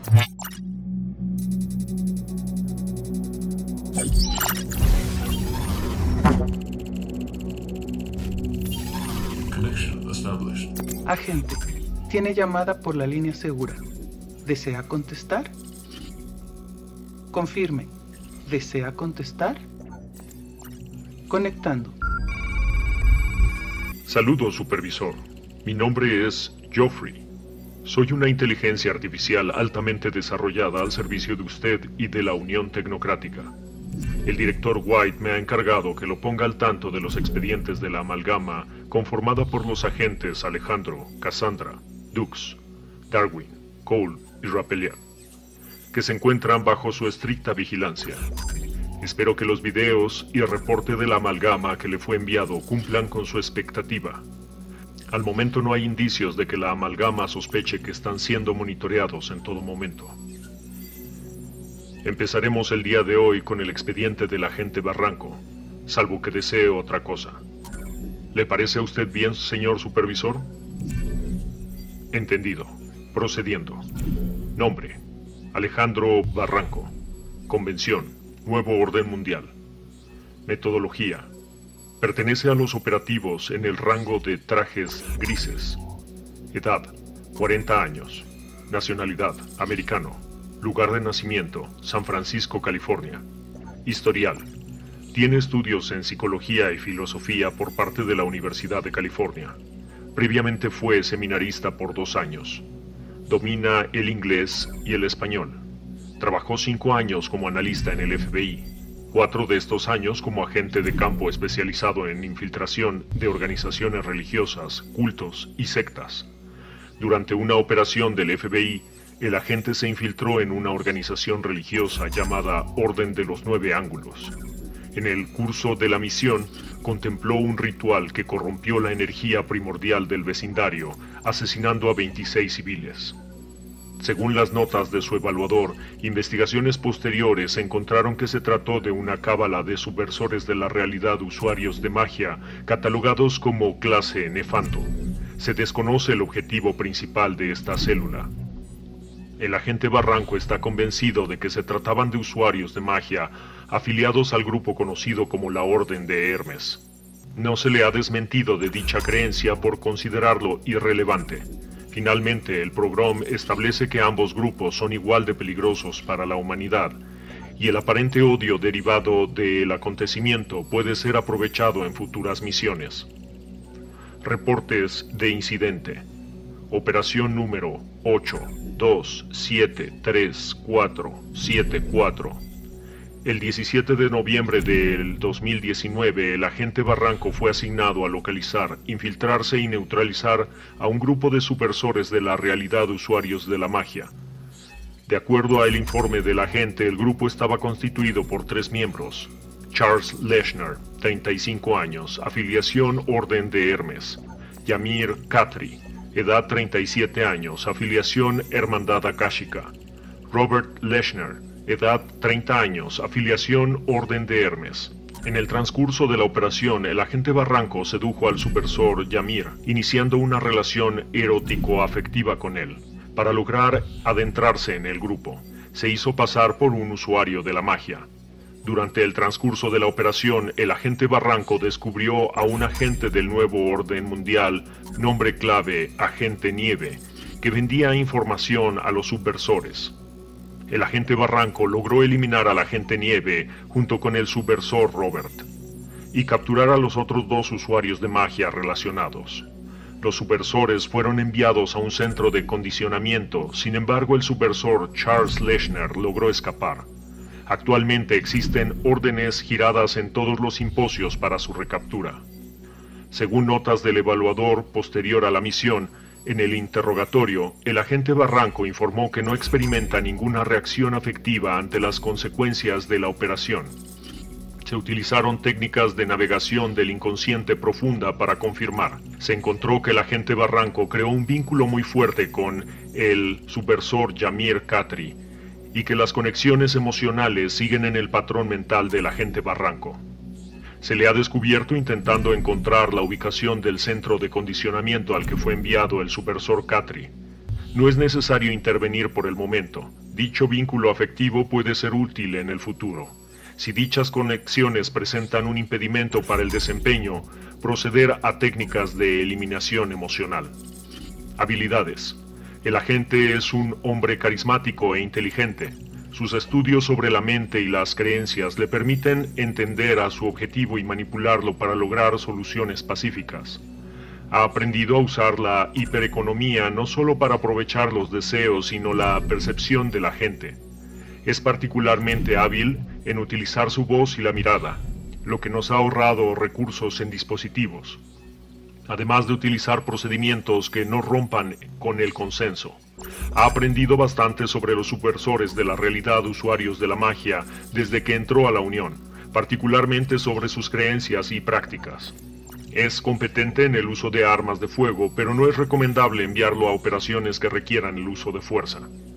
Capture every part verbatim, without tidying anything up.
Connection established. Agente, tiene llamada por la línea segura. ¿Desea contestar? Confirme. ¿Desea contestar? Conectando. Saludos, supervisor. Mi nombre es Geoffrey. Soy una inteligencia artificial altamente desarrollada al servicio de usted y de la Unión Tecnocrática. El director White me ha encargado que lo ponga al tanto de los expedientes de la amalgama conformada por los agentes Alejandro, Cassandra, Dux, Darwin, Cole y Rapelian, que se encuentran bajo su estricta vigilancia. Espero que los videos y el reporte de la amalgama que le fue enviado cumplan con su expectativa. Al momento no hay indicios de que la amalgama sospeche que están siendo monitoreados en todo momento. Empezaremos el día de hoy con el expediente del agente Barranco, salvo que desee otra cosa. ¿Le parece a usted bien, señor supervisor? Entendido. Procediendo. Nombre: Alejandro Barranco. Convención: Nuevo Orden Mundial. Metodología: pertenece a los operativos en el rango de trajes grises. Edad: cuarenta años. Nacionalidad: americano. Lugar de nacimiento: San Francisco, California. Historial: tiene estudios en psicología y filosofía por parte de la Universidad de California. Previamente fue seminarista por dos años. Domina el inglés y el español. Trabajó cinco años como analista en el F B I. Cuatro de estos años como agente de campo especializado en infiltración de organizaciones religiosas, cultos y sectas. Durante una operación del F B I, el agente se infiltró en una organización religiosa llamada Orden de los Nueve Ángulos. En el curso de la misión, contempló un ritual que corrompió la energía primordial del vecindario, asesinando a veintiséis civiles. Según las notas de su evaluador, investigaciones posteriores encontraron que se trató de una cábala de subversores de la realidad, usuarios de magia, catalogados como clase nefanto. Se desconoce el objetivo principal de esta célula. El agente Barranco está convencido de que se trataban de usuarios de magia afiliados al grupo conocido como la Orden de Hermes. No se le ha desmentido de dicha creencia por considerarlo irrelevante. Finalmente, el programa establece que ambos grupos son igual de peligrosos para la humanidad, y el aparente odio derivado del acontecimiento puede ser aprovechado en futuras misiones. Reportes de incidente. Operación número ocho dos siete tres cuatro siete cuatro. El diecisiete de noviembre del dos mil diecinueve, el agente Barranco fue asignado a localizar, infiltrarse y neutralizar a un grupo de subversores de la realidad, usuarios de la magia. De acuerdo al informe del agente, el grupo estaba constituido por tres miembros. Charles Leshner, treinta y cinco años, afiliación Orden de Hermes. Yamir Khatri, edad treinta y siete años, afiliación Hermandad Akáshica. Robert Leshner, edad treinta años, afiliación Orden de Hermes. En el transcurso de la operación, el agente Barranco sedujo al subversor Yamir, iniciando una relación erótico-afectiva con él. Para lograr adentrarse en el grupo, se hizo pasar por un usuario de la magia. Durante el transcurso de la operación, el agente Barranco descubrió a un agente del Nuevo Orden Mundial, nombre clave Agente Nieve, que vendía información a los subversores. El agente Barranco logró eliminar al agente Nieve junto con el subversor Robert y capturar a los otros dos usuarios de magia relacionados. Los subversores fueron enviados a un centro de condicionamiento, sin embargo el subversor Charles Leshner logró escapar. Actualmente existen órdenes giradas en todos los simposios para su recaptura. Según notas del evaluador posterior a la misión, en el interrogatorio, el agente Barranco informó que no experimenta ninguna reacción afectiva ante las consecuencias de la operación. Se utilizaron técnicas de navegación del inconsciente profunda para confirmar. Se encontró que el agente Barranco creó un vínculo muy fuerte con el subversor Yamir Khatri y que las conexiones emocionales siguen en el patrón mental del agente Barranco. Se le ha descubierto intentando encontrar la ubicación del centro de condicionamiento al que fue enviado el subversor Khatri. No es necesario intervenir por el momento. Dicho vínculo afectivo puede ser útil en el futuro. Si dichas conexiones presentan un impedimento para el desempeño, proceder a técnicas de eliminación emocional. Habilidades. El agente es un hombre carismático e inteligente. Sus estudios sobre la mente y las creencias le permiten entender a su objetivo y manipularlo para lograr soluciones pacíficas. Ha aprendido a usar la hipereconomía no solo para aprovechar los deseos, sino la percepción de la gente. Es particularmente hábil en utilizar su voz y la mirada, lo que nos ha ahorrado recursos en dispositivos, además de utilizar procedimientos que no rompan con el consenso. Ha aprendido bastante sobre los subversores de la realidad usuarios de la magia desde que entró a la Unión, particularmente sobre sus creencias y prácticas. Es competente en el uso de armas de fuego, pero no es recomendable enviarlo a operaciones que requieran el uso de fuerza.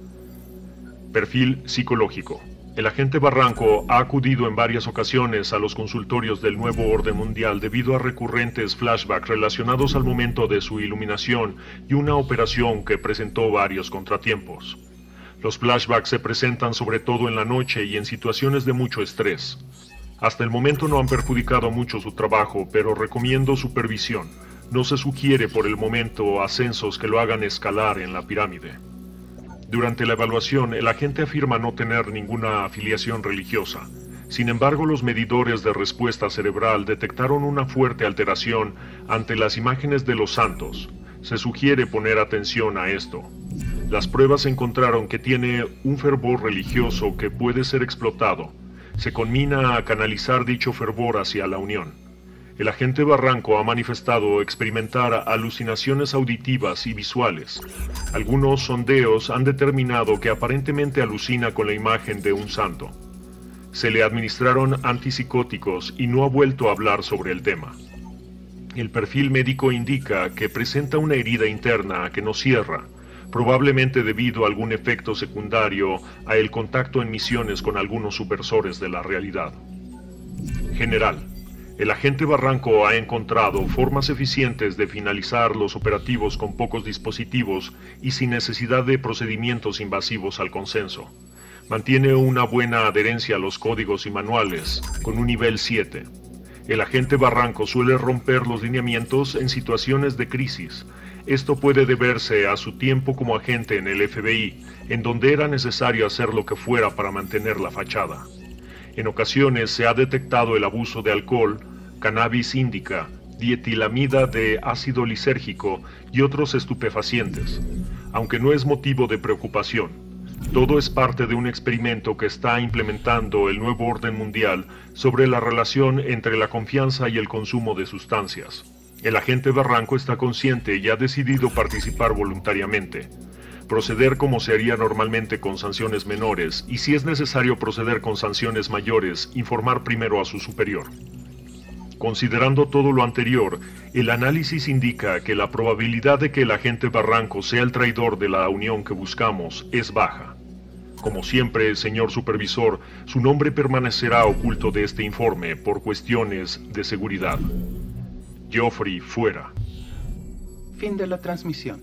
Perfil psicológico. El agente Barranco ha acudido en varias ocasiones a los consultorios del Nuevo Orden Mundial debido a recurrentes flashbacks relacionados al momento de su iluminación y una operación que presentó varios contratiempos. Los flashbacks se presentan sobre todo en la noche y en situaciones de mucho estrés. Hasta el momento no han perjudicado mucho su trabajo, pero recomiendo supervisión. No se sugiere por el momento ascensos que lo hagan escalar en la pirámide. Durante la evaluación, el agente afirma no tener ninguna afiliación religiosa. Sin embargo, los medidores de respuesta cerebral detectaron una fuerte alteración ante las imágenes de los santos. Se sugiere poner atención a esto. Las pruebas encontraron que tiene un fervor religioso que puede ser explotado. Se conmina a canalizar dicho fervor hacia la unión. El agente Barranco ha manifestado experimentar alucinaciones auditivas y visuales. Algunos sondeos han determinado que aparentemente alucina con la imagen de un santo. Se le administraron antipsicóticos y no ha vuelto a hablar sobre el tema. El perfil médico indica que presenta una herida interna que no cierra, probablemente debido a algún efecto secundario a el contacto en misiones con algunos subversores de la realidad. General. El agente Barranco ha encontrado formas eficientes de finalizar los operativos con pocos dispositivos y sin necesidad de procedimientos invasivos al consenso. Mantiene una buena adherencia a los códigos y manuales, con un nivel siete. El agente Barranco suele romper los lineamientos en situaciones de crisis. Esto puede deberse a su tiempo como agente en el F B I, en donde era necesario hacer lo que fuera para mantener la fachada. En ocasiones se ha detectado el abuso de alcohol, cannabis índica, dietilamida de ácido lisérgico y otros estupefacientes, aunque no es motivo de preocupación. Todo es parte de un experimento que está implementando el Nuevo Orden Mundial sobre la relación entre la confianza y el consumo de sustancias. El agente Barranco está consciente y ha decidido participar voluntariamente. Proceder como se haría normalmente con sanciones menores y, si es necesario proceder con sanciones mayores, informar primero a su superior. Considerando todo lo anterior, el análisis indica que la probabilidad de que el agente Barranco sea el traidor de la unión que buscamos es baja. Como siempre, señor supervisor, su nombre permanecerá oculto de este informe por cuestiones de seguridad. Geoffrey, fuera. Fin de la transmisión.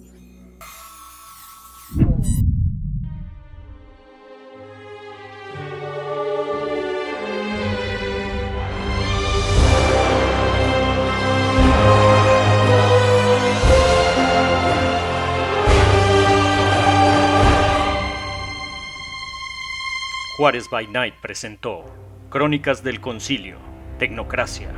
Juárez by Night presentó Crónicas del Concilio, Tecnocracia.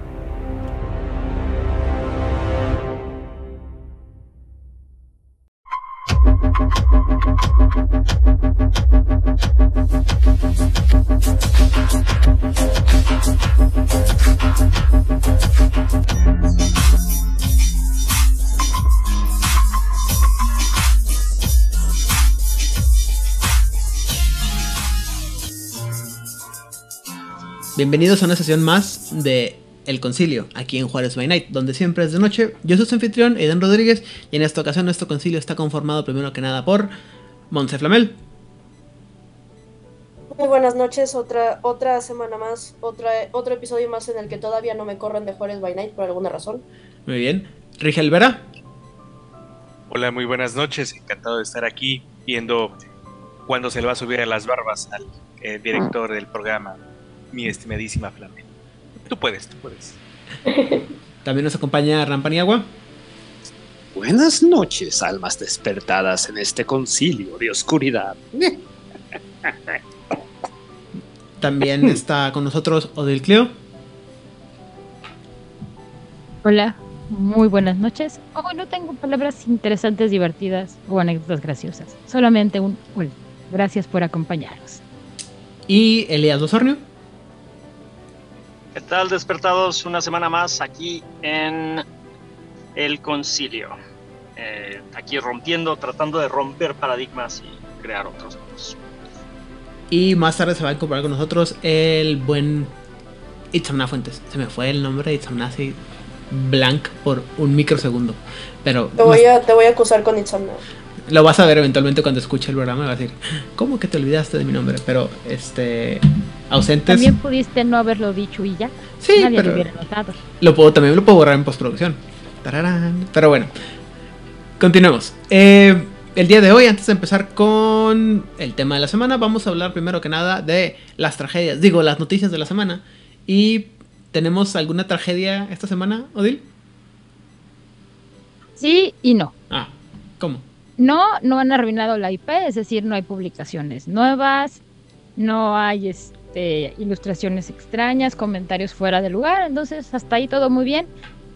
Bienvenidos a una sesión más de El Concilio, aquí en Juárez by Night, donde siempre es de noche. Yo soy su anfitrión, Eden Rodríguez, y en esta ocasión nuestro concilio está conformado primero que nada por Montse Flamel. Muy buenas noches, otra otra semana más, otra, otro episodio más en el que todavía no me corren de Juárez by Night por alguna razón. Muy bien. Rigel Vera. Hola, muy buenas noches. Encantado de estar aquí viendo cuándo se le va a subir a las barbas al eh, director del programa, mi estimadísima Flame. Tú puedes, tú puedes. También nos acompaña Rampaniagua. Buenas noches, almas despertadas en este concilio de oscuridad. También está con nosotros Odil Cleo. Hola, muy buenas noches. Hoy no tengo palabras interesantes, divertidas o anécdotas graciosas. Solamente un hola. Gracias por acompañarnos. Y Elías Osornio. ¿Qué tal, despertados? Una semana más aquí en el concilio. Eh, aquí rompiendo, tratando de romper paradigmas y crear otros mundos. Y más tarde se va a incorporar con nosotros el buen Itzamna Fuentes. Se me fue el nombre de Itzamna así blank por un microsegundo. Pero Te voy a, te voy a acusar con Itzamna. lo vas a ver eventualmente cuando escuche el programa. Va a decir, ¿cómo que te olvidaste de mi nombre? Pero este ausentes. También pudiste no haberlo dicho y ya. Sí, Nadie pero lo hubiera notado. Lo puedo, también lo puedo borrar en postproducción. Tararán. Pero bueno, continuemos. Eh, el día de hoy, antes de empezar con el tema de la semana, vamos a hablar primero que nada de las tragedias, digo, las noticias de la semana. Y ¿tenemos alguna tragedia esta semana, Odil? Sí y no. Ah, ¿cómo? No, no han arruinado la I P, es decir, no hay publicaciones nuevas, no hay este, ilustraciones extrañas, comentarios fuera de lugar, entonces hasta ahí todo muy bien.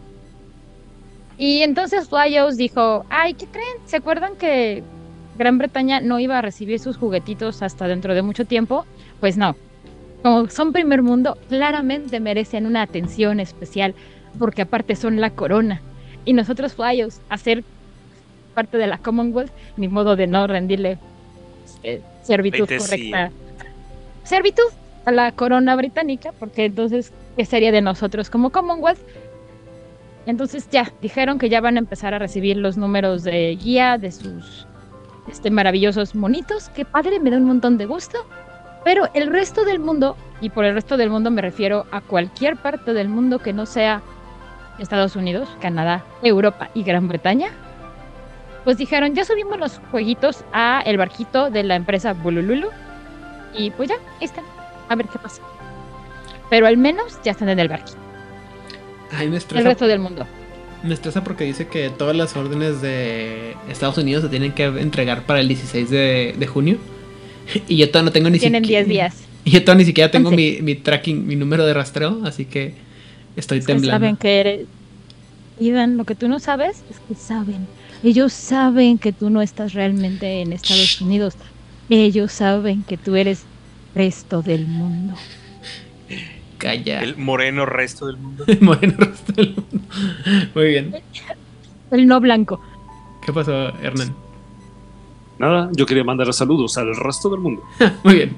Y entonces Flyos dijo, ay, ¿qué creen? ¿Se acuerdan que Gran Bretaña no iba a recibir sus juguetitos hasta dentro de mucho tiempo? Pues no. Como son primer mundo, claramente merecen una atención especial, porque aparte son la corona. Y nosotros Flyos, hacer parte de la Commonwealth, ni modo de no rendirle eh, servitud correcta. Servitud a la corona británica, porque entonces, ¿qué sería de nosotros como Commonwealth? Entonces ya, dijeron que ya van a empezar a recibir los números de guía de sus este, maravillosos monitos. ¡Qué padre! Me da un montón de gusto. Pero el resto del mundo, y por el resto del mundo me refiero a cualquier parte del mundo que no sea Estados Unidos, Canadá, Europa y Gran Bretaña, pues dijeron, ya subimos los jueguitos a el barquito de la empresa Bulululu y pues ya, ahí están, a ver qué pasa. Pero al menos ya están en el barquito. Ay, me estresa. El resto del mundo. Me estresa porque dice que todas las órdenes de Estados Unidos se tienen que entregar para el dieciséis de, de junio. Y yo todavía no tengo ni siquiera... Tienen diez días. Y yo todavía ni siquiera tengo once. mi, mi tracking, mi número de rastreo, así que estoy Es que temblando. saben que eres... Iván, lo que tú no sabes es que saben. Ellos saben que tú no estás realmente en Estados Unidos. Ellos saben que tú eres resto del mundo. Calla. El moreno resto del mundo. El moreno resto del mundo. Muy bien. El no blanco. ¿Qué pasó, Hernán? Nada, yo quería mandar saludos al resto del mundo. Muy bien.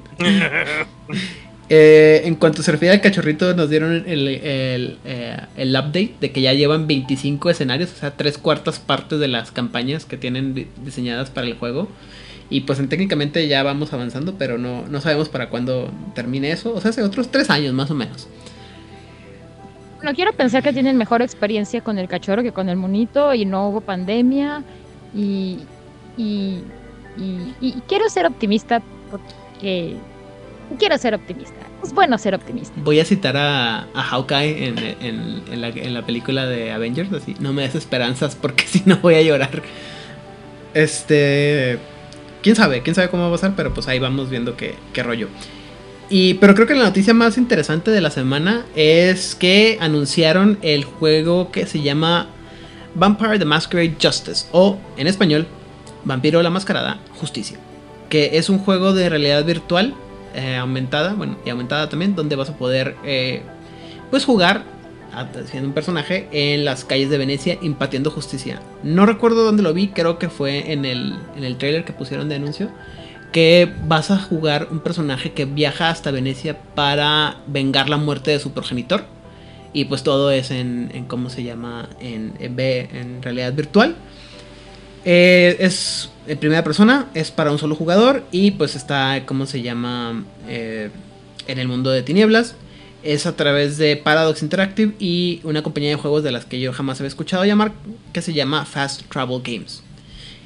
Eh, en cuanto se refiere al cachorrito, nos dieron el, el, eh, el update de que ya llevan veinticinco escenarios, o sea, tres cuartas partes de las campañas que tienen di- diseñadas para el juego. Y pues en, técnicamente ya vamos avanzando, pero no, no sabemos para cuándo termine eso. O sea, hace otros tres años más o menos. No quiero pensar que tienen mejor experiencia con el cachorro que con el monito y no hubo pandemia y, y, y, y quiero ser optimista porque quiero ser optimista. Es bueno ser optimista. Voy a citar a, a Hawkeye en, en, en, la, en la película de Avengers, así, no me des esperanzas porque si no voy a llorar. Este... quién sabe, quién sabe cómo va a pasar, pero pues ahí vamos viendo qué, qué rollo. Y, pero creo que la noticia más interesante de la semana es que anunciaron el juego que se llama Vampire the Masquerade Justice, o en español, Vampiro la Mascarada Justicia, que es un juego de realidad virtual eh, aumentada, bueno, y aumentada también, donde vas a poder eh, pues jugar siendo un personaje en las calles de Venecia impartiendo justicia. No recuerdo dónde lo vi, creo que fue en el, en el trailer que pusieron de anuncio, que vas a jugar un personaje que viaja hasta Venecia para vengar la muerte de su progenitor. Y pues todo es en, en ¿cómo se llama? En, en, en realidad virtual. Eh, es en primera persona, es para un solo jugador y pues está, ¿cómo se llama? Eh, en el mundo de tinieblas. Es a través de Paradox Interactive y una compañía de juegos de las que yo jamás había escuchado llamar, que se llama Fast Travel Games.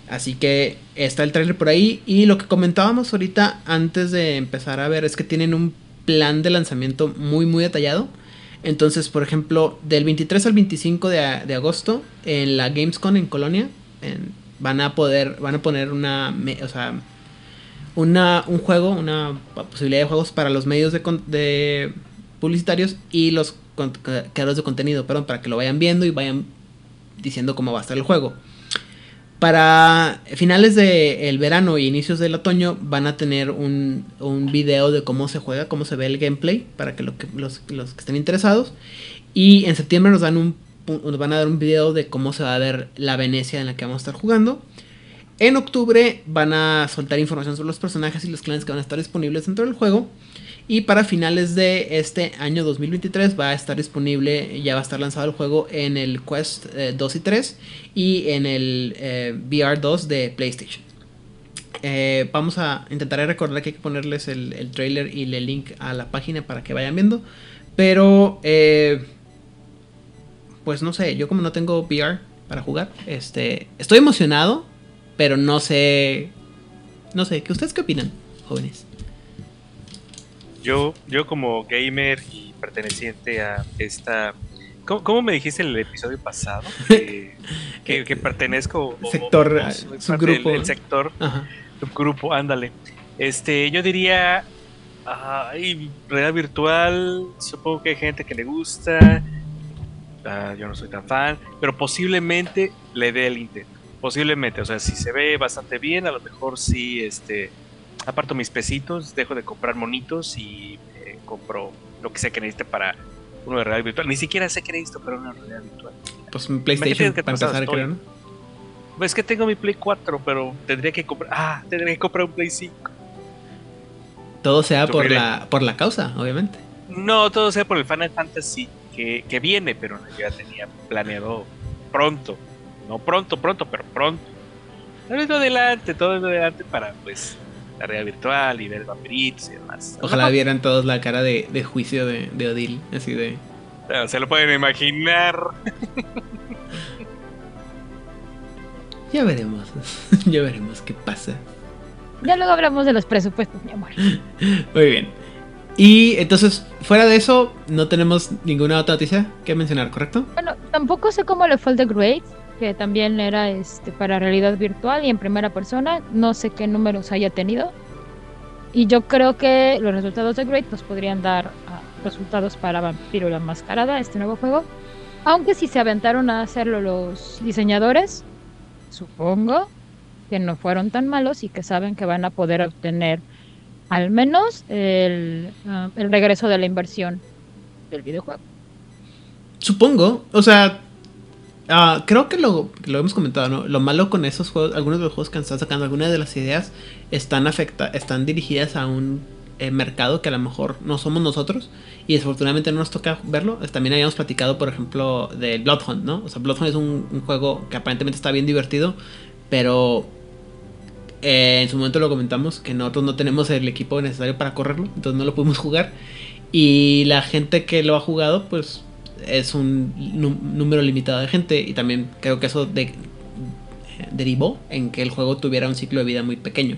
Así que está el trailer por ahí. Y lo que comentábamos ahorita antes de empezar a ver es que tienen un plan de lanzamiento muy muy detallado. Entonces, por ejemplo, del veintitrés al veinticinco de, de agosto en la Gamescom en Colonia en, van a poder van a poner una o sea una un juego, una posibilidad de juegos para los medios de, de publicitarios y los creadores de contenido, perdón, para que lo vayan viendo y vayan diciendo cómo va a estar el juego. Para finales del verano y inicios del otoño van a tener un, un video de cómo se juega, cómo se ve el gameplay, para que, lo que los, los que estén interesados. Y en septiembre nos, dan un, nos van a dar un video de cómo se va a ver la Venecia en la que vamos a estar jugando. En octubre van a soltar información sobre los personajes y los clanes que van a estar disponibles dentro del juego. Y para finales de este año dos mil veintitrés va a estar disponible, ya va a estar lanzado el juego en el Quest eh, dos y tres y en el eh, V R dos de PlayStation. Eh, vamos a intentar recordar que hay que ponerles el, el trailer y el link a la página para que vayan viendo. Pero, eh, pues no sé, yo como no tengo V R para jugar, este, estoy emocionado, pero no sé, no sé, ¿qué ustedes qué opinan, jóvenes? Yo, yo como gamer y perteneciente a esta... ¿Cómo, cómo me dijiste en el episodio pasado? Que, que, que pertenezco... Sector, o, o, o, subgrupo. El sector, Ajá. subgrupo, ándale. Este, yo diría... Ay, realidad virtual, supongo que hay gente que le gusta. Uh, yo no soy tan fan, pero posiblemente le dé el intento. Posiblemente, o sea, si se ve bastante bien, a lo mejor sí, este... aparto mis pesitos, dejo de comprar monitos y eh, compro lo que sea que necesite para uno de realidad virtual. Ni siquiera sé que necesito para una realidad virtual. Pues un PlayStation para empezar, creo, ¿no? Pues que tengo mi Play cuatro, pero tendría que comprar... Ah, tendría que comprar un Play cinco. Todo sea por la, por la causa, obviamente. No, todo sea por el Final Fantasy que, que viene, pero yo ya tenía planeado pronto. No pronto, pronto, pero pronto. Todo es adelante, todo es adelante para, pues... la realidad virtual y ver vampiritos y demás. Ojalá no, vieran todos la cara de, de juicio de, de Odile, así de... No, se lo pueden imaginar. Ya veremos, ya veremos qué pasa. Ya luego hablamos de los presupuestos, mi amor. Muy bien. Y entonces, fuera de eso, no tenemos ninguna otra noticia que mencionar, ¿correcto? Bueno, tampoco sé cómo le fue el The Great, que también era este para realidad virtual y en primera persona. No sé qué números haya tenido. Y yo creo que los resultados de Great nos podrían dar uh, resultados para Vampiro la Mascarada, este nuevo juego. Aunque si se aventaron a hacerlo los diseñadores, supongo que no fueron tan malos y que saben que van a poder obtener al menos el, uh, el regreso de la inversión del videojuego. Supongo, o sea... Uh, creo que lo, lo hemos comentado, ¿no? Lo malo con esos juegos, algunos de los juegos que están sacando, algunas de las ideas están afecta, están dirigidas a un eh, mercado que a lo mejor no somos nosotros y desafortunadamente no nos toca verlo. También habíamos platicado, por ejemplo, de Bloodhunt, ¿no? O sea, Bloodhunt es un, un juego que aparentemente está bien divertido, pero eh, en su momento lo comentamos que nosotros no tenemos el equipo necesario para correrlo, entonces no lo pudimos jugar y la gente que lo ha jugado, pues... es un número limitado de gente y también creo que eso de, derivó en que el juego tuviera un ciclo de vida muy pequeño.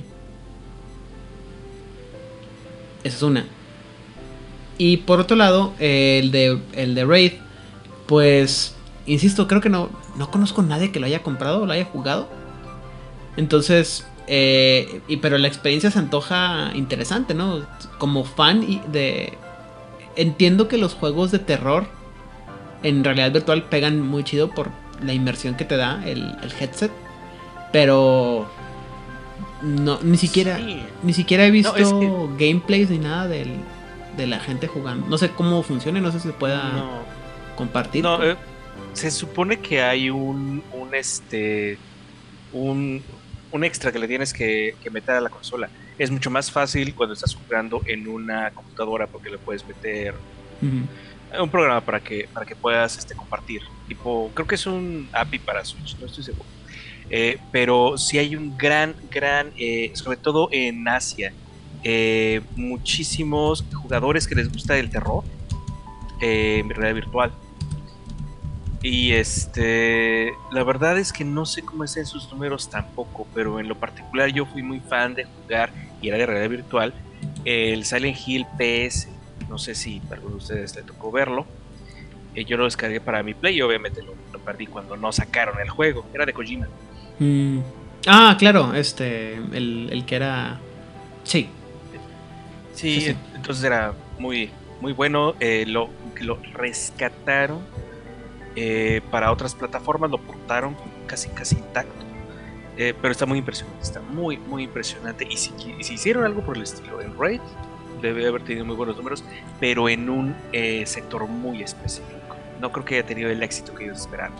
Esa es una. Y por otro lado, el de el de Raid, pues insisto, creo que no no conozco a nadie que lo haya comprado o lo haya jugado. Entonces, eh, y pero la experiencia se antoja interesante, ¿no? Como fan y de entiendo que los juegos de terror en realidad virtual pegan muy chido por la inmersión que te da el, el headset, pero no ni siquiera sí. ni siquiera he visto no, es que... gameplays ni nada del, de la gente jugando. No sé cómo funciona, no sé si se pueda no. compartir. No, eh, se supone que hay un un este un un extra que le tienes que, que meter a la consola. Es mucho más fácil cuando estás jugando en una computadora porque le puedes meter uh-huh. un programa para que para que puedas este, compartir. Tipo, creo que es un A P I para Switch, no estoy seguro. Eh, pero sí hay un gran, gran, eh, sobre todo en Asia, eh, muchísimos jugadores que les gusta el terror eh, en realidad virtual. Y este, la verdad es que no sé cómo estén sus números tampoco, pero en lo particular yo fui muy fan de jugar, y era de realidad virtual, el Silent Hill P S. No sé si para alguno de ustedes le tocó verlo. Eh, yo lo descargué para mi Play y obviamente lo, lo perdí cuando no sacaron el juego. Era de Kojima. Mm. Ah, claro, este, el, el que era... Sí. Sí, Sí, sí. entonces era muy, muy bueno. Eh, lo, lo rescataron eh, para otras plataformas, lo portaron casi, casi intacto. Eh, pero está muy impresionante, está muy, muy impresionante. Y si, y si hicieron algo por el estilo en Raid, debe haber tenido muy buenos números, pero en un eh, sector muy específico. No creo que haya tenido el éxito que ellos esperaban.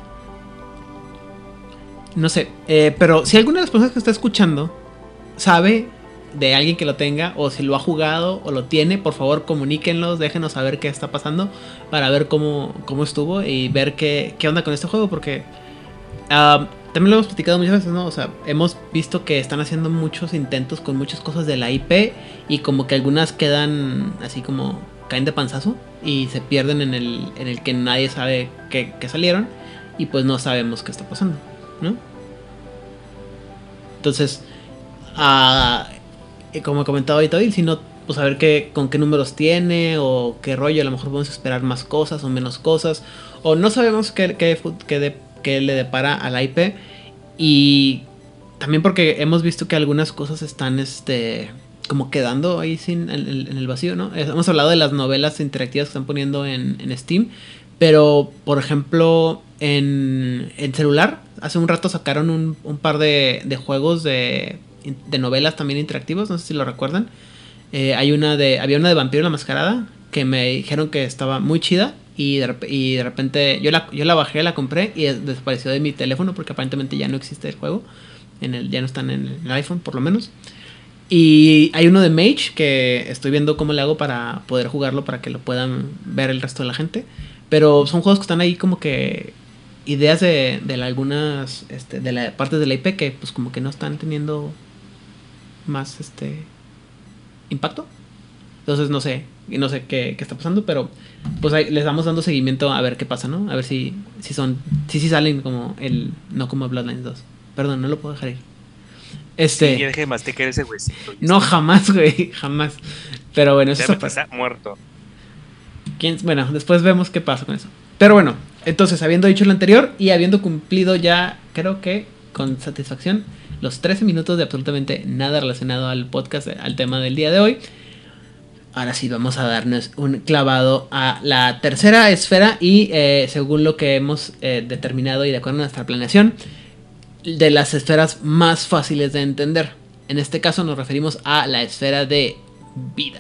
No sé, eh, pero si alguna de las personas que está escuchando sabe de alguien que lo tenga, o si lo ha jugado o lo tiene, por favor comuníquenlos, déjenos saber qué está pasando para ver cómo, cómo estuvo y ver qué, qué onda con este juego, porque uh, también lo hemos platicado muchas veces, ¿no? O sea, hemos visto que están haciendo muchos intentos con muchas cosas de la I P y como que algunas quedan así como caen de panzazo y se pierden en el, en el que nadie sabe que, que salieron y pues no sabemos qué está pasando, ¿no? Entonces, uh, como he comentado ahorita, si no, pues a ver qué, con qué números tiene o qué rollo, a lo mejor podemos esperar más cosas o menos cosas, o no sabemos qué, qué, qué, de, qué le depara a la I P. Y también porque hemos visto que algunas cosas están este como quedando ahí sin, en, en el vacío, ¿no? Hemos hablado de las novelas interactivas que están poniendo en, en Steam, pero por ejemplo en, en celular hace un rato sacaron un, un par de, de juegos de, de novelas también interactivos, no sé si lo recuerdan. Eh, hay una de había una de Vampiro la Mascarada que me dijeron que estaba muy chida y de, y de repente yo la, yo la bajé, la compré y desapareció de mi teléfono porque aparentemente ya no existe el juego, en el, ya no están en el iPhone por lo menos. Y hay uno de Mage que estoy viendo cómo le hago para poder jugarlo para que lo puedan ver el resto de la gente, pero son juegos que están ahí como que ideas de, de la, algunas este, de la partes de la I P que pues como que no están teniendo más este impacto. Entonces no sé, no sé qué, qué está pasando, pero pues ahí les vamos dando seguimiento a ver qué pasa, ¿no? A ver si, si son, si sí salen como el, no como Bloodlines dos. Perdón, no lo puedo dejar ir. Este. Sí, deje de masticar ese huesito. No, jamás, güey, jamás. Pero bueno, eso es está muerto. ¿Quién? Bueno, después vemos qué pasa con eso. Pero bueno, entonces, habiendo dicho lo anterior y habiendo cumplido ya, creo que con satisfacción, los trece minutos de absolutamente nada relacionado al podcast, al tema del día de hoy, ahora sí vamos a darnos un clavado a la tercera esfera y eh, según lo que hemos eh, determinado y de acuerdo a nuestra planeación, de las esferas más fáciles de entender. En este caso nos referimos a la esfera de vida.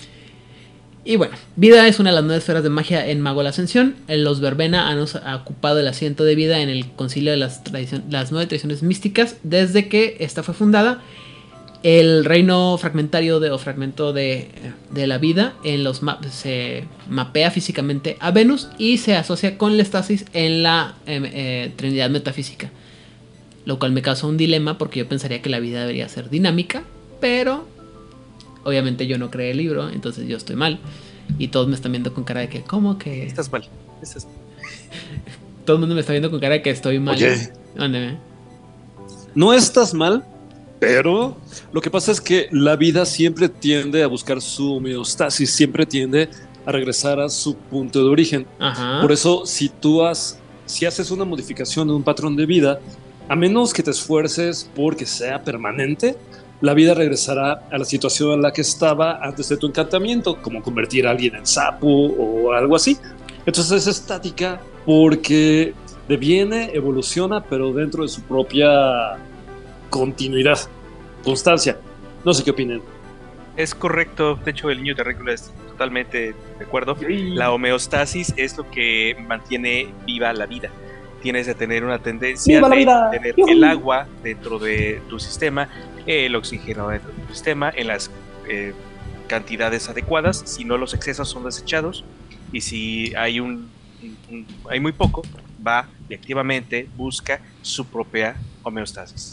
Y bueno, vida es una de las nueve esferas de magia en Mago de la Ascensión. Los Verbena han ocupado el asiento de vida en el concilio de las, las nueve tradiciones místicas desde que esta fue fundada. El reino fragmentario de, o fragmento de, de la vida en los ma se mapea físicamente a Venus y se asocia con la estasis en la eh, eh, Trinidad metafísica. Lo cual me causa un dilema porque yo pensaría que la vida debería ser dinámica, pero obviamente yo no creé el libro, entonces yo estoy mal. Y todos me están viendo con cara de que, ¿cómo que? Estás mal. Estás... Todo el mundo me está viendo con cara de que estoy mal. Oye. Ándeme. No estás mal, pero lo que pasa es que la vida siempre tiende a buscar su homeostasis, siempre tiende a regresar a su punto de origen. Ajá. Por eso, si tú has, si haces una modificación en un patrón de vida, a menos que te esfuerces porque sea permanente, la vida regresará a la situación en la que estaba antes de tu encantamiento, como convertir a alguien en sapo o algo así. Entonces es estática porque deviene, evoluciona, pero dentro de su propia continuidad, constancia. No sé qué opinen. Es correcto, de hecho el niño terrícola es totalmente de acuerdo. La homeostasis es lo que mantiene viva la vida. Tienes que tener una tendencia de tener el agua dentro de tu sistema, el oxígeno dentro de tu sistema, en las eh, cantidades adecuadas. Si no, los excesos son desechados. Y si hay un, un hay muy poco, va y activamente busca su propia homeostasis.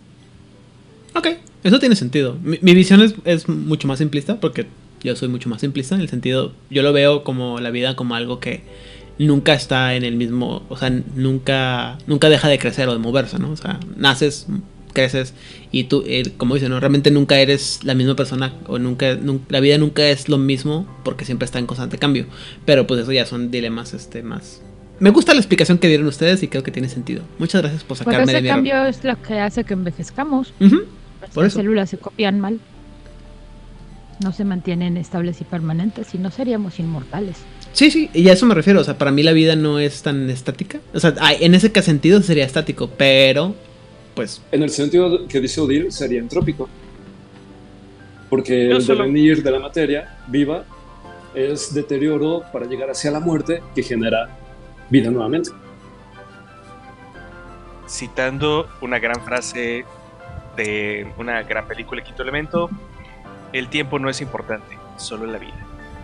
Ok, eso tiene sentido. Mi, mi visión es, es mucho más simplista porque yo soy mucho más simplista en el sentido, yo lo veo como la vida como algo que nunca está en el mismo, o sea, nunca nunca deja de crecer o de moverse, ¿no? O sea, naces, creces y tú, eh, como dicen, ¿no? Realmente nunca eres la misma persona o nunca, nunca, la vida nunca es lo mismo porque siempre está en constante cambio. Pero pues eso ya son dilemas este más. Me gusta la explicación que dieron ustedes y creo que tiene sentido. Muchas gracias por sacarme Porque de ese mi error. cambio es lo que hace que envejezcamos. Uh-huh. Por Las eso. células se copian mal. No se mantienen estables y permanentes y no seríamos inmortales. Sí, sí, y a eso me refiero. O sea, para mí la vida no es tan estática. O sea, en ese sentido sería estático, pero pues... En el sentido que dice Odil, sería entrópico. Porque Yo el solo- devenir de la materia viva es deterioro para llegar hacia la muerte que genera vida nuevamente. Citando una gran frase de una gran película, El Quinto Elemento, el tiempo no es importante, solo la vida.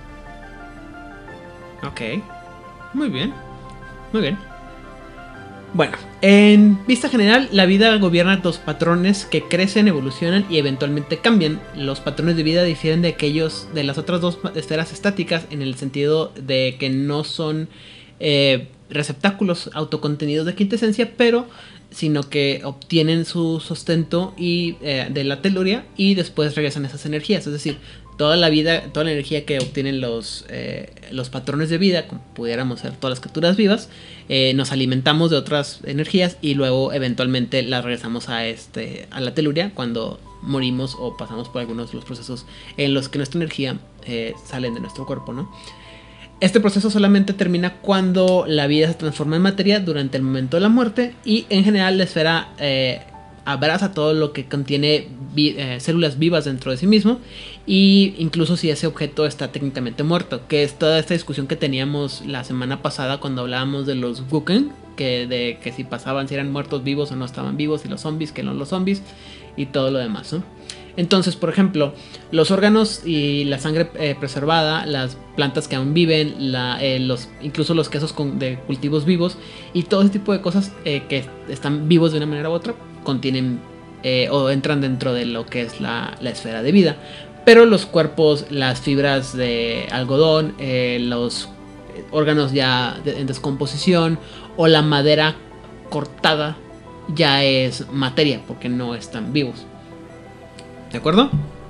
Ok, muy bien, muy bien. Bueno, en vista general, la vida gobierna dos patrones que crecen, evolucionan y eventualmente cambian. Los patrones de vida difieren de aquellos de las otras dos esferas estáticas en el sentido de que no son eh, receptáculos autocontenidos de quintesencia, pero sino que obtienen su sustento y eh, de la teluria y después regresan esas energías. Es decir, toda la vida, toda la energía que obtienen los, eh, los patrones de vida, como pudiéramos ser todas las criaturas vivas, eh, nos alimentamos de otras energías y luego eventualmente las regresamos a, este, a la teluria cuando morimos o pasamos por algunos de los procesos en los que nuestra energía eh, salen de nuestro cuerpo, ¿no? Este proceso solamente termina cuando la vida se transforma en materia durante el momento de la muerte y en general la esfera eh, abraza todo lo que contiene vi- eh, células vivas dentro de sí mismo y incluso si ese objeto está técnicamente muerto, que es toda esta discusión que teníamos la semana pasada cuando hablábamos de los Wuken, que de que si pasaban si eran muertos vivos o no estaban vivos, y los zombies que no los zombies y todo lo demás, ¿no? Entonces, por ejemplo, los órganos y la sangre eh, preservada, las plantas que aún viven, la, eh, los, incluso los quesos con, de cultivos vivos y todo ese tipo de cosas eh, que están vivos de una manera u otra, contienen eh, o entran dentro de lo que es la, la esfera de vida. Pero los cuerpos, las fibras de algodón, eh, los órganos ya de, en descomposición o la madera cortada ya es materia porque no están vivos. ¿De acuerdo?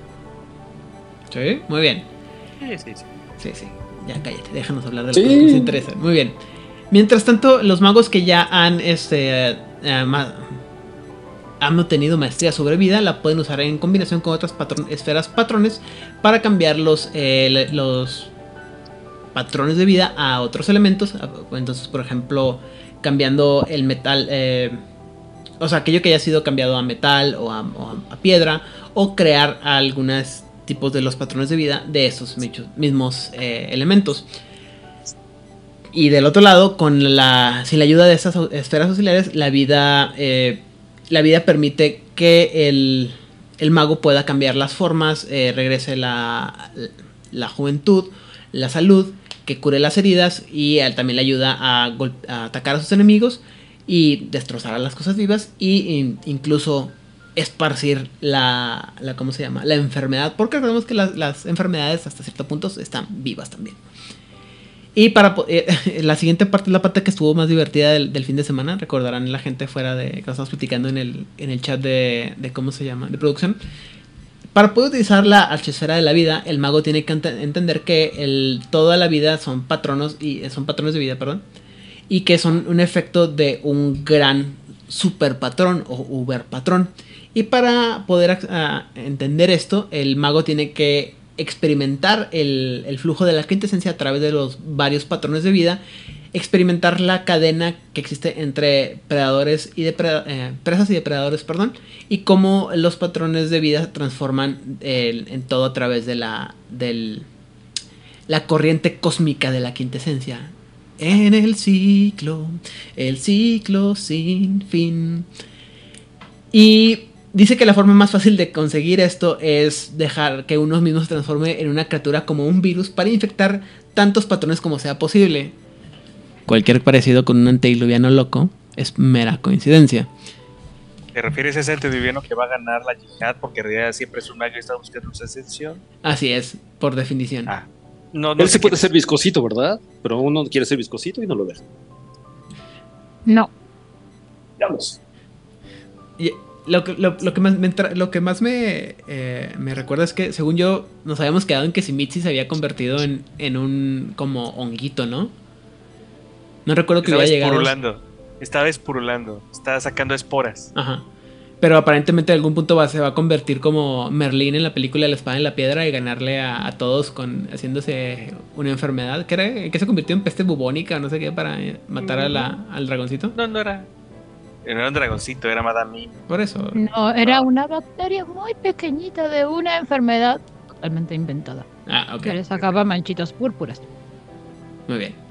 Sí, muy bien. Sí, sí, sí. Sí, sí. Ya cállate, déjanos hablar de lo Sí. que nos interesa. Muy bien. Mientras tanto, los magos que ya han este eh, ma- han obtenido maestría sobre vida la pueden usar en combinación con otras patron- esferas patrones para cambiar los, eh, le- los patrones de vida a otros elementos. Entonces, por ejemplo, cambiando el metal, eh, o sea, aquello que haya sido cambiado a metal o a, o a piedra, o crear algunos tipos de los patrones de vida de esos michos- mismos eh, elementos. Y del otro lado, con la, sin la ayuda de esas au- esferas auxiliares, la vida, eh, la vida permite que el, el mago pueda cambiar las formas, eh, regrese la, la juventud, la salud, que cure las heridas y eh, también le ayuda a, gol- a atacar a sus enemigos y destrozar a las cosas vivas y in- incluso esparcir la, la ¿cómo se llama? La enfermedad, porque recordemos que las, las enfermedades hasta cierto punto están vivas también. Y para po- eh, la siguiente parte es la parte que estuvo más divertida del, del fin de semana. Recordarán la gente fuera de que lo estamos platicando en el, en el chat de, de ¿cómo se llama? De producción. Para poder utilizar la archesfera de la vida, el mago tiene que ent- entender que el, toda la vida son patronos y son patrones de vida, perdón, y que son un efecto de un gran super patrón o uber patrón. Y para poder uh, entender esto, el mago tiene que experimentar el, el flujo de la quintesencia a través de los varios patrones de vida, experimentar la cadena que existe entre predadores y depred- eh, presas y depredadores, perdón, y cómo los patrones de vida transforman eh, en todo a través de la, del, la corriente cósmica de la quintesencia. En el ciclo, el ciclo sin fin. Y dice que la forma más fácil de conseguir esto es dejar que uno mismo se transforme en una criatura como un virus para infectar tantos patrones como sea posible. Cualquier parecido con un antediluviano loco es mera coincidencia. ¿Te refieres a ese antediluviano que va a ganar la yihad porque en realidad siempre es un mago y está buscando su ascensión? Así es, por definición. Ah. No, no Él sé sí puede quién ser viscosito, ¿verdad? Pero uno quiere ser viscosito y no lo deja. No. Diablos. Y lo, que- lo, lo que más me, entra- lo que más me, eh, me recuerda es que, según yo, nos habíamos quedado en que si Mitzi se había convertido en, en un como honguito, ¿no? No recuerdo que Estaba hubiera llegado. espurulando. Estaba espurulando. Estaba sacando esporas. Ajá. Pero aparentemente en algún punto va, se va a convertir como Merlín en la película La Espada en la Piedra y ganarle a, a todos con haciéndose una enfermedad. ¿Qué era? ¿Que se convirtió en peste bubónica o no sé qué para eh, matar a la, al dragoncito? No, no era. No era un dragoncito, era Madame Mim. Por eso. No, era una bacteria muy pequeñita de una enfermedad totalmente inventada. Ah, ok. Que le sacaba manchitas púrpuras. Muy bien.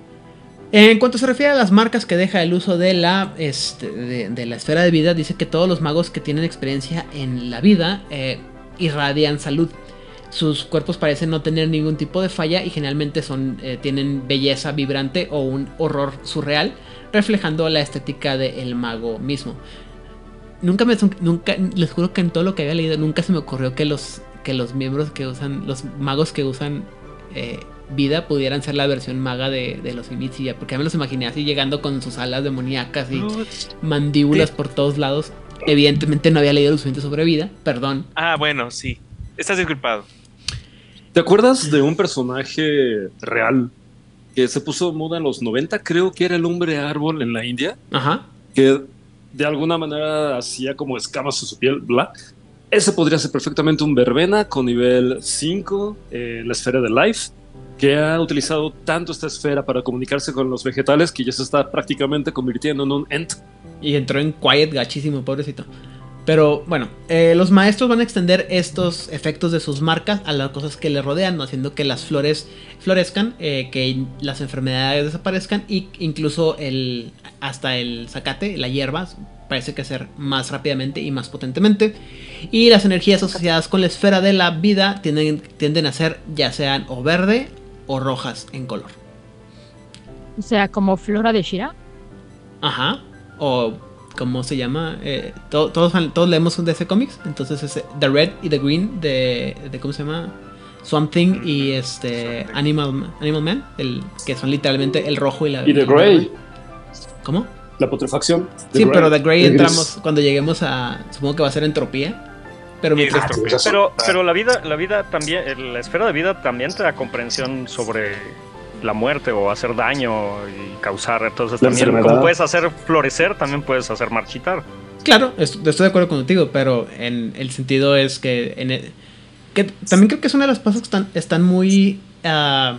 En cuanto se refiere a las marcas que deja el uso de la, este, de, de la esfera de vida, dice que todos los magos que tienen experiencia en la vida eh, irradian salud. Sus cuerpos parecen no tener ningún tipo de falla y generalmente son, eh, tienen belleza vibrante o un horror surreal, reflejando la estética del mago mismo. Nunca me, nunca, les juro que en todo lo que había leído, nunca se me ocurrió que los, que los miembros que usan, los magos que usan eh, vida pudieran ser la versión maga de, de los Invitia, porque ya me los imaginé así llegando con sus alas demoníacas y mandíbulas por todos lados. Evidentemente no había leído lo suficiente sobre vida, perdón. Ah, bueno, sí. Estás disculpado. ¿Te acuerdas de un personaje real que se puso de moda en los noventa? Creo que era el hombre árbol en la India. Ajá. Que de alguna manera hacía como escamas en su piel, bla. Ese podría ser perfectamente un verbena con nivel cinco en la esfera de Life, que ha utilizado tanto esta esfera para comunicarse con los vegetales que ya se está prácticamente convirtiendo en un ent. Y entró en quiet gachísimo, pobrecito. Pero bueno, eh, los maestros van a extender estos efectos de sus marcas a las cosas que le rodean, ¿no? Haciendo que las flores florezcan, eh, que las enfermedades desaparezcan y incluso el, hasta el zacate, la hierba, parece que ser más rápidamente y más potentemente. Y las energías asociadas con la esfera de la vida tienden, tienden a ser ya sean o verde o rojas en color. O sea, como Flora de Shira. Ajá. O ¿cómo se llama? Eh, to- todos, todos leemos de ese cómics. Entonces es The Red y The Green de, de ¿cómo se llama? Swamp Thing y este Animal, Animal Man, el, que son literalmente el rojo y la... Y The Grey. ¿Cómo? La putrefacción. The Sí, Grey. pero The Grey The entramos Gris. cuando lleguemos a... Supongo que va a ser entropía. Pero Sí, mientras... es entropía. Pero, pero la vida, la vida también, la esfera de vida también te da comprensión sobre la muerte o hacer daño y causar. Entonces La también, enfermedad. como puedes hacer florecer, también puedes hacer marchitar. Claro, estoy, estoy de acuerdo contigo, pero en el sentido es que, en el- que también creo que es una de las cosas que están, están muy ah,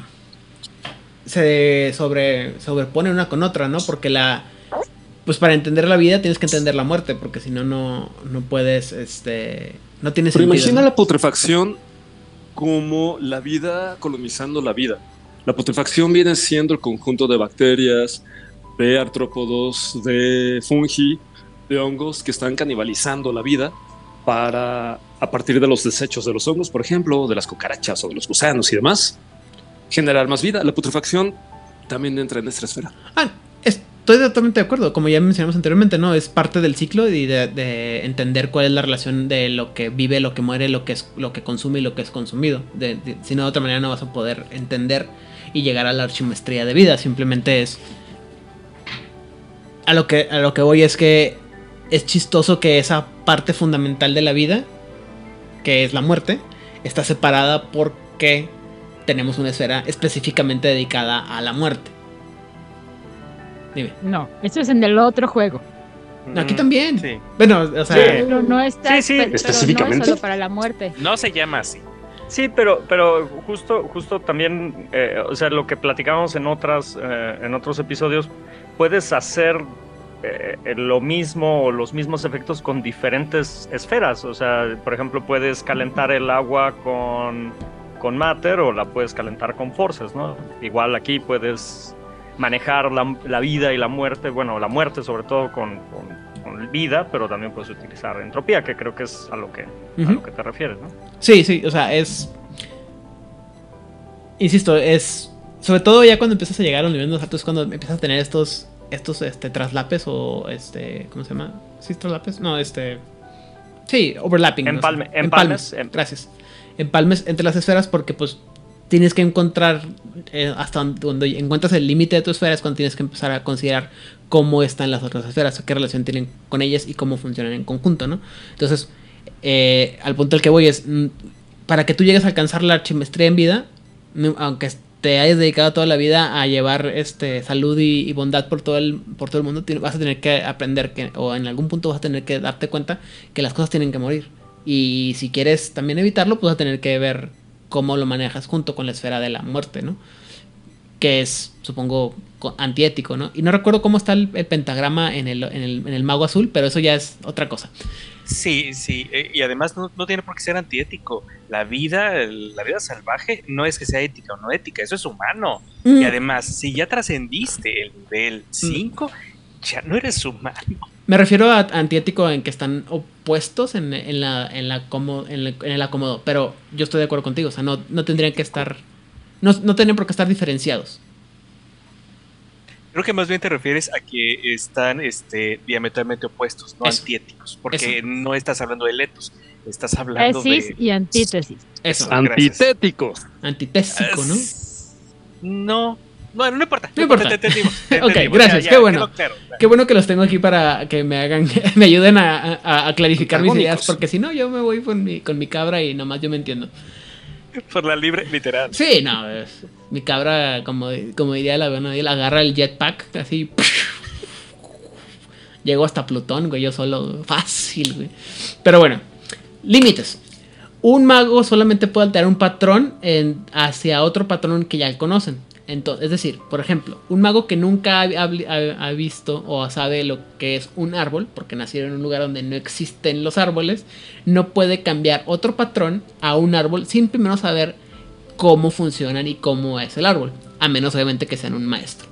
se sobre sobreponen una con otra, ¿no? Porque la pues para entender la vida tienes que entender la muerte, porque si no no no puedes este no tiene Pero sentido. imagina ¿no? la putrefacción como la vida colonizando la vida. La putrefacción viene siendo el conjunto de bacterias, de artrópodos, de fungi, de hongos que están canibalizando la vida para, a partir de los desechos de los hongos, por ejemplo, de las cucarachas o de los gusanos y demás, generar más vida. La putrefacción también entra en esta esfera. Ah, estoy totalmente de acuerdo, como ya mencionamos anteriormente, ¿no? Es parte del ciclo y de, de entender cuál es la relación de lo que vive, lo que muere, lo que es lo que consume y lo que es consumido. De, de, si no, de otra manera no vas a poder entender y llegar a la archimaestría de vida. Simplemente es... A lo que, a lo que voy es que es chistoso que esa parte fundamental de la vida, que es la muerte, está separada porque tenemos una esfera específicamente dedicada a la muerte. Dime. No, eso es en el otro juego. No, aquí también. Sí. Bueno, o sea... Pero no está Sí, sí, pero- pero específicamente. no es solo para la muerte. No se llama así. Sí, pero, pero justo, justo también, eh, o sea, lo que platicábamos en otras, eh, en otros episodios, puedes hacer eh, lo mismo o los mismos efectos con diferentes esferas. O sea, por ejemplo, puedes calentar el agua con, con Matter o la puedes calentar con Forces, ¿no? Igual aquí puedes manejar la, la vida y la muerte, bueno, la muerte sobre todo con, con, con vida, pero también puedes utilizar entropía, que creo que es a lo que, Uh-huh. a lo que te refieres, ¿no? Sí, sí, o sea, es... Insisto, es... Sobre todo ya cuando empiezas a llegar a los niveles más altos, es cuando empiezas a tener estos estos este, traslapes o este... ¿Cómo se llama? ¿Sí, traslapes? No, este... Sí, overlapping. Empalme- no sé. empalmes, em- Gracias. Empalmes entre las esferas porque pues tienes que encontrar eh, hasta donde encuentras el límite de tu esfera es cuando tienes que empezar a considerar cómo están las otras esferas, qué relación tienen con ellas y cómo funcionan en conjunto, ¿no? Entonces, eh, al punto al que voy es, para que tú llegues a alcanzar la archimaestría en vida, aunque te hayas dedicado toda la vida a llevar este salud y, y bondad por todo el por todo el mundo, vas a tener que aprender que, o en algún punto vas a tener que darte cuenta que las cosas tienen que morir. Y si quieres también evitarlo, pues vas a tener que ver cómo lo manejas junto con la esfera de la muerte, ¿no? Que es, supongo, antiético, ¿no? Y no recuerdo cómo está el, el pentagrama en el, en, el, en el mago azul, pero eso ya es otra cosa. Sí, sí, y además no, no tiene por qué ser antiético. La vida, la vida salvaje no es que sea ética o no ética, eso es humano. Mm. Y además, si ya trascendiste el nivel cinco, mm. ya no eres humano. Me refiero a antiético en que están opuestos en, en, la, en, la como, en, la, en el acomodo, pero yo estoy de acuerdo contigo, o sea, no, no tendrían que estar, no, no tendrían por qué estar diferenciados. Creo que más bien te refieres a que están este, diametralmente opuestos, no Eso. antiéticos, porque Eso. no estás hablando de letos, estás hablando Tesis de... y antítesis. Eso, antitético. Antitésico, ¿no? No, no, no importa. No importa. Te entendimos, te ok, entendimos. gracias, Ya, qué ya, bueno. Claro, claro. Qué bueno que los tengo aquí para que me hagan, me ayuden a, a, a clarificar mis ideas, porque si no yo me voy con mi, con mi cabra y nomás yo me entiendo. Por la libre, literal. Sí, no, es, mi cabra, como, como diría la bueno, él agarra el jetpack, así. Llegó hasta Plutón, güey, yo solo, fácil, güey. Pero bueno, límites. Un mago solamente puede alterar un patrón en, hacia otro patrón que ya conocen. Entonces, es decir, por ejemplo, un mago que nunca ha, ha, ha visto o sabe lo que es un árbol, porque nacieron en un lugar donde no existen los árboles, no puede cambiar otro patrón a un árbol sin primero saber cómo funcionan y cómo es el árbol, a menos obviamente que sean un maestro.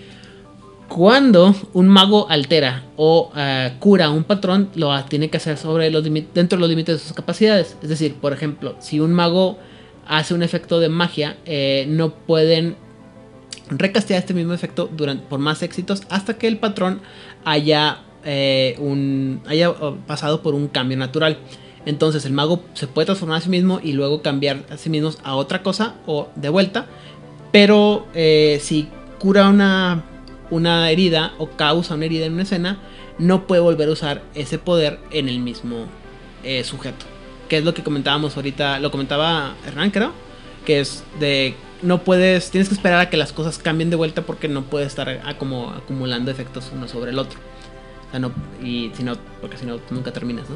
Cuando un mago altera o uh, cura un patrón, lo tiene que hacer sobre los dentro de los límites de sus capacidades. Es decir, por ejemplo, si un mago hace un efecto de magia, eh, no pueden recastear este mismo efecto durante, por más éxitos hasta que el patrón haya, eh, un, haya pasado por un cambio natural. Entonces el mago se puede transformar a sí mismo y luego cambiar a sí mismo a otra cosa o de vuelta. Pero eh, si cura una, una herida o causa una herida en una escena, no puede volver a usar ese poder en el mismo eh, sujeto. Que es lo que comentábamos ahorita, lo comentaba Hernán, creo, que es de... No puedes, tienes que esperar a que las cosas cambien de vuelta porque no puedes estar a, como, acumulando efectos uno sobre el otro. O sea, no, y si no, porque si no nunca terminas, ¿no?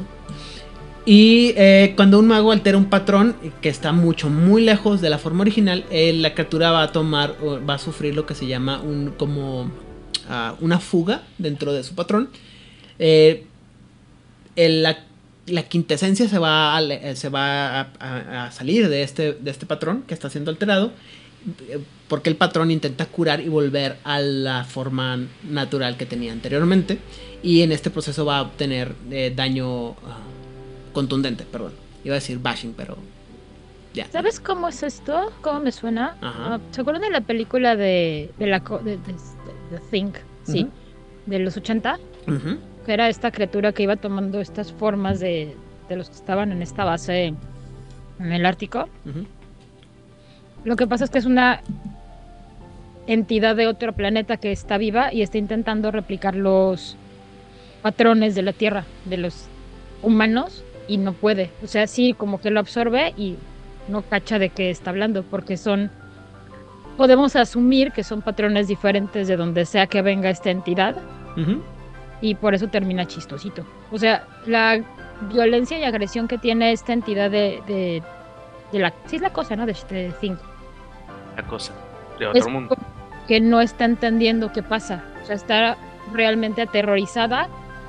Y eh, cuando un mago altera un patrón que está mucho, muy lejos de la forma original, eh, la criatura va a tomar, va a sufrir lo que se llama un, como uh, una fuga dentro de su patrón. Eh, el, la La quintesencia se va, a, se va a, a, a salir de este, de este patrón que está siendo alterado, porque el patrón intenta curar y volver a la forma natural que tenía anteriormente, y en este proceso va a obtener eh, daño uh, contundente, perdón. Iba a decir bashing, pero ya. ¿Sabes cómo es esto? ¿Cómo me suena? Uh, ¿Se acuerdan de la película de, de la de, de, de Think? Sí, uh-huh. De los ochenta. Uh-huh. Que era esta criatura que iba tomando estas formas de, de los que estaban en esta base en el Ártico. Uh-huh. Lo que pasa es que es una entidad de otro planeta que está viva y está intentando replicar los patrones de la Tierra, de los humanos, y no puede. O sea, sí, como que lo absorbe y no cacha de qué está hablando, porque son... Podemos asumir que son patrones diferentes de donde sea que venga esta entidad. Uh-huh. Y por eso termina chistosito. O sea, la violencia y agresión que tiene esta entidad de... de, de la, sí es la cosa, ¿no? De, de Think. La cosa. De otro es mundo. Que no está entendiendo qué pasa. O sea, está realmente aterrorizada.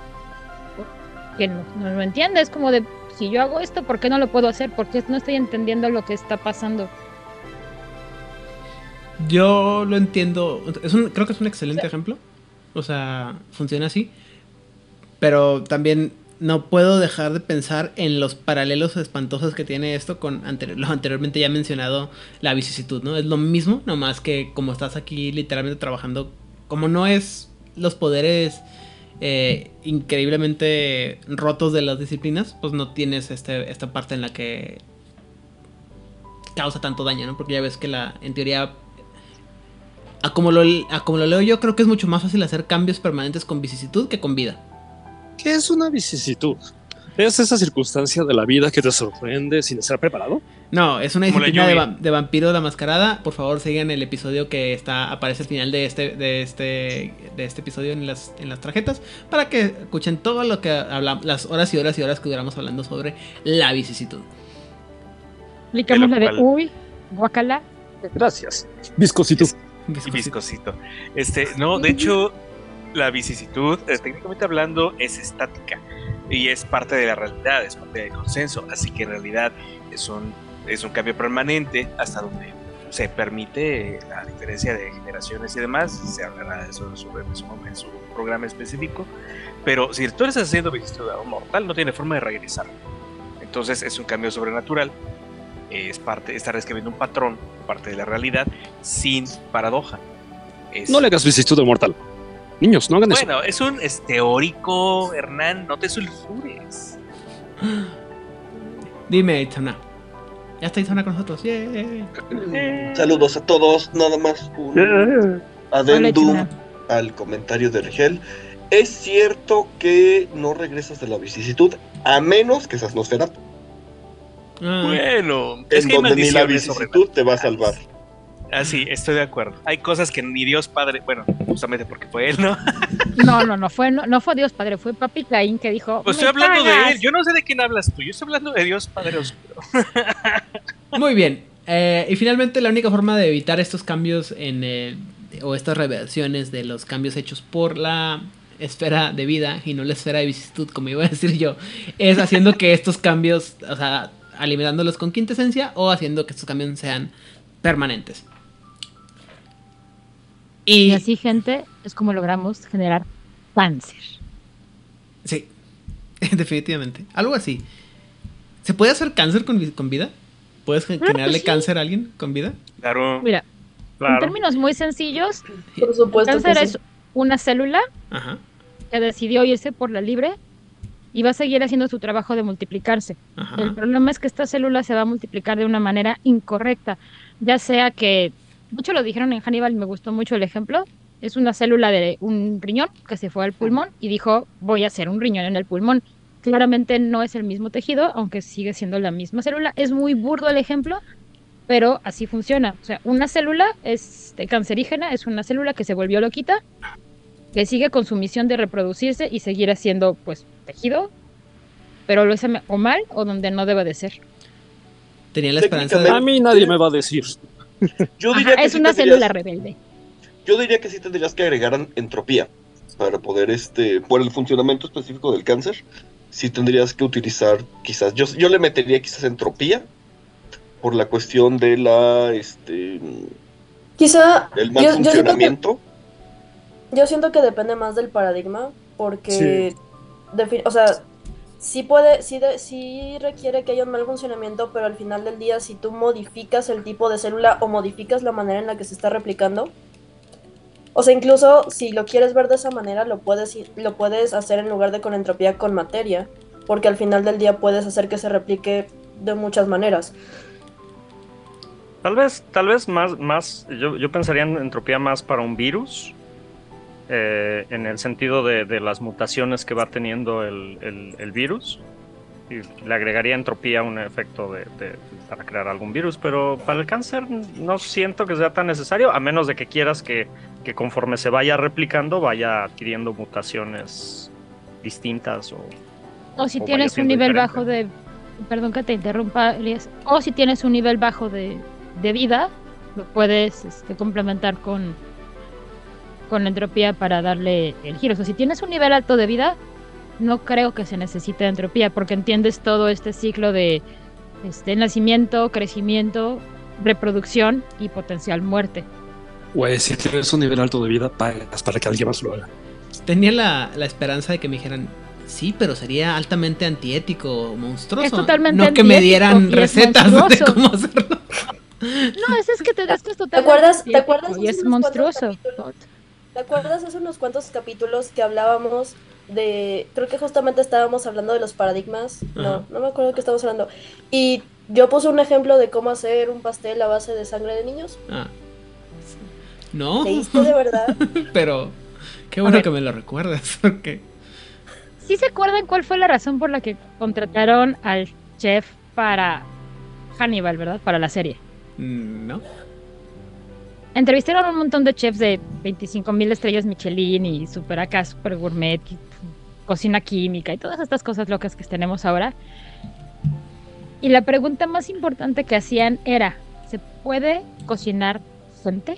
Que no, no lo entiende. Es como de, si yo hago esto, ¿por qué no lo puedo hacer? Porque no estoy entendiendo lo que está pasando. Yo lo entiendo. Es un, creo que es un excelente sí. ejemplo. O sea, funciona así. Pero también no puedo dejar de pensar en los paralelos espantosos que tiene esto con anterior, lo anteriormente ya mencionado, la vicisitud, ¿no? Es lo mismo, nomás que como estás aquí literalmente trabajando, como no es los poderes eh, increíblemente rotos de las disciplinas, pues no tienes este, esta parte en la que causa tanto daño, ¿no? Porque ya ves que la, en teoría, a como, lo, a como lo leo yo, creo que es mucho más fácil hacer cambios permanentes con vicisitud que con vida. ¿Qué es una vicisitud? ¿Es esa circunstancia de la vida que te sorprende sin estar preparado? No, es una Como la disciplina de, lluvia. va- de vampiro la mascarada. Por favor, sigan el episodio que está aparece al final de este de este de este episodio en las en las tarjetas para que escuchen todo lo que hablamos, las horas y horas y horas que duramos hablando sobre la vicisitud. Explicamos la de cual- uy, guacala. Gracias. Viscositud. Y viscosito. Este, no, de hecho, la vicisitud, eh, técnicamente hablando, es estática y es parte de la realidad, es parte del consenso, así que en realidad es un, es un cambio permanente hasta donde se permite la diferencia de generaciones y demás. Se hablará de eso en su, en su, en su programa específico, pero si tú eres haciendo vicisitud a un mortal, no tiene forma de regresar. Entonces es un cambio sobrenatural, es parte, estar escribiendo un patrón, parte de la realidad, sin paradoja. Es, No le hagas vicisitud al mortal. Niños, no hagan eso. bueno, es un es teórico, Hernán, no te sulfures. Dime, Itzana. Ya está Itzana con nosotros. ¡Yay! Saludos a todos, nada más un Hola, adendum Itzana. al comentario de Rigel. Es cierto que no regresas de la vicisitud a menos que seas Nosferatu, Ah, Bueno, es en que hay donde ni la maldiciones vicisitud te va a salvar. Ah, sí, estoy de acuerdo. Hay cosas que ni Dios Padre, bueno, justamente porque fue él, ¿no? No, no, no fue, no, no fue Dios Padre, fue Papi Caín que dijo. Pues "Me estoy hablando de cagas". él. Yo no sé de quién hablas tú. Yo estoy hablando de Dios Padre Oscuro. Muy bien. Eh, y finalmente la única forma de evitar estos cambios en el, o estas revelaciones de los cambios hechos por la esfera de vida y no la esfera de vicisitud, como iba a decir yo, es haciendo que estos cambios, o sea, alimentándolos con quintesencia o haciendo que estos cambios sean permanentes. Y Y así, gente, es como logramos generar cáncer. sí, definitivamente. Algo así. ¿Se puede hacer cáncer con, vi- con vida? ¿Puedes gen- generarle sí. cáncer a alguien con vida? Claro, Mira, en Claro. términos muy sencillos, Por el supuesto cáncer que sí. es una célula Ajá, que decidió irse por la libre y va a seguir haciendo su trabajo de multiplicarse. ajá. El problema es que esta célula se va a multiplicar de una manera incorrecta, ya sea que, mucho lo dijeron en Hannibal, me gustó mucho el ejemplo, es una célula de un riñón que se fue al pulmón y dijo, voy a hacer un riñón en el pulmón. Claramente no es el mismo tejido, aunque sigue siendo la misma célula. Es muy burdo el ejemplo, pero así funciona. O sea, una célula es de cancerígena, es una célula que se volvió loquita, que sigue con su misión de reproducirse y seguir haciendo, pues, tejido, pero lo hace o mal o donde no debe de ser. Tenía la esperanza A de... mí nadie me va a decir. Yo Ajá, diría que es sí una tendrías- célula rebelde. Yo diría que sí tendrías que agregar an- entropía para poder, este, por el funcionamiento específico del cáncer, sí tendrías que utilizar, quizás, yo, yo le metería quizás entropía por la cuestión de la, este, Quizá del mal yo, yo siento que, funcionamiento. yo siento que depende más del paradigma, porque, defi- o sea, sí puede, sí, de- sí requiere que haya un mal funcionamiento, pero al final del día, si tú modificas el tipo de célula o modificas la manera en la que se está replicando, o sea, incluso si lo quieres ver de esa manera, lo puedes, i- lo puedes hacer en lugar de con entropía, con materia, porque al final del día puedes hacer que se replique de muchas maneras. Tal vez, tal vez más, más yo, yo pensaría en entropía más para un virus, eh, en el sentido de, de las mutaciones que va teniendo el, el- el virus. Y le agregaría entropía a un efecto de, de- para crear algún virus, pero para el cáncer no siento que sea tan necesario, a menos de que quieras que, que conforme se vaya replicando vaya adquiriendo mutaciones distintas o... O si O tienes vaya un siendo nivel diferente. bajo de... Perdón que te interrumpa, Elías. O si tienes un nivel bajo de, de vida, lo puedes este, complementar con, con entropía para darle el giro. O sea, si tienes un nivel alto de vida, no creo que se necesite entropía, porque entiendes todo este ciclo de este, nacimiento, crecimiento, reproducción y potencial muerte. Güey, si tienes un nivel alto de vida, pagas para que alguien más lo haga. Tenía la, la esperanza de que me dijeran, sí, pero sería altamente antiético o monstruoso. Es totalmente No que me antiético dieran y es recetas de monstruoso. cómo hacerlo. No, es, es que te das que es ¿Te totalmente acuerdas, ¿te antiético acuerdas y hace es unos cuantos monstruoso. capítulos? ¿Te acuerdas hace unos cuantos capítulos que hablábamos de, creo que justamente estábamos hablando de los paradigmas, Ajá. no, no me acuerdo de qué estábamos hablando, y Yo puse un ejemplo de cómo hacer un pastel a base de sangre de niños. Ah. No. ¿Leíste de verdad? Pero qué bueno que me lo recuerdas, porque... ¿Sí se acuerdan cuál fue la razón por la que contrataron al chef para Hannibal, verdad? Para la serie. No. Entrevistaron a un montón de chefs de veinticinco mil estrellas Michelin y super acá, super gourmet, y cocina química y todas estas cosas locas que tenemos ahora. Y la pregunta más importante que hacían era, ¿se puede cocinar gente?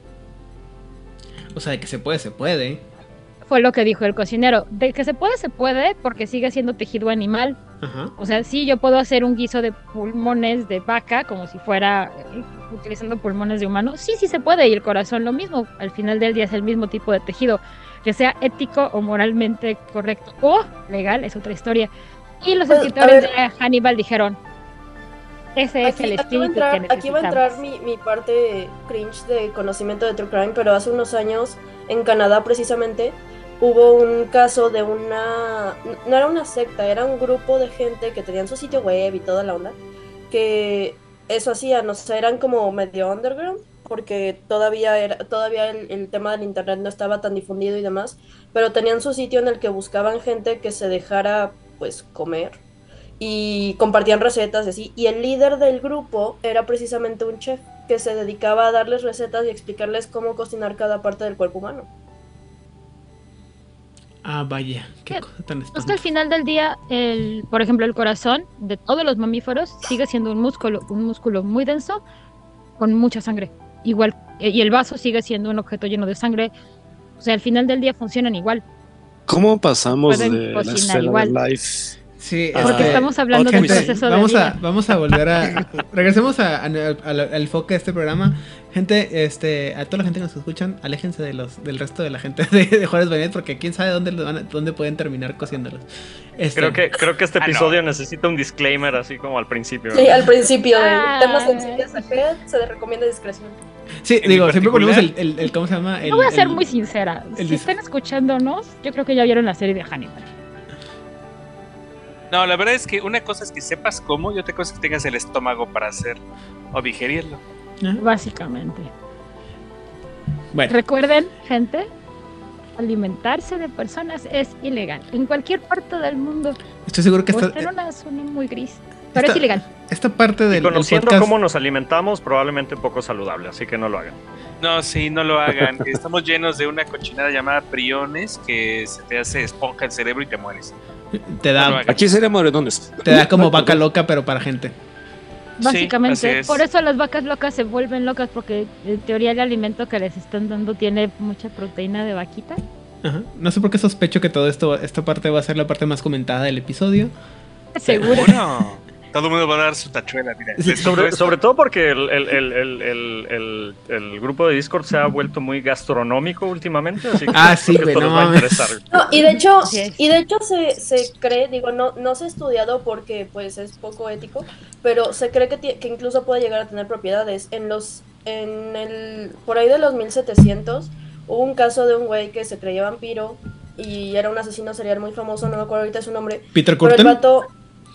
O sea, de que se puede, se puede. Fue lo que dijo el cocinero. De que se puede, se puede, porque sigue siendo tejido animal. Ajá. O sea, sí, yo puedo hacer un guiso de pulmones de vaca, como si fuera eh, utilizando pulmones de humano. Sí, sí se puede, y el corazón lo mismo. Al final del día es el mismo tipo de tejido. Que sea ético o moralmente correcto o legal, es otra historia. Y los Pues, escritores a ver. de Hannibal dijeron, ese es Aquí, el aquí va a espíritu entrar, que aquí va a necesitamos. entrar mi, mi parte cringe de conocimiento de True Crime, pero hace unos años en Canadá precisamente hubo un caso de una... No era una secta, era un grupo de gente que tenían su sitio web y toda la onda, que eso hacían, o sea, eran como medio underground, porque todavía, era, todavía el, el tema del internet no estaba tan difundido y demás, pero tenían su sitio en el que buscaban gente que se dejara, pues, comer y compartían recetas y así, y el líder del grupo era precisamente un chef que se dedicaba a darles recetas y explicarles cómo cocinar cada parte del cuerpo humano. Ah, vaya, qué Sí, cosa tan Pues que al espantosa. final del día, el, por ejemplo, el corazón de todos los mamíferos sigue siendo un músculo, un músculo muy denso con mucha sangre. Igual, eh, y el vaso sigue siendo un objeto lleno de sangre. O sea, al final del día funcionan igual. ¿Cómo pasamos Pueden de la cocinar esfera igual. del life? Sí, Ah, Porque este, estamos hablando otro del gente, proceso de vamos a, vida. vamos a volver a... Regresemos a, a- al, al enfoque de este programa. Gente, este, a toda la gente que nos escuchan, aléjense de los, del resto de la gente de, de Juárez Benet, porque quién sabe dónde, los van a- dónde pueden terminar cociéndolos. Este, Creo que, creo que este Ah, no. episodio necesita un disclaimer así como al principio. Sí, al principio de Ah. temas sensibles acá se les recomienda discreción. Sí, en digo, mi siempre ponemos el, particular- el, el- ¿cómo se llama? El, No voy a ser el- muy sincera. el Si dis- están escuchándonos, yo creo que ya vieron la serie de Hannibal. No, la verdad es que una cosa es que sepas cómo y otra cosa es que tengas el estómago para hacer o digerirlo. Ajá. Básicamente. Bueno, Recuerden, gente, alimentarse de personas es ilegal. En cualquier parte del mundo. estoy seguro que O esta, está en una zona muy gris. Pero esta- es ilegal. esta parte Y del, del conociendo podcast... cómo nos alimentamos, probablemente poco saludable, así que no lo hagan. No, sí, no lo hagan. Estamos llenos de una cochinada llamada priones que se te hace esponja el cerebro y te mueres. te No lo da, hagan. Aquí sería morenones. te da como vaca loca, pero para gente. Sí, así Básicamente, es. por eso las vacas locas se vuelven locas, porque en teoría el alimento que les están dando tiene mucha proteína de vaquita. Ajá. No sé por qué sospecho que todo esto, esta parte va a ser la parte más comentada del episodio. Seguro. Seguro. Todo el mundo va a dar su tachuela, mira. Sí, Les Sobre, digo esto. sobre todo porque el, el, el, el, el, el- el grupo de Discord se ha vuelto muy gastronómico últimamente, así que Ah, creo sí, que güey, esto no nos va a mames. interesar. No, y de hecho, Así es. y de hecho se, se cree, digo, no, no se ha estudiado porque pues es poco ético, pero se cree que, tie- que incluso puede llegar a tener propiedades. En los, en el, por ahí de los mil setecientos, hubo un caso de un güey que se creía vampiro y era un asesino serial muy famoso, no me acuerdo ahorita su nombre, Peter pero el Curtin, vato,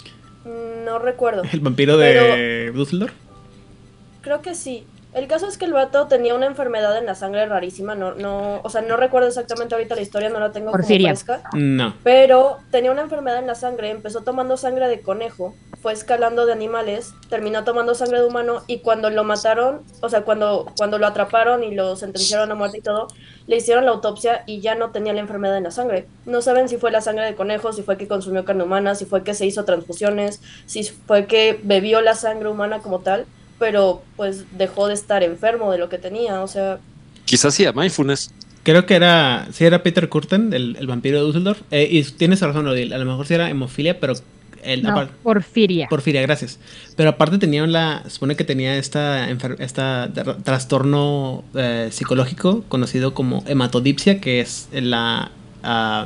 no recuerdo. el vampiro de Düsseldorf. Creo que sí. El caso es que el vato tenía una enfermedad en la sangre rarísima, no, no, o sea, no recuerdo exactamente ahorita la historia, no la tengo como Porfiria. fresca. No. Pero tenía una enfermedad en la sangre, empezó tomando sangre de conejo, fue escalando de animales, terminó tomando sangre de humano y cuando lo mataron, o sea, cuando, cuando lo atraparon y lo sentenciaron a muerte y todo, le hicieron la autopsia y ya no tenía la enfermedad en la sangre. No saben si fue la sangre de conejo, si fue que consumió carne humana, si fue que se hizo transfusiones, si fue que bebió la sangre humana como tal, pero pues dejó de estar enfermo de lo que tenía, o sea... Quizás sí a mindfulness. Creo que era, sí era Peter Curtin, el, el vampiro de Düsseldorf. Eh, y tienes razón, Odil, a lo mejor sí era hemofilia, pero... El, No, apar- porfiria. porfiria, gracias. Pero aparte tenía la... Supone que tenía esta, enfer- esta tra- trastorno eh, psicológico conocido como hematodipsia, que es la... ah,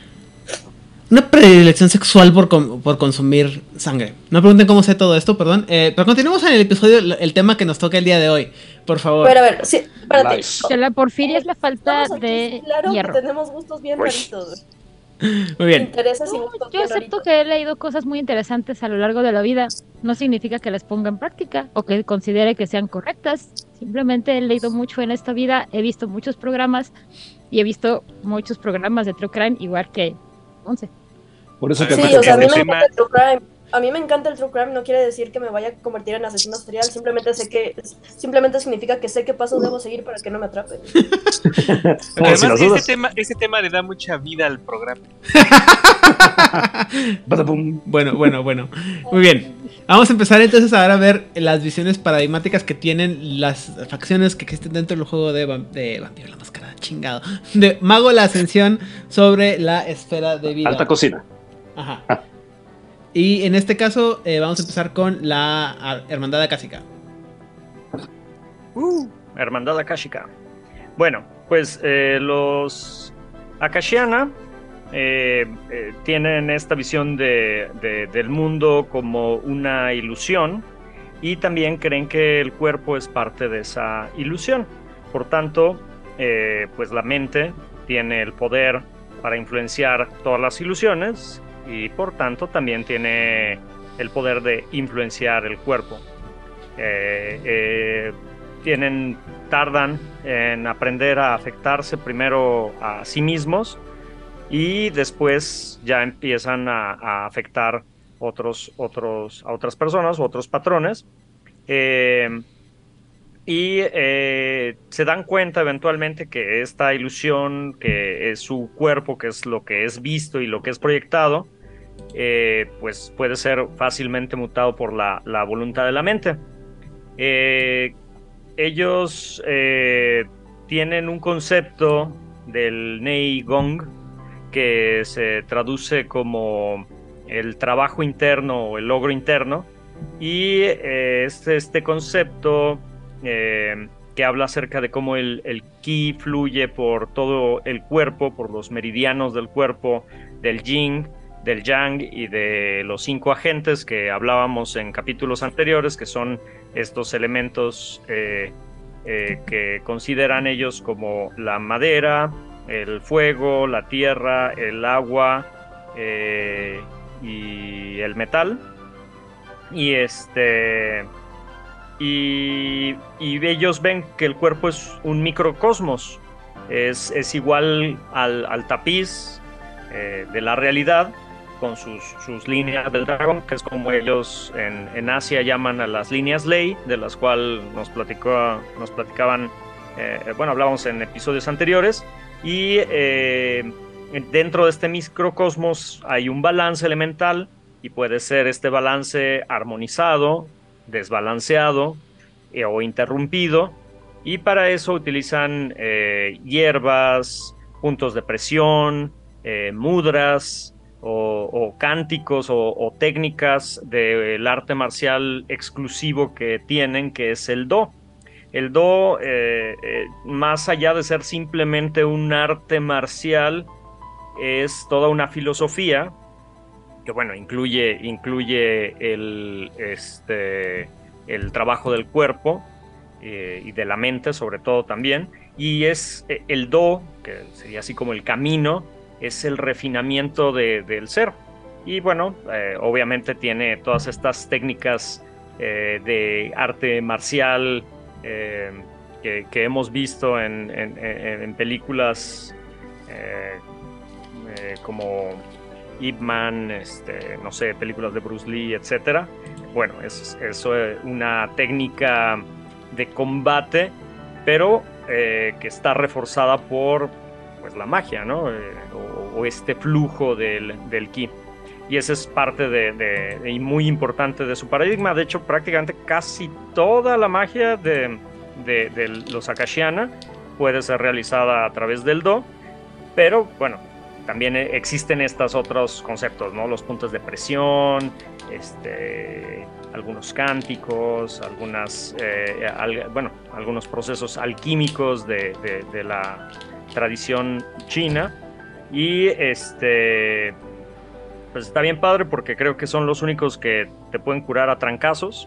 una predilección sexual por, com- por consumir sangre. No pregunten cómo sé todo esto, perdón. Eh, pero continuemos en el episodio, el, el tema que nos toca el día de hoy. Por favor. Pero a ver, sí, espérate. Life. Que la porfiria es la falta Estamos aquí, de claro hierro. que tenemos gustos bien raritos, güey. Muy bien. Intereses y No, gustos yo bien acepto raritos. que he leído cosas muy interesantes a lo largo de la vida. No significa que las ponga en práctica o que considere que sean correctas. Simplemente he leído mucho en esta vida, he visto muchos programas y he visto muchos programas de True Crime, igual que once. Por eso A te ver, Sí, o sea, a mí el me tema- encanta el true crime. A mí me encanta el true crime, no quiere decir que me vaya a convertir en asesino serial, simplemente sé que simplemente significa que sé qué pasos debo seguir para que no me atrape. Como si Además, las ese dudas. tema, ese tema le da mucha vida al programa. Badabum. Bueno, bueno, bueno. Muy bien. Vamos a empezar entonces ahora a ver las visiones paradigmáticas que tienen las facciones que existen dentro del juego de, vam- de Vampiro la Máscara, chingado. De Mago la Ascensión sobre la esfera de vida. Alta cocina. Ajá. Ah. Y en este caso eh, vamos a empezar con la ah, Hermandad Akáshica. Uh, Hermandad Akashica. Bueno, pues eh, los Akashiana eh, eh, tienen esta visión de, de- del mundo como una ilusión y también creen que el cuerpo es parte de esa ilusión. Por tanto, eh, pues la mente tiene el poder para influenciar todas las ilusiones y por tanto también tiene el poder de influenciar el cuerpo. Eh, eh, tienen, tardan en aprender a afectarse primero a sí mismos y después ya empiezan a, a afectar otros, otros, a otras personas, otros patrones. Eh, y eh, se dan cuenta eventualmente que esta ilusión, que es su cuerpo, que es lo que es visto y lo que es proyectado, eh, pues puede ser fácilmente mutado por la, la voluntad de la mente. Eh, ellos eh, tienen un concepto del Nei Gong que se traduce como el trabajo interno o el logro interno, y eh, es este concepto eh, que habla acerca de cómo el, el ki fluye por todo el cuerpo, por los meridianos del cuerpo, del yin, del yang y de los cinco agentes que hablábamos en capítulos anteriores, que son estos elementos eh, eh, que consideran ellos como la madera, el fuego, la tierra, el agua eh, y el metal. Y este y, y ellos ven que el cuerpo es un microcosmos, es, es igual al, al tapiz eh, de la realidad, con sus, sus líneas del dragón, que es como ellos en, en Asia llaman a las líneas ley, de las cuales nos, platicó, nos platicaban, eh, bueno, hablábamos en episodios anteriores, y eh, dentro de este microcosmos hay un balance elemental, y puede ser este balance armonizado, desbalanceado eh, o interrumpido, y para eso utilizan eh, hierbas, puntos de presión, eh, mudras, O, o cánticos o, o técnicas del arte marcial exclusivo que tienen, que es el Do. El Do, eh, eh, más allá de ser simplemente un arte marcial, es toda una filosofía que, bueno, incluye, incluye el, este, el trabajo del cuerpo eh, y de la mente, sobre todo también, y es eh, el Do, que sería así como el camino, es el refinamiento de, del ser. Y bueno, eh, obviamente tiene todas estas técnicas eh, de arte marcial eh, que, que hemos visto en, en, en películas eh, eh, como Ip Man, este, no sé, películas de Bruce Lee, etcétera. Bueno, es, es una técnica de combate, pero eh, que está reforzada por pues la magia, ¿no? Eh, o, o este flujo del, del ki. Y esa es parte de, de, de, y muy importante de su paradigma. De hecho, prácticamente casi toda la magia de, de, de los Akashiana puede ser realizada a través del Do, pero bueno, también existen estos otros conceptos, ¿no? Los puntos de presión, este, algunos cánticos, algunas, eh, al, bueno, algunos procesos alquímicos de, de, de la tradición china, y este pues está bien padre porque creo que son los únicos que te pueden curar a trancazos.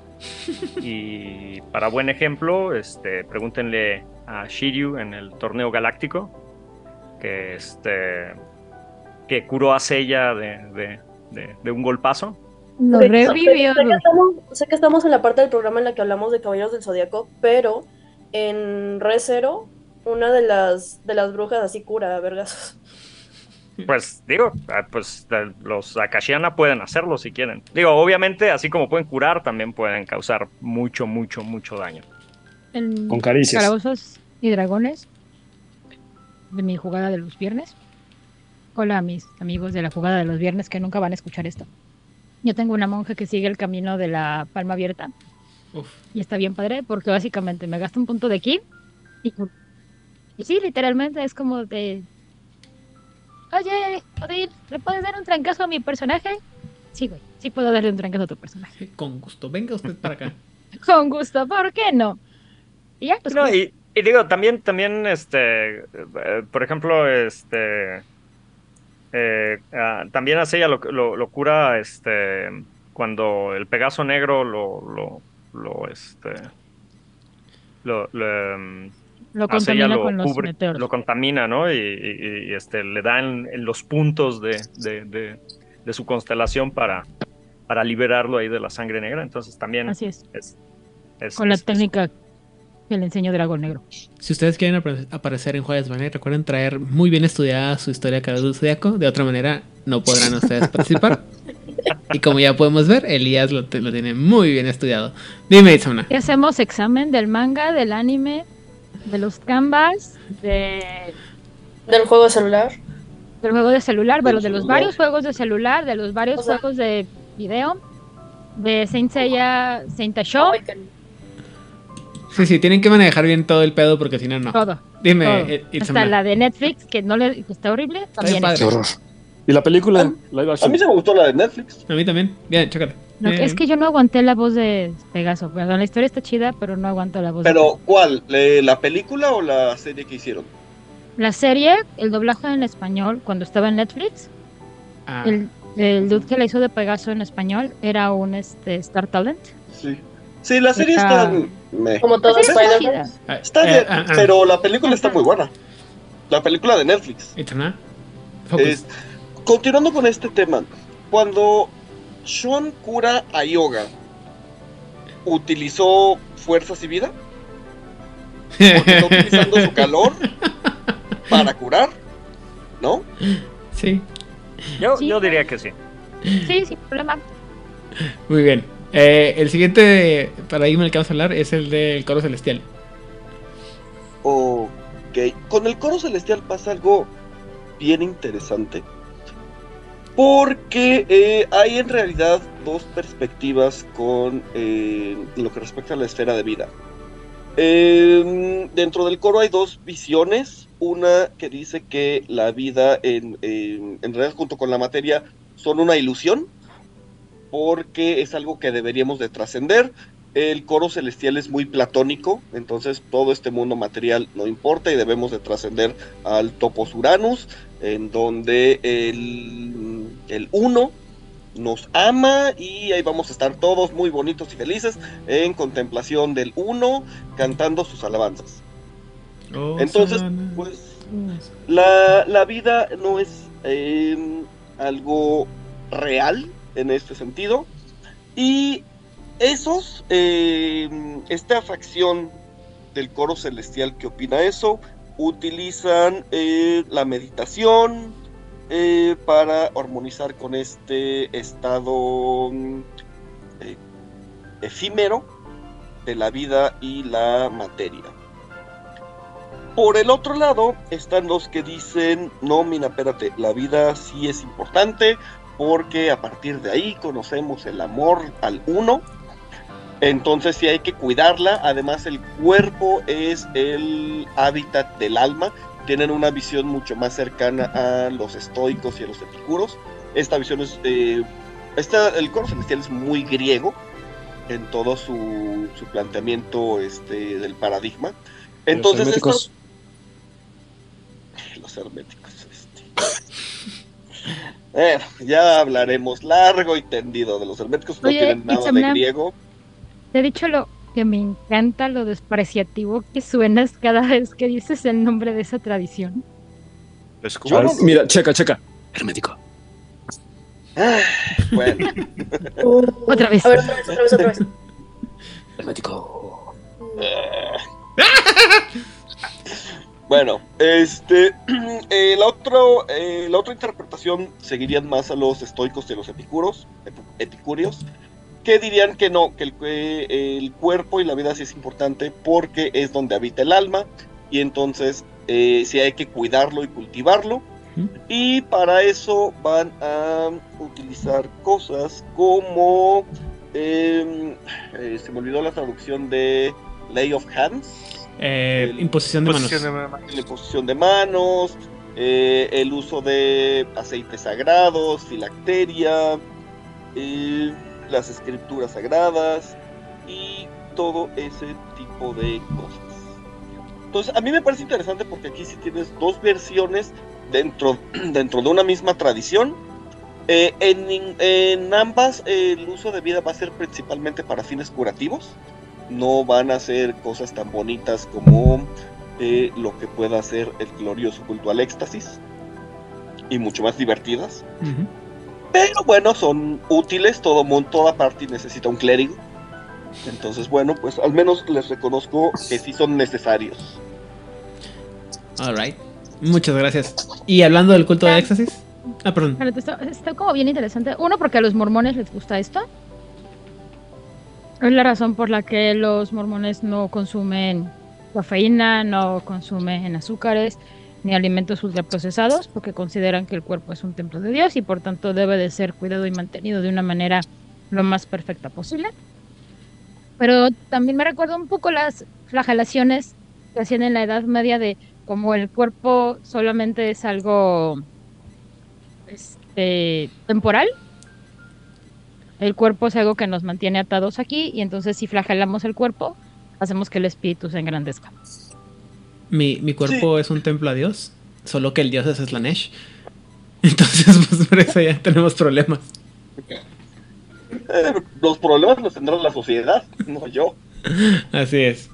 Y para buen ejemplo, este pregúntenle a Shiryu en el torneo galáctico, que este que curó a Seiya de, de, de, de un golpazo. Lo Sé- revivió. Sé que, estamos, sé que estamos en la parte del programa en la que hablamos de Caballeros del Zodiaco, pero en Re Zero, una de las, de las brujas así cura, vergas. Pues digo, ah, pues de- los Akashiana pueden hacerlo si quieren. Digo, obviamente, así como pueden curar, también pueden causar mucho, mucho, mucho daño. En Con caricias. Calabozos y Dragones, de mi jugada de los viernes. Hola a mis amigos de la jugada de los viernes que nunca van a escuchar esto. Yo tengo una monja que sigue el camino de la palma abierta. Uf. Y está bien padre porque básicamente me gasta un punto de ki y, y sí, literalmente es como de... Oye, Odil, ¿le puedes dar un trancazo a mi personaje? Sí, güey, sí puedo darle un trancazo a tu personaje. Con gusto. Venga usted para acá. Con gusto, ¿por qué no? Y ya, pues... No, pues, y, y digo, también, también, este, eh, por ejemplo, este, eh, ah, también a Seiya lo, lo, lo cura, este, cuando el Pegaso Negro lo, lo, lo, este, lo, lo, em, lo a Seiya contamina lo con los cubre, meteoros. lo contamina, ¿no? Y, y- y, este, le dan en los puntos de, de, de, de su constelación para, para liberarlo ahí de la sangre negra. Entonces también Así es, es, es- con la es- técnica que le enseño Dragón Negro. Si ustedes quieren apare- aparecer en Jueves Banner, recuerden traer muy bien estudiada su historia de Cabello Zodiaco. De otra manera, no podrán ustedes participar. Y como ya podemos ver, Elías lo, te- lo tiene muy bien estudiado. Dime, Itzamna. Y hacemos examen del manga, del anime, de los canvas, de, Del juego de celular. del juego de celular, Del pero de los celular. varios juegos de celular, de los varios O sea- juegos de video, de Saint Seiya, Saint Show, Awakening. Sí, sí, tienen que manejar bien todo el pedo porque si no, no. todo. Dime, todo. eh, Hasta Itzamna. la de Netflix, que no le que está horrible, bien también. padre. Qué horror. ¿Y la película? Live A action. mí se me gustó la de Netflix. A mí también. Bien, chécate. No, Bien. es que yo no aguanté la voz de Pegaso. Perdón, la historia está chida, pero no aguanto la voz de Pero, ¿cuál? ¿Le- ¿La película o la serie que hicieron? La serie, el doblaje en español, cuando estaba en Netflix, Ah, el, el dude que la hizo de Pegaso en español era un este, Star Talent. Sí. Sí, la serie Está- está... meh. Como todo La serie está Spider-Man. chida. ah, Está eh, bien, ah, ah. pero la película está muy buena. La película de Netflix. Itzamna. Focus. Es- continuando con este tema, cuando Sean cura a Yoga, ¿utilizó fuerzas y vida? Porque está utilizando su calor para curar, ¿no? Sí, Yo, Sí. yo diría que sí. Sí, sin problema. muy bien. Eh, el siguiente paradigma del que vamos a hablar es el del coro celestial. Ok, con el coro celestial pasa algo bien interesante. Porque eh, hay en realidad dos perspectivas con eh, lo que respecta a la esfera de vida. Eh, dentro del coro hay dos visiones. Una que dice que la vida en, en, en realidad junto con la materia son una ilusión, porque es algo que deberíamos de trascender. El coro celestial es muy platónico, entonces todo este mundo material no importa y debemos de trascender al topos Uranus, en donde el, el uno nos ama y ahí vamos a estar todos muy bonitos y felices en contemplación del uno, cantando sus alabanzas. Oh, Entonces, sana. pues, la, la vida no es eh, algo real en este sentido. Y esos, eh, esta facción del coro celestial que opina eso, utilizan eh, la meditación eh, para armonizar con este estado mm, eh, efímero de la vida y la materia. Por el otro lado están los que dicen, no, mira, espérate, la vida sí es importante porque a partir de ahí conocemos el amor al uno, entonces sí hay que cuidarla. Además el cuerpo es el hábitat del alma, tienen una visión mucho más cercana a los estoicos y a los epicuros. Esta visión es, eh, esta, el coro celestial es muy griego en todo su, su planteamiento este, del paradigma. Entonces Los herméticos. estos- los herméticos este. Bueno, ya hablaremos largo y tendido de los herméticos, no Oye, tienen nada de Itzamna. griego. Te he dicho lo que me encanta, lo despreciativo que suenas cada vez que dices el nombre de esa tradición. Lo Yo Ah, no- Mira, checa, checa. Hermético. Ah, bueno. Otra vez. A ver, otra vez, otra vez, otra vez. Hermético. Bueno, este, eh, la, otro, eh, la otra interpretación seguirían más a los estoicos y a los epicuros, epu- epicúreos, que dirían que no, que el, eh, el cuerpo y la vida sí es importante porque es donde habita el alma y entonces eh, sí hay que cuidarlo y cultivarlo. ¿Mm? Y para eso van a utilizar cosas como, eh, eh, se me olvidó la traducción de Lay of Hands. Eh, El- imposición de manos. Posición de manos. La imposición de manos, eh, el uso de aceites sagrados, filacteria, eh, las escrituras sagradas y todo ese tipo de cosas. Entonces, a mí me parece interesante porque aquí sí tienes dos versiones dentro, dentro de una misma tradición. Eh, en, en ambas, eh, el uso de vida va a ser principalmente para fines curativos. No van a ser cosas tan bonitas como eh, lo que pueda hacer el glorioso culto al éxtasis, y mucho más divertidas. Ujú. Pero bueno, son útiles, todo mundo, toda party necesita un clérigo. Entonces, bueno, pues al menos les reconozco que sí son necesarios. Alright. Muchas gracias. Y hablando del culto de éxtasis. Ah, perdón. Pero está, está como bien interesante. Uno, porque a los mormones les gusta esto. Es la razón por la que los mormones no consumen cafeína, no consumen azúcares, ni alimentos ultraprocesados, porque consideran que el cuerpo es un templo de Dios y por tanto debe de ser cuidado y mantenido de una manera lo más perfecta posible. Pero también me recuerda un poco las flagelaciones que hacían en la Edad Media, de como el cuerpo solamente es algo este, temporal. El cuerpo es algo que nos mantiene atados aquí, y entonces si flagelamos el cuerpo, hacemos que el espíritu se engrandezca. Mi, mi cuerpo es un templo a Dios, solo que el Dios es Slanesh. Entonces, pues por eso ya tenemos problemas. Eh, los problemas los tendrá la sociedad, no yo. Así es.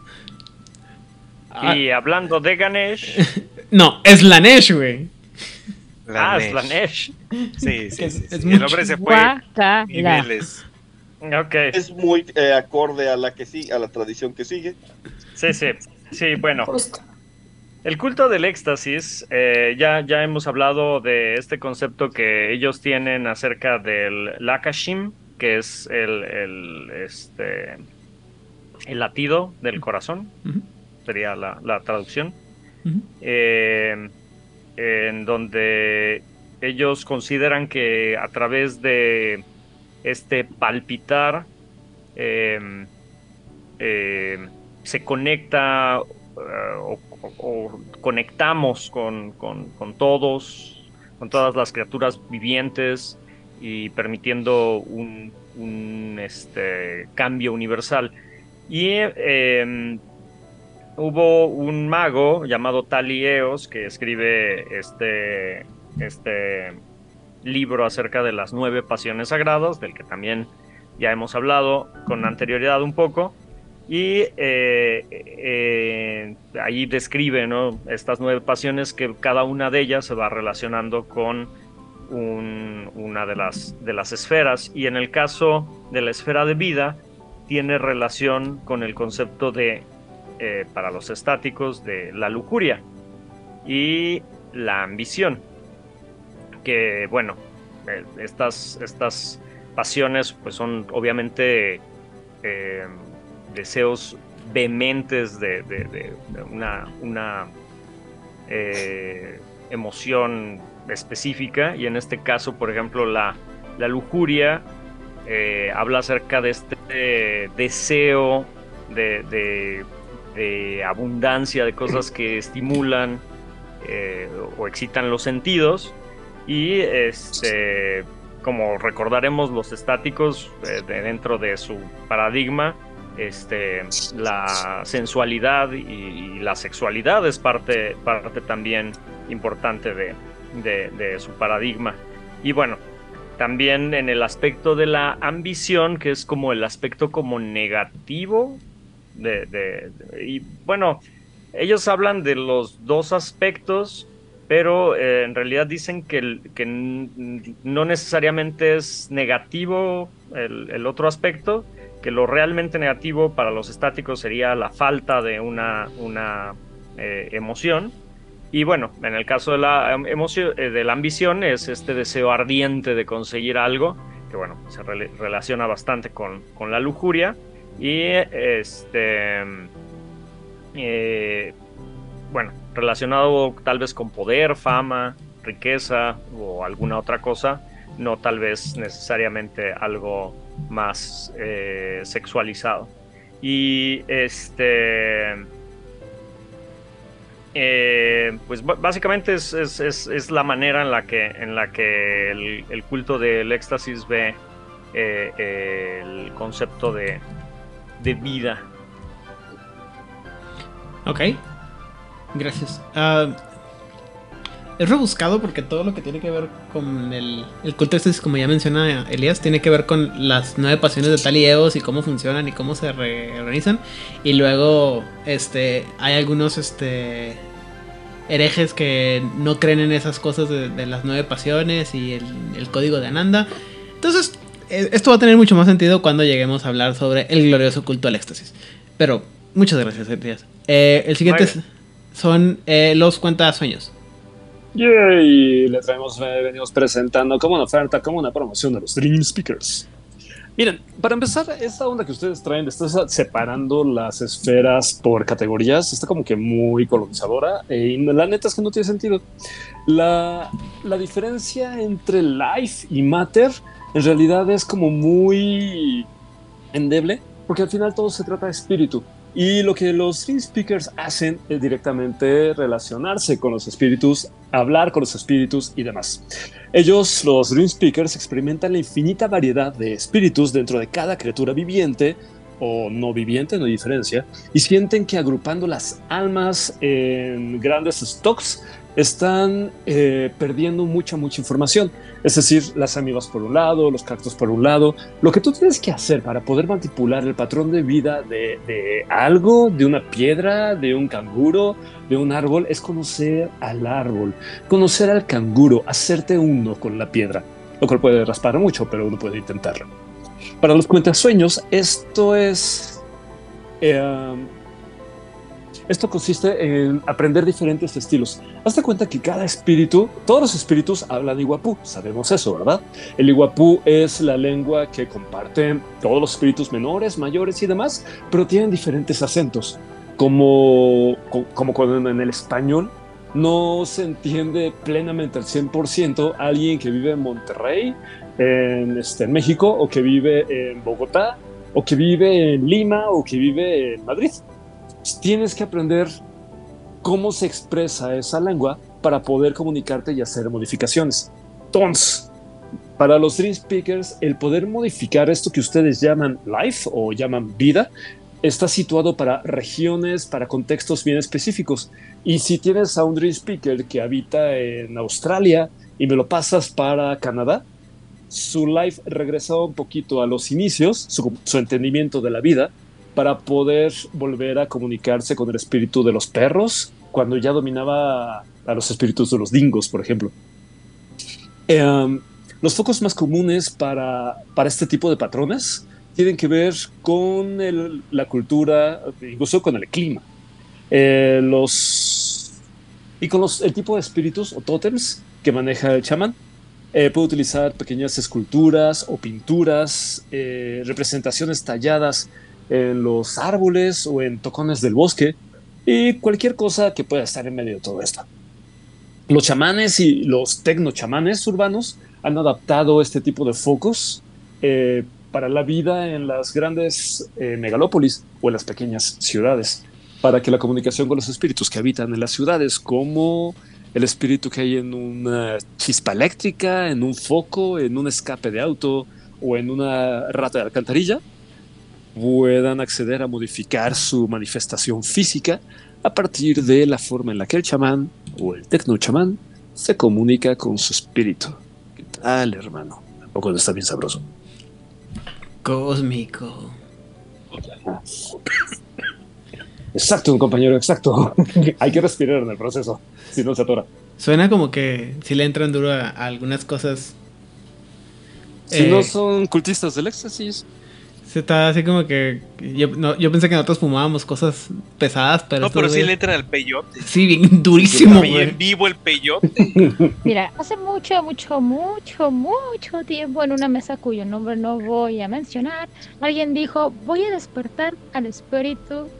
Ah, Y hablando de Ganesh, no, Slanesh, güey. ah, Slanesh. Slanesh. Sí, sí, Es- sí, es sí. mucho. El hombre se fue Guacala. niveles. Ok, Es muy eh, acorde a la que sí, a la tradición que sigue. sí, sí, sí, bueno. Justo. El culto del éxtasis, eh, ya, ya hemos hablado de este concepto que ellos tienen acerca del Lakashim, que es el, el, este, el latido del corazón, Ujú, sería la, la traducción, ujú. eh, en donde ellos consideran que a través de este palpitar eh, eh, se conecta uh, o, o- o conectamos con, con- con todos, con todas las criaturas vivientes y permitiendo un, un, este, cambio universal. Y eh, hubo un mago llamado Talieos que escribe este, este libro acerca de las nueve pasiones sagradas, del que también ya hemos hablado con anterioridad un poco. Y eh, eh, ahí describe, ¿no?, estas nueve pasiones, que cada una de ellas se va relacionando con un- una de las, de las esferas. Y en el caso de la esfera de vida, tiene relación con el concepto de, eh, para los estáticos, de la lujuria y la ambición. Que, bueno, eh, estas, estas pasiones pues son obviamente eh, deseos vehementes de, de- de- de una, una eh, emoción específica, y en este caso, por ejemplo, la, la lujuria eh, habla acerca de este eh, deseo de, de- de abundancia, de cosas que estimulan eh, o excitan los sentidos. Y este, como recordaremos, los estáticos, eh, de dentro de su paradigma, este, la sensualidad y, y la sexualidad es parte, parte también importante de, de- de su paradigma. Y bueno, también en el aspecto de la ambición, que es como el aspecto como negativo de, de- de- y bueno, ellos hablan de los dos aspectos, pero eh, en realidad dicen que, el, que n- no necesariamente es negativo el, el otro aspecto, que lo realmente negativo para los estáticos sería la falta de una, una eh, emoción. Y bueno, en el caso de la emoción, eh, de la ambición, es este deseo ardiente de conseguir algo, que bueno, se re- relaciona bastante con, con la lujuria. Y este eh, bueno, relacionado tal vez con poder, fama, riqueza o alguna otra cosa, no tal vez necesariamente algo más eh, sexualizado. Y este eh, pues b- básicamente es, es, es, es la manera en la que, en la que el, el culto del éxtasis ve eh, eh, el concepto de, de vida. Ok, gracias. Uh, es rebuscado porque todo lo que tiene que ver con el, el culto éxtasis, como ya menciona Elías, tiene que ver con las nueve pasiones de Tal y Eos y cómo funcionan y cómo se reorganizan. Y luego este, hay algunos este, herejes que no creen en esas cosas de, de las nueve pasiones y el, el código de Ananda. Entonces, esto va a tener mucho más sentido cuando lleguemos a hablar sobre el glorioso culto al éxtasis. Pero, muchas gracias, Elías. Eh, el siguiente es, son eh, los cuentasueños. Yay, le traemos, eh, venimos presentando como una oferta, como una promoción de los Dream Speakers. Miren, para empezar, esa onda que ustedes traen de estar separando las esferas por categorías está como que muy colonizadora eh, y la neta es que no tiene sentido. La, la diferencia entre life y matter en realidad es como muy endeble, porque al final todo se trata de espíritu. Y lo que los Dream Speakers hacen es directamente relacionarse con los espíritus, hablar con los espíritus y demás. Ellos, los Dream Speakers, experimentan la infinita variedad de espíritus dentro de cada criatura viviente o no viviente, no hay diferencia, y sienten que agrupando las almas en grandes stocks están eh, perdiendo mucha, mucha información. Es decir, las amibas por un lado, los cactus por un lado. Lo que tú tienes que hacer para poder manipular el patrón de vida de, de algo, de una piedra, de un canguro, de un árbol, es conocer al árbol, conocer al canguro, hacerte uno con la piedra, lo cual puede raspar mucho, pero uno puede intentarlo. Para los cuentasueños, esto es... Eh, Esto consiste en aprender diferentes estilos. Hazte cuenta que cada espíritu, todos los espíritus hablan Iguapú, sabemos eso, ¿verdad? El Iguapú es la lengua que comparten todos los espíritus menores, mayores y demás, pero tienen diferentes acentos. Como, como cuando en el español no se entiende plenamente al cien por ciento a alguien que vive en Monterrey, en, este, en México, o que vive en Bogotá, o que vive en Lima, o que vive en Madrid. Tienes que aprender cómo se expresa esa lengua para poder comunicarte y hacer modificaciones. Entonces, para los Dream Speakers, el poder modificar esto que ustedes llaman life o llaman vida está situado para regiones, para contextos bien específicos. Y si tienes a un Dream Speaker que habita en Australia y me lo pasas para Canadá, su life regresa un poquito a los inicios, su, su entendimiento de la vida, para poder volver a comunicarse con el espíritu de los perros cuando ya dominaba a los espíritus de los dingos, por ejemplo. Eh, los focos más comunes para, para este tipo de patrones tienen que ver con el, la cultura, incluso con el clima. Eh, los, y con los, el tipo de espíritus o tótems que maneja el chamán. Eh, puede utilizar pequeñas esculturas o pinturas, eh, representaciones talladas en los árboles o en tocones del bosque y cualquier cosa que pueda estar en medio de todo esto. Los chamanes y los tecnochamanes urbanos han adaptado este tipo de focos eh, para la vida en las grandes eh, megalópolis o en las pequeñas ciudades, para que la comunicación con los espíritus que habitan en las ciudades, como el espíritu que hay en una chispa eléctrica, en un foco, en un escape de auto o en una rata de alcantarilla, puedan acceder a modificar su manifestación física a partir de la forma en la que el chamán o el tecnochamán se comunica con su espíritu. ¿Qué tal, hermano? Tampoco está bien sabroso. Cósmico. Exacto, compañero, exacto. Hay que respirar en el proceso, si no se atora. Suena como que si le entran duro a, a algunas cosas. Si eh, no son cultistas del éxtasis. Se está así como que. Yo, no, yo pensé que nosotros fumábamos cosas pesadas, pero. No, pero estos sí güeyes- le entran al peyote. Sí, bien durísimo, Bien güey. vivo el peyote. Mira, hace mucho, mucho, mucho, mucho tiempo en una mesa cuyo nombre no voy a mencionar, alguien dijo, voy a despertar al espíritu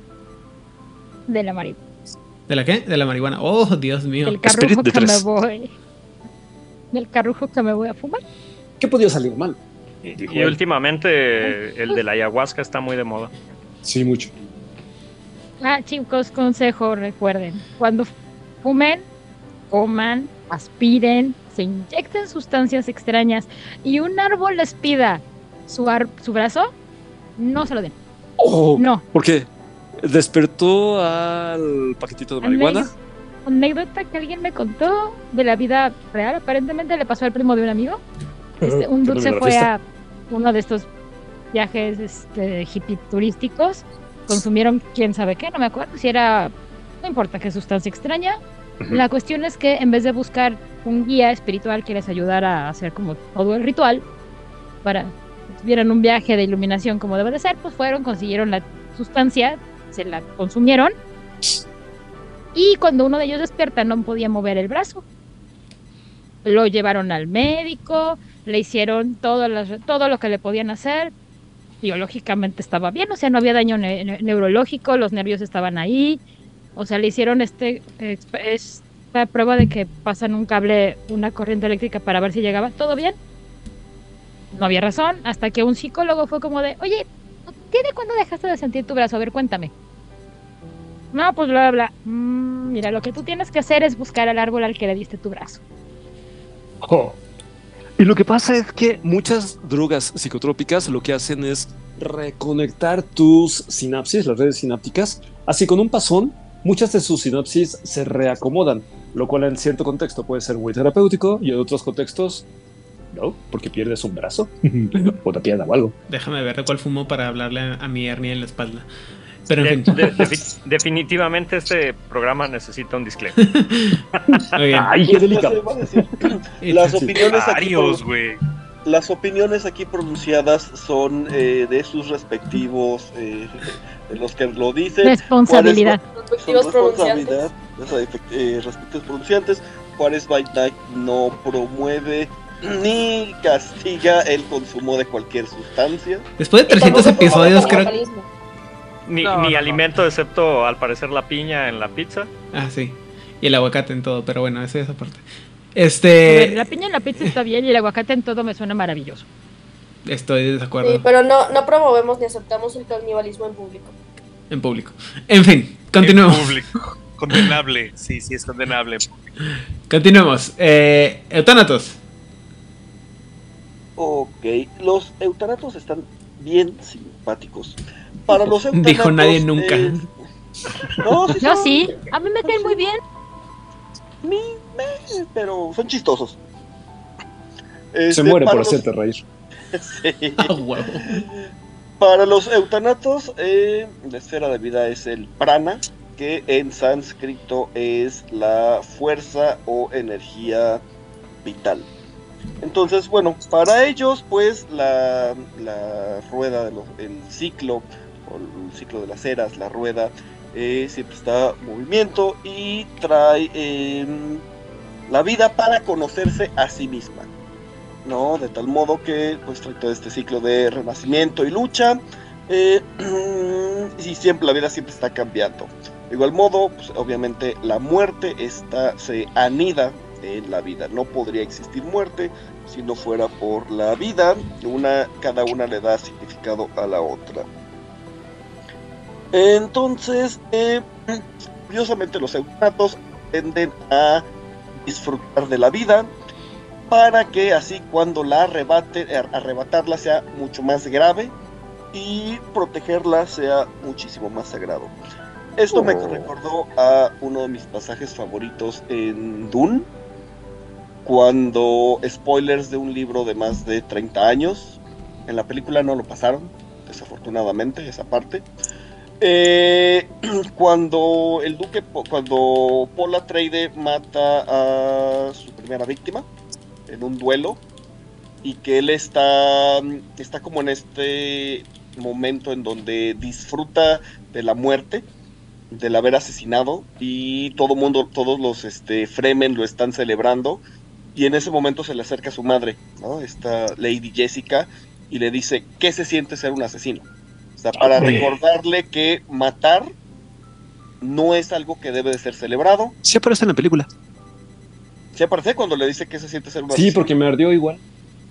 de la marihuana, ¿De la qué? De la marihuana. Oh, Dios mío. del carrujo Spirit de que me tres. voy, del carrujo que me voy a fumar. ¿Qué podía salir mal? Y últimamente el de la ayahuasca está muy de moda. Sí, mucho. Ah, chicos, consejo, recuerden, cuando fumen, coman, aspiren, se inyecten sustancias extrañas y un árbol les pida su, ar- su brazo, no se lo den. Oh, No. ¿por qué? ¿Despertó al paquetito de marihuana? Anécdota- Anécdota que alguien me contó de la vida real, aparentemente le pasó al primo de un amigo. Este, un Que no dude vino se a la fue fiesta. a uno de estos viajes este, hippie turísticos, consumieron quién sabe qué, no me acuerdo si era, no importa qué sustancia extraña. Ujú. La cuestión es que en vez de buscar un guía espiritual que les ayudara a hacer como todo el ritual para que tuvieran un viaje de iluminación como debe de ser, pues fueron, consiguieron la sustancia, se la consumieron y cuando uno de ellos despierta no podía mover el brazo. Lo llevaron al médico, le hicieron todo, las- todo lo que le podían hacer. Biológicamente estaba bien, o sea, no había daño ne- ne- neurológico, los nervios estaban ahí. O sea, le hicieron este exp- esta prueba de que pasan un cable, una corriente eléctrica para ver si llegaba. ¿Todo bien? No había razón, hasta que un psicólogo fue como de, oye, ¿tiene cuándo dejaste de sentir tu brazo? A ver, cuéntame. No, pues bla, bla, bla. Mm, mira, lo que tú tienes que hacer es buscar al árbol al que le diste tu brazo. Oh. Y lo que pasa es que muchas drogas psicotrópicas lo que hacen es reconectar tus sinapsis, las redes sinápticas. Así con un pasón, muchas de sus sinapsis se reacomodan, lo cual en cierto contexto puede ser muy terapéutico y en otros contextos no, porque pierdes un brazo o te pierda o algo. Déjame ver de cuál fumo para hablarle a, a mi hernia en la espalda. Pero De- en fin. de- defi- definitivamente este programa necesita un disclaimer. Muy bien. Ay, qué delicado. Ya se va a decir. Las Sí. opiniones aquí Varios, pro- güey. las opiniones aquí pronunciadas son eh, de sus respectivos, eh, de los que lo dicen. Responsabilidad. Son Respectivos responsabilidad, pronunciantes. o sea, efect- eh, respectivos pronunciantes. Juárez by Night no promueve ni castiga el consumo de cualquier sustancia. Después de trescientos episodios, creo que. Ni, No, ni no, no. alimento, excepto al parecer la piña en la pizza. Ah, sí. Y el aguacate en todo, pero bueno, eso es aparte. A ver, Este. la piña en la pizza está bien y el aguacate en todo me suena maravilloso. Estoy de desacuerdo Sí, pero no, no promovemos ni aceptamos el canibalismo en público. en público. En fin, continuemos. En público. Condenable. Sí, sí, es condenable. Continuemos. Eh, Eutanatos. Ok, los eutanatos están bien simpáticos. Para los eutanatos, Dijo nadie nunca. eh, no, sí Yo son- sí, a mí me caen muy bien. Mi- me- pero son chistosos. Se Este, muere por para los- hacerte reír. Sí. Ah, huevo. Para los eutanatos, eh, la esfera de vida es el prana, que en sánscrito es la fuerza o energía vital. Entonces, bueno, para ellos, pues la, la rueda, de los- el ciclo, o el ciclo de las eras, la rueda, eh, siempre está en movimiento y trae eh, la vida para conocerse a sí misma, ¿no? De tal modo que pues trae todo este ciclo de renacimiento y lucha, eh, y siempre la vida siempre está cambiando. De igual modo, pues, obviamente la muerte está, se anida en la vida. No podría existir muerte si no fuera por la vida. Una, cada una le da significado a la otra. Entonces, eh, curiosamente los eutanatos tienden a disfrutar de la vida para que así cuando la arrebate, arrebatarla sea mucho más grave y protegerla sea muchísimo más sagrado. Esto me recordó a uno de mis pasajes favoritos en Dune, cuando, spoilers de un libro de más de treinta años, en la película no lo pasaron, desafortunadamente, esa parte, Eh, cuando el duque, cuando Paul Atreides mata a su primera víctima en un duelo y que él está, está como en este momento en donde disfruta de la muerte, del haber asesinado, y todo mundo, todos los este, Fremen lo están celebrando, y en ese momento se le acerca a su madre, ¿no? Esta Lady Jessica, y le dice, ¿qué se siente ser un asesino? O sea, para recordarle que matar no es algo que debe de ser celebrado. Sí aparece en la película. ¿Sí aparece cuando le dice que se siente ser un Sí, asesino? porque me ardió igual.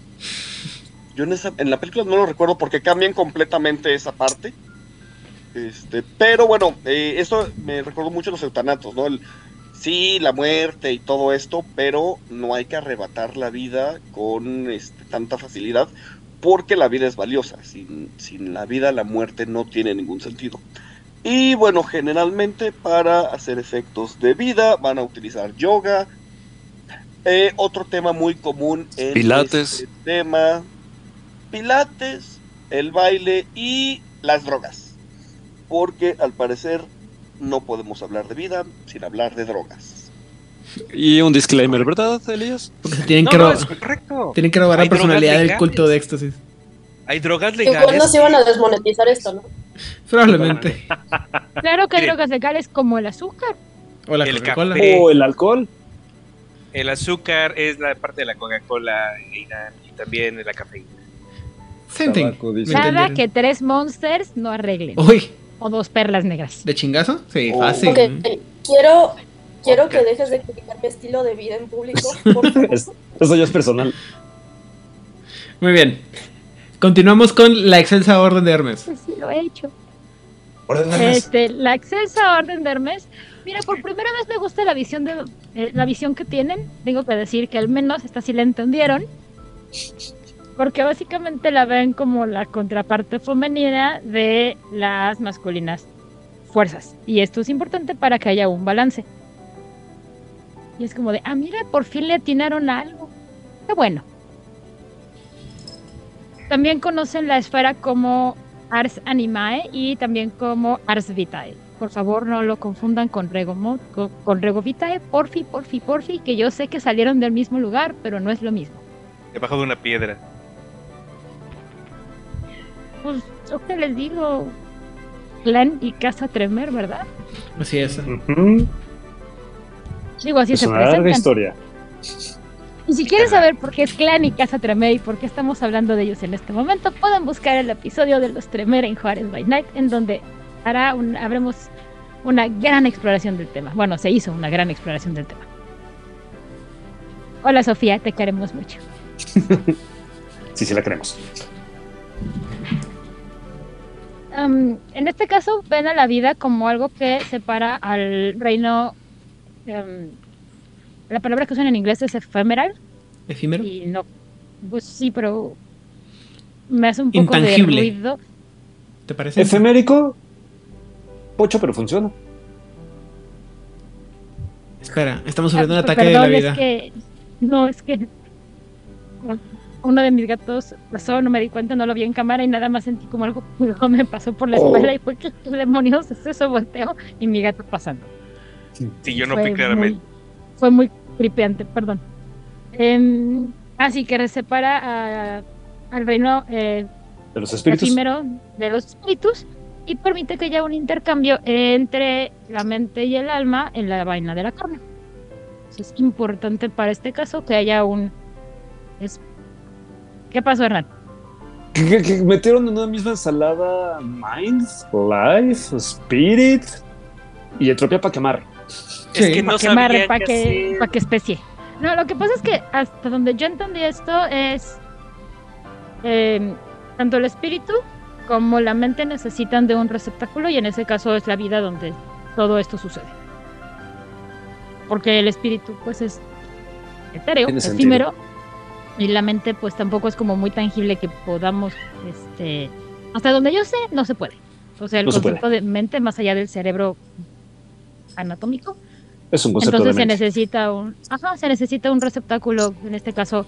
Yo en, esa, en la película no lo recuerdo porque cambian completamente esa parte. Este, pero bueno, eh, eso me recordó mucho los eutanatos, ¿no? El, sí, la muerte y todo esto, pero no hay que arrebatar la vida con este, tanta facilidad, porque la vida es valiosa. Sin, sin la vida, la muerte no tiene ningún sentido. Y bueno, generalmente para hacer efectos de vida van a utilizar yoga. Eh, otro tema muy común en Pilates. este tema, pilates, el baile y las drogas. Porque al parecer no podemos hablar de vida sin hablar de drogas. Y un disclaimer, ¿verdad, Elías? Porque se tienen, No, que, no, ro- es correcto. tienen que robar la Hay drogas personalidad del legales. culto de éxtasis. Hay drogas Igual legales. nos iban a desmonetizar esto, ¿no? Probablemente. Claro que hay Miren. drogas legales como el azúcar. O la El Coca-Cola. café. O el alcohol. El azúcar es la parte de la Coca-Cola y también de la cafeína. Same thing. Tabaco, dice. ¿Me Nada entendieron? que tres monsters no arreglen. Uy, O dos perlas negras. ¿de chingazo? Sí, Oh. fácil. Ok, quiero, quiero Ok. que dejes de criticar mi estilo de vida en público, por favor. Es- eso ya es personal. Muy bien. Continuamos con la excelsa orden de Hermes. Pues sí, lo he hecho. Este, la excelsa orden de Hermes. Mira, por primera vez me gusta la visión de eh, la visión que tienen. Tengo que decir que al menos esta sí la entendieron. Porque básicamente la ven como la contraparte femenina de las masculinas fuerzas. Y esto es importante para que haya un balance. Y es como de, ah, mira, por fin le atinaron a algo. Qué bueno. También conocen la esfera como Ars Animae y también como Ars Vitae. Por favor, no lo confundan con Rego, Mo- con, con Rego Vitae. Porfi, porfi, porfi, que yo sé que salieron del mismo lugar, pero no es lo mismo. Debajo de una piedra. Pues, yo que les digo, clan y casa Tremer, ¿verdad? Así es. Ujú. Digo, así Es se una larga presentan. historia. Y si quieren saber por qué es clan y casa Tremer y por qué estamos hablando de ellos en este momento, pueden buscar el episodio de los Tremer en Juárez by Night, en donde hará un, habremos una gran exploración del tema. Bueno, se hizo una gran exploración del tema. Hola Sofía, te queremos mucho. Sí, sí la queremos. Um, en este caso ven a la vida como algo que separa al reino. um, la palabra que usan en inglés es ephemeral. Efímero. Y no, pues sí, pero me hace un poco Intangible. de ruido. ¿Te parece? Efemérico. Pocho, pero funciona. Espera, estamos sufriendo un Ah, ataque perdón, de la vida. Es que, no, es que uno de mis gatos pasó, no me di cuenta, no lo vi en cámara y nada más sentí como algo pulgón me pasó por la Oh. espalda y fue que ¿qué demonios es eso? Volteo y mi gato pasando. Sí, yo no Fue vi claramente. muy- Fue muy tripeante, perdón. Em, así que separa a- al reino eh, De los espíritus. efímero de los espíritus y permite que haya un intercambio entre la mente y el alma en la vaina de la carne. Entonces, es importante para este caso que haya un... es- ¿Qué pasó, Hernán? Que, que- que metieron en una misma ensalada Mind, Life, Spirit y entropía para quemar. Es Sí. que no Para que marre, sabía para qué que, hacer. pa' que especie. No, lo que pasa es que hasta donde yo entendí esto es... eh, tanto el espíritu como la mente necesitan de un receptáculo y en ese caso es la vida donde todo esto sucede. Porque el espíritu pues es etéreo, Tiene efímero, y la mente pues tampoco es como muy tangible que podamos, este, hasta donde yo sé, no se puede. O sea, el No se concepto de mente más allá del cerebro anatómico. Es un concepto Entonces de se mente. necesita un, ajá, se necesita un receptáculo, en este caso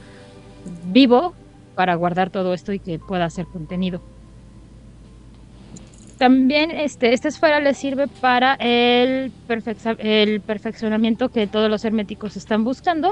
vivo, para guardar todo esto y que pueda ser contenido. También este, esta esfera le sirve para el, perfecta- el perfeccionamiento que todos los herméticos están buscando,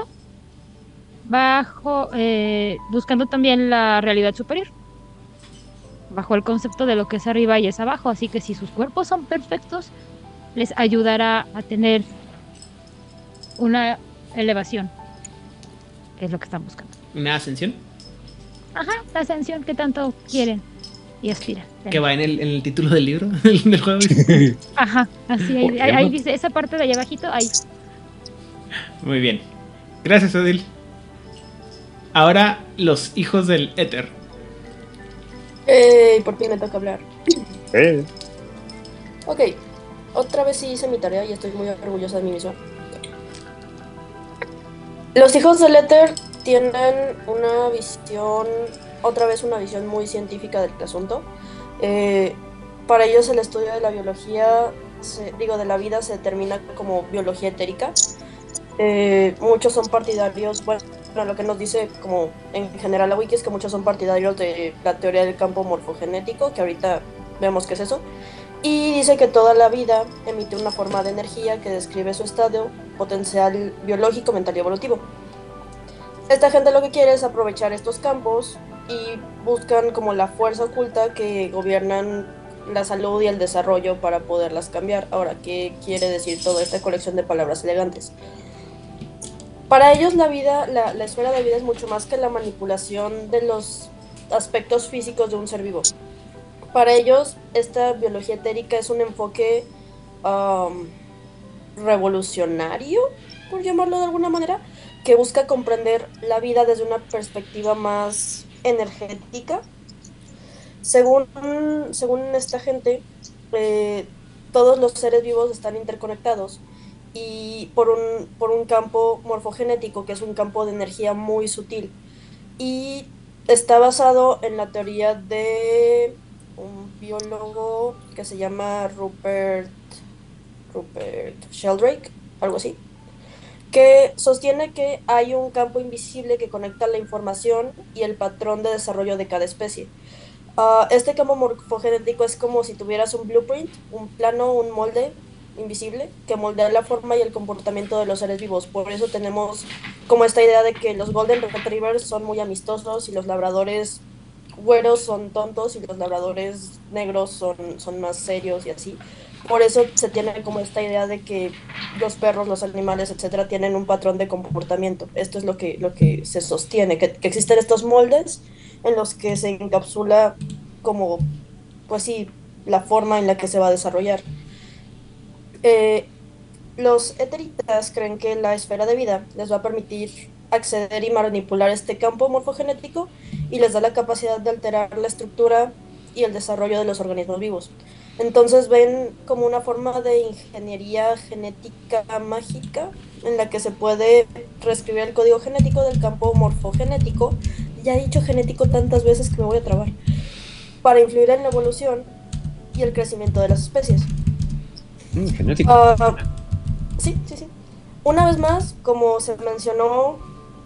bajo eh, buscando también la realidad superior, bajo el concepto de lo que es arriba y es abajo. Así que si sus cuerpos son perfectos, les ayudará a tener una elevación, que es lo que están buscando. ¿Una ascensión? Ajá, la ascensión que tanto quieren y aspiran. Que va en el, en el título del libro, del juego. Ajá, así, ahí, ahí, ahí dice, esa parte de allá abajito, ahí. Muy bien. Gracias, Odil. Ahora, los hijos del éter. Eh, por fin me toca hablar. Eh. Ok, otra vez sí hice mi tarea y estoy muy orgullosa de mí misma. Los hijos del éter tienen una visión, otra vez una visión muy científica del asunto. Eh, para ellos el estudio de la biología, se, digo, de la vida se determina como biología etérica. Eh, muchos son partidarios, bueno, lo que nos dice como en general la wiki es que muchos son partidarios de la teoría del campo morfogenético, que ahorita vemos qué es eso. Y dice que toda la vida emite una forma de energía que describe su estado potencial biológico, mental y evolutivo. Esta gente lo que quiere es aprovechar estos campos y buscan como la fuerza oculta que gobiernan la salud y el desarrollo para poderlas cambiar. Ahora, ¿qué quiere decir toda esta colección de palabras elegantes? Para ellos la vida, la, la esfera de vida es mucho más que la manipulación de los aspectos físicos de un ser vivo. Para ellos, esta biología etérica es un enfoque um, revolucionario, por llamarlo de alguna manera, que busca comprender la vida desde una perspectiva más energética. Según, según esta gente, eh, todos los seres vivos están interconectados y por un, por un campo morfogenético, que es un campo de energía muy sutil, y está basado en la teoría de un biólogo que se llama Rupert, Rupert Sheldrake, algo así, que sostiene que hay un campo invisible que conecta la información y el patrón de desarrollo de cada especie. Uh, este campo morfogenético es como si tuvieras un blueprint, un plano, un molde invisible que moldea la forma y el comportamiento de los seres vivos. Por eso tenemos como esta idea de que los Golden Retrievers son muy amistosos y los labradores güeros son tontos y los labradores negros son, son más serios y así. Por eso se tiene como esta idea de que los perros, los animales, etcétera, tienen un patrón de comportamiento. Esto es lo que, lo que se sostiene, que, que existen estos moldes en los que se encapsula como, pues sí, la forma en la que se va a desarrollar. Eh, los eteritas creen que la esfera de vida les va a permitir acceder y manipular este campo morfogenético y les da la capacidad de alterar la estructura y el desarrollo de los organismos vivos. Entonces ven como una forma de ingeniería genética mágica en la que se puede reescribir el código genético del campo morfogenético, ya he dicho genético tantas veces que me voy a trabar, para influir en la evolución y el crecimiento de las especies. Mm, genético. Uh, sí, sí, sí. Una vez más, como se mencionó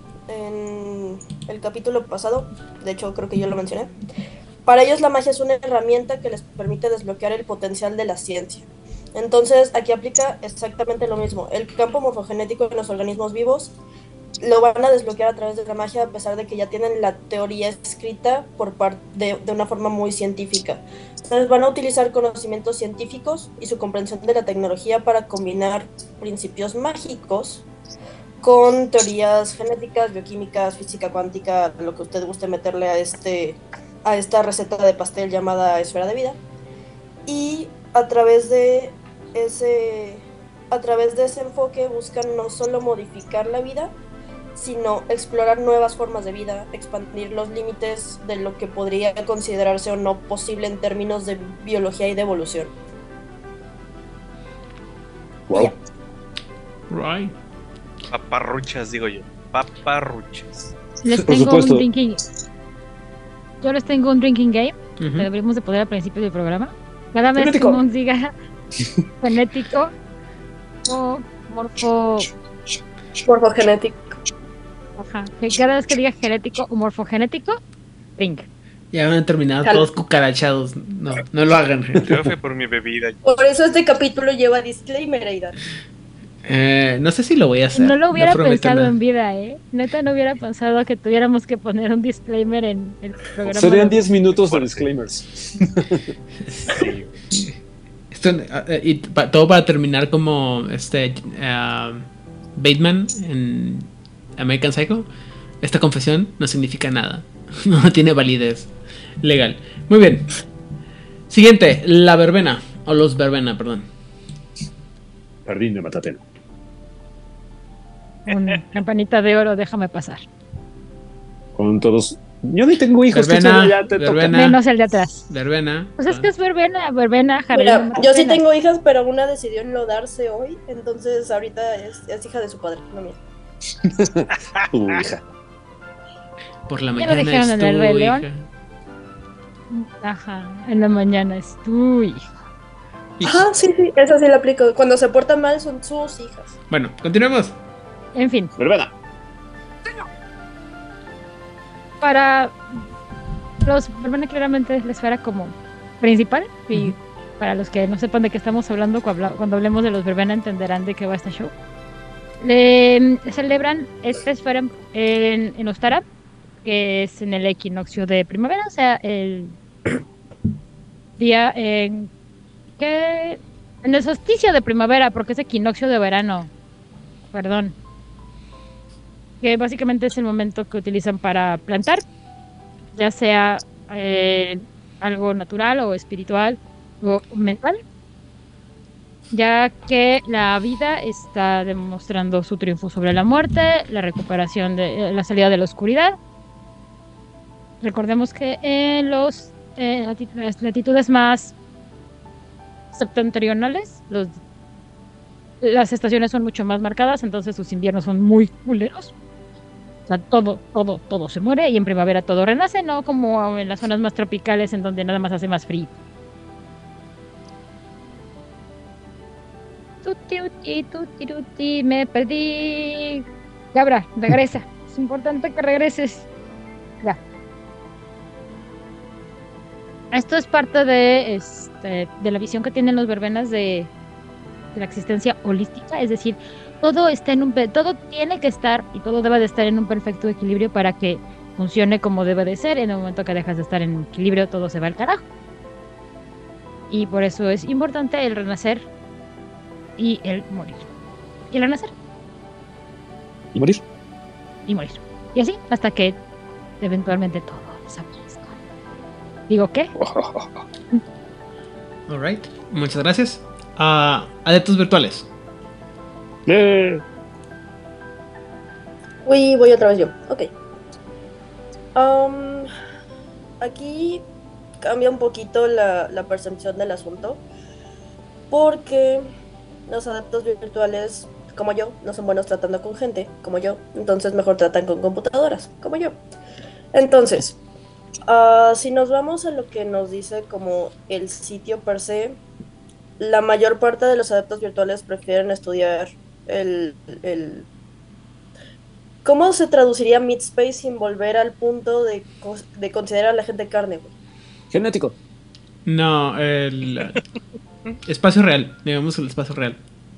en el capítulo pasado, de hecho creo que yo lo mencioné, para ellos la magia es una herramienta que les permite desbloquear el potencial de la ciencia. Entonces aquí aplica exactamente lo mismo. El campo morfogenético en los organismos vivos lo van a desbloquear a través de la magia, a pesar de que ya tienen la teoría escrita por parte de, de una forma muy científica. Entonces van a utilizar conocimientos científicos y su comprensión de la tecnología para combinar principios mágicos con teorías genéticas, bioquímicas, física cuántica, lo que usted guste meterle a este a esta receta de pastel llamada esfera de vida. Y a través de ese a través de ese enfoque buscan no solo modificar la vida, sino explorar nuevas formas de vida, expandir los límites de lo que podría considerarse o no posible en términos de biología y de evolución. Wow. Right. Paparruchas, digo yo. Paparruchas. Les Por tengo supuesto. un drinking. Yo les tengo un drinking game Ujú. que deberíamos de poner al principio del programa. Cada vez Genético. que Mons diga genético o morfo. Morfogenético. Ajá. Que cada vez que diga genético o morfogenético, drink. Ya van a terminar Jalo. todos cucarachados. No, no lo hagan, gente. Yo fui por mi bebida. Por eso este capítulo lleva disclaimer, Aidan. Eh, no sé si lo voy a hacer. No lo hubiera prometo pensado nada. en vida, ¿eh? Neta, no hubiera pensado que tuviéramos que poner un disclaimer en el programa. Serían de- diez minutos de Fuerte. disclaimers. Sí. Esto, eh, y pa- todo para terminar como este ah, Bateman en American Psycho. Esta confesión no significa nada. No tiene validez legal. Muy bien. Siguiente, la verbena. O los verbena, perdón. Jardín de Matatena. Una campanita de oro, déjame pasar. Con todos. Yo ni tengo hijos, tú Verbena, solo ya te toca. verbena. Menos el de atrás. Verbena. Pues es que es verbena, verbena, jardín. Mira, de yo sí Matatena. tengo hijas, pero una decidió enlodarse hoy, entonces ahorita es, es hija de su padre, no mía. Tu hija. Por la Ya lo mañana dijeron es en tu el Rey León. hija. Ajá, en la mañana es tu hijo. Ajá, sí, sí, esa sí la aplico. Cuando se portan mal son sus hijas. Bueno, continuemos. En fin, Verbena. para los verbena claramente es la esfera como principal y Ujú. para los que no sepan de qué estamos hablando cuando habla- cuando hablemos de los verbena entenderán de qué va este show. Le celebran esta esfera en, en, en Ostara, que es en el equinoccio de primavera, o sea, el día en que en el solsticio de primavera, porque es equinoccio de verano. Perdón. Que básicamente es el momento que utilizan para plantar, ya sea eh, algo natural o espiritual o mental, ya que la vida está demostrando su triunfo sobre la muerte, la recuperación de eh, la salida de la oscuridad. Recordemos que en los eh, lati- las latitudes más septentrionales, los, las estaciones son mucho más marcadas, entonces sus inviernos son muy culeros. O sea, todo, todo, todo se muere y en primavera todo renace, no como en las zonas más tropicales en donde nada más hace más frío. Tuti, uti, tuti, tuti, me perdí. Cabra, regresa. Es importante que regreses. Ya. Esto es parte de, este, de la visión que tienen los verbenas de, de la existencia holística, es decir, todo está en un pe- todo tiene que estar y todo debe de estar en un perfecto equilibrio para que funcione como debe de ser. En el momento que dejas de estar en equilibrio, todo se va al carajo. Y por eso es importante el renacer y el morir. Y el renacer Y morir. y morir. Y así hasta que eventualmente todo desaparezca. ¿Digo qué? Alright. Muchas gracias. Ah, adeptos virtuales. Eh, Uy, voy otra vez yo. Ok. Um, aquí cambia un poquito la, la percepción del asunto. Porque los adeptos virtuales, como yo, no son buenos tratando con gente, como yo. Entonces mejor tratan con computadoras, como yo. Entonces, uh, si nos vamos a lo que nos dice como el sitio per se, la mayor parte de los adeptos virtuales prefieren estudiar el, el ¿cómo se traduciría Midspace sin volver al punto de, cos- de considerar a la gente carne, güey? genético. No, el espacio real. Digamos el espacio real.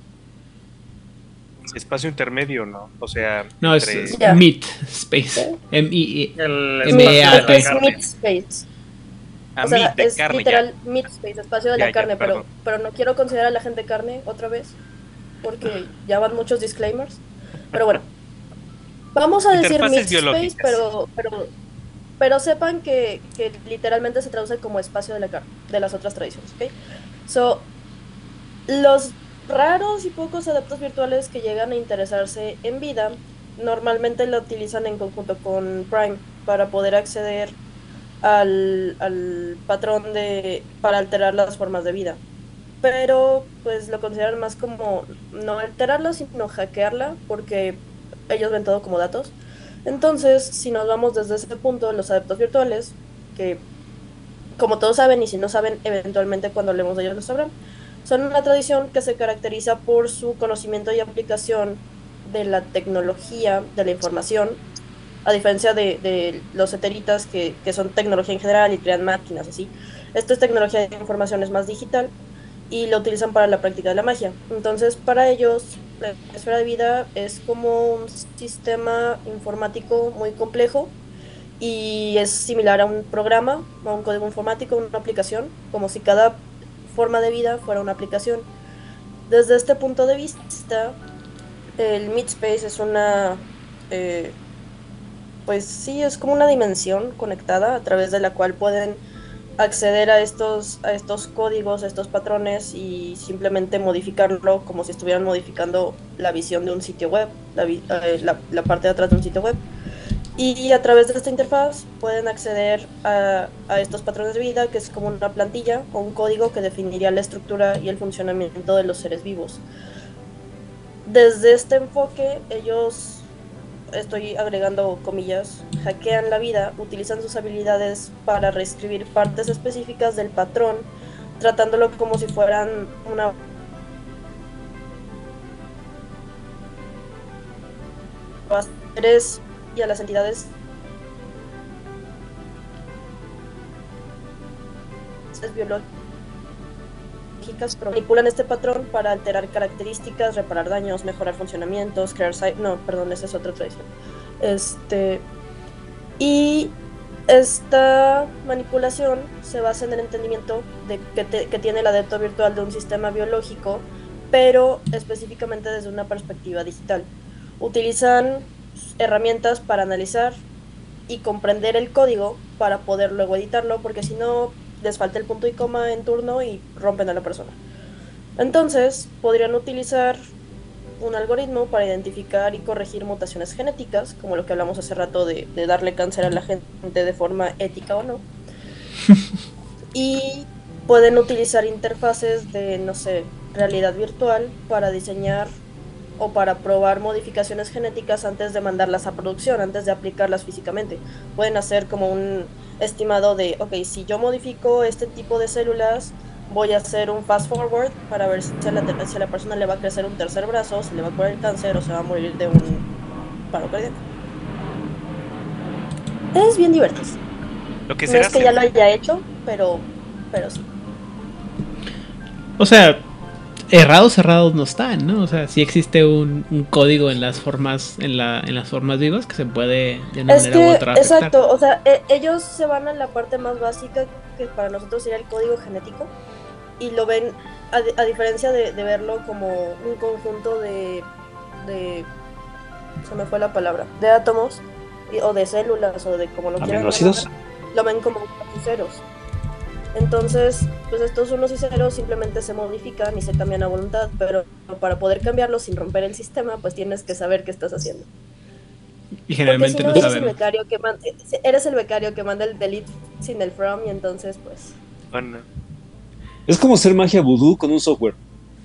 Espacio intermedio, ¿no? O sea, No, es, entre- es Ya. Meat Space. M I E. El M E A espacio T. de Es carne. Midspace. a O sea, mí de es carne literal Midspace, espacio de Ya, la ya, carne, pero, perdón. pero no quiero considerar a la gente carne otra vez, porque ya van muchos disclaimers. Pero bueno, vamos a decir Interfaces Midspace, biológicas. pero, pero, pero sepan que, que literalmente se traduce como espacio de la carne, de las otras tradiciones, ¿ok? So, los raros y pocos adeptos virtuales que llegan a interesarse en vida, normalmente lo utilizan en conjunto con Prime para poder acceder al, al patrón de para alterar las formas de vida. Pero pues lo consideran más como no alterarla, sino hackearla, porque ellos ven todo como datos. Entonces, si nos vamos desde ese punto, los adeptos virtuales, que como todos saben, y si no saben, eventualmente cuando hablemos de ellos lo sabrán, son una tradición que se caracteriza por su conocimiento y aplicación de la tecnología, de la información, a diferencia de, de los eteritas que, que son tecnología en general y crean máquinas así. Esto es tecnología de información, es más digital y lo utilizan para la práctica de la magia. Entonces, para ellos, la esfera de vida es como un sistema informático muy complejo y es similar a un programa, a un código informático, una aplicación, como si cada forma de vida fuera una aplicación. Desde este punto de vista, el Midspace es una, eh, pues sí, es como una dimensión conectada a través de la cual pueden acceder a estos, a estos códigos, a estos patrones y simplemente modificarlo como si estuvieran modificando la visión de un sitio web, la, vi- eh, la, la parte de atrás de un sitio web. Y a través de esta interfaz pueden acceder a, a estos patrones de vida, que es como una plantilla o un código que definiría la estructura y el funcionamiento de los seres vivos. Desde este enfoque, ellos, estoy agregando comillas, hackean la vida, utilizan sus habilidades para reescribir partes específicas del patrón, tratándolo como si fueran una seres y a las entidades biológicas, manipulan este patrón para alterar características, reparar daños, mejorar funcionamientos, crear cy- no, perdón, esa es otra tradición. Este y esta manipulación se basa en el entendimiento de que, te, que tiene el adepto virtual de un sistema biológico, pero específicamente desde una perspectiva digital. Utilizan herramientas para analizar y comprender el código para poder luego editarlo, porque si no les falta el punto y coma en turno y rompen a la persona. Entonces podrían utilizar un algoritmo para identificar y corregir mutaciones genéticas, como lo que hablamos hace rato de, de darle cáncer a la gente de forma ética o no. Y pueden utilizar interfaces de, no sé, realidad virtual para diseñar o para probar modificaciones genéticas antes de mandarlas a producción, antes de aplicarlas físicamente. Pueden hacer como un estimado de, ok, si yo modifico este tipo de células, voy a hacer un fast forward para ver si a la, si a la persona le va a crecer un tercer brazo, si le va a curar el cáncer o se va a morir de un paro cardíaco. Es bien divertido. Lo que no será es que ya lo haya hecho, pero, pero sí. O sea, errados cerrados no están, ¿no? O sea, sí existe un, un código en las formas en la en las formas vivas que se puede de una Es manera que, u otra afectar. exacto, o sea, e- ellos se van a la parte más básica, que para nosotros sería el código genético, y lo ven, a, di- a diferencia de, de verlo como un conjunto de, de, se me fue la palabra, de átomos, y- o de células, o de como lo quieran ¿Aminoácidos? llamar, lo ven como unos y ceros. Entonces, pues estos unos y ceros simplemente se modifican y se cambian a voluntad, pero para poder cambiarlos sin romper el sistema, pues tienes que saber qué estás haciendo. Y Porque generalmente si no, no eres el sabemos. becario que manda, eres el becario que manda el delete sin el from, y entonces pues Bueno, Es como hacer magia vudú con un software.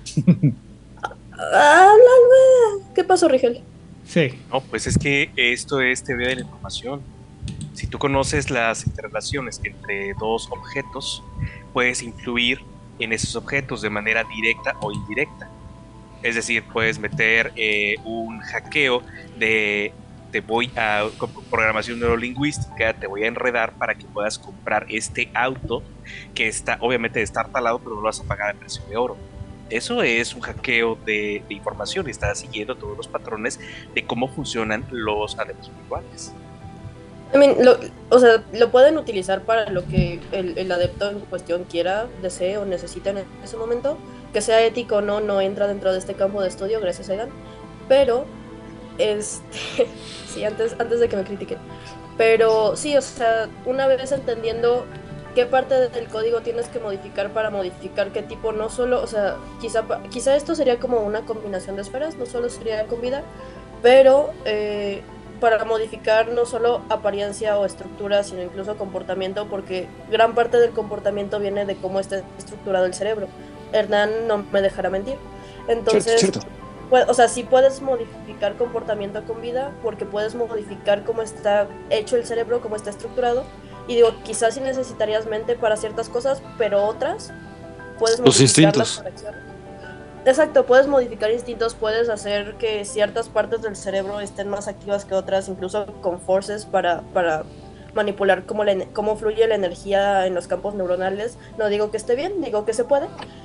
háblame. ¿Qué pasó, Rigel? Sí. no, pues es que esto es teoría de la información. Si tú conoces las interrelaciones entre dos objetos, puedes influir en esos objetos de manera directa o indirecta. Es decir, puedes meter eh, un hackeo de te voy a con programación neurolingüística, te voy a enredar para que puedas comprar este auto que está obviamente está talado, pero no lo vas a pagar a precio de oro. Eso es un hackeo de, de información y está siguiendo todos los patrones de cómo funcionan los adeptos virtuales. I mean, lo, o sea, lo pueden utilizar para lo que el, el adepto en cuestión quiera, desee o necesite en ese momento. Que sea ético o no, no entra dentro de este campo de estudio, gracias a Aidan. Pero, este, sí, antes, antes de que me critiquen. Pero sí, o sea, una vez entendiendo qué parte del código tienes que modificar para modificar qué tipo, no solo, o sea, quizá, quizá esto sería como una combinación de esferas, no solo sería con vida, pero eh, para modificar no solo apariencia o estructura, sino incluso comportamiento, porque gran parte del comportamiento viene de cómo está estructurado el cerebro. Hernán no me dejará mentir. Entonces, Cierto, cierto. pues, o sea, sí puedes modificar comportamiento con vida, porque puedes modificar cómo está hecho el cerebro, cómo está estructurado. Y digo, quizás sí necesitarías mente para ciertas cosas, pero otras puedes Los modificarlas instintos. para accionar. Exacto, puedes modificar instintos, puedes hacer que ciertas partes del cerebro estén más activas que otras, incluso con forces para, para manipular cómo, la, cómo fluye la energía en los campos neuronales. No digo que esté bien, digo que se puede.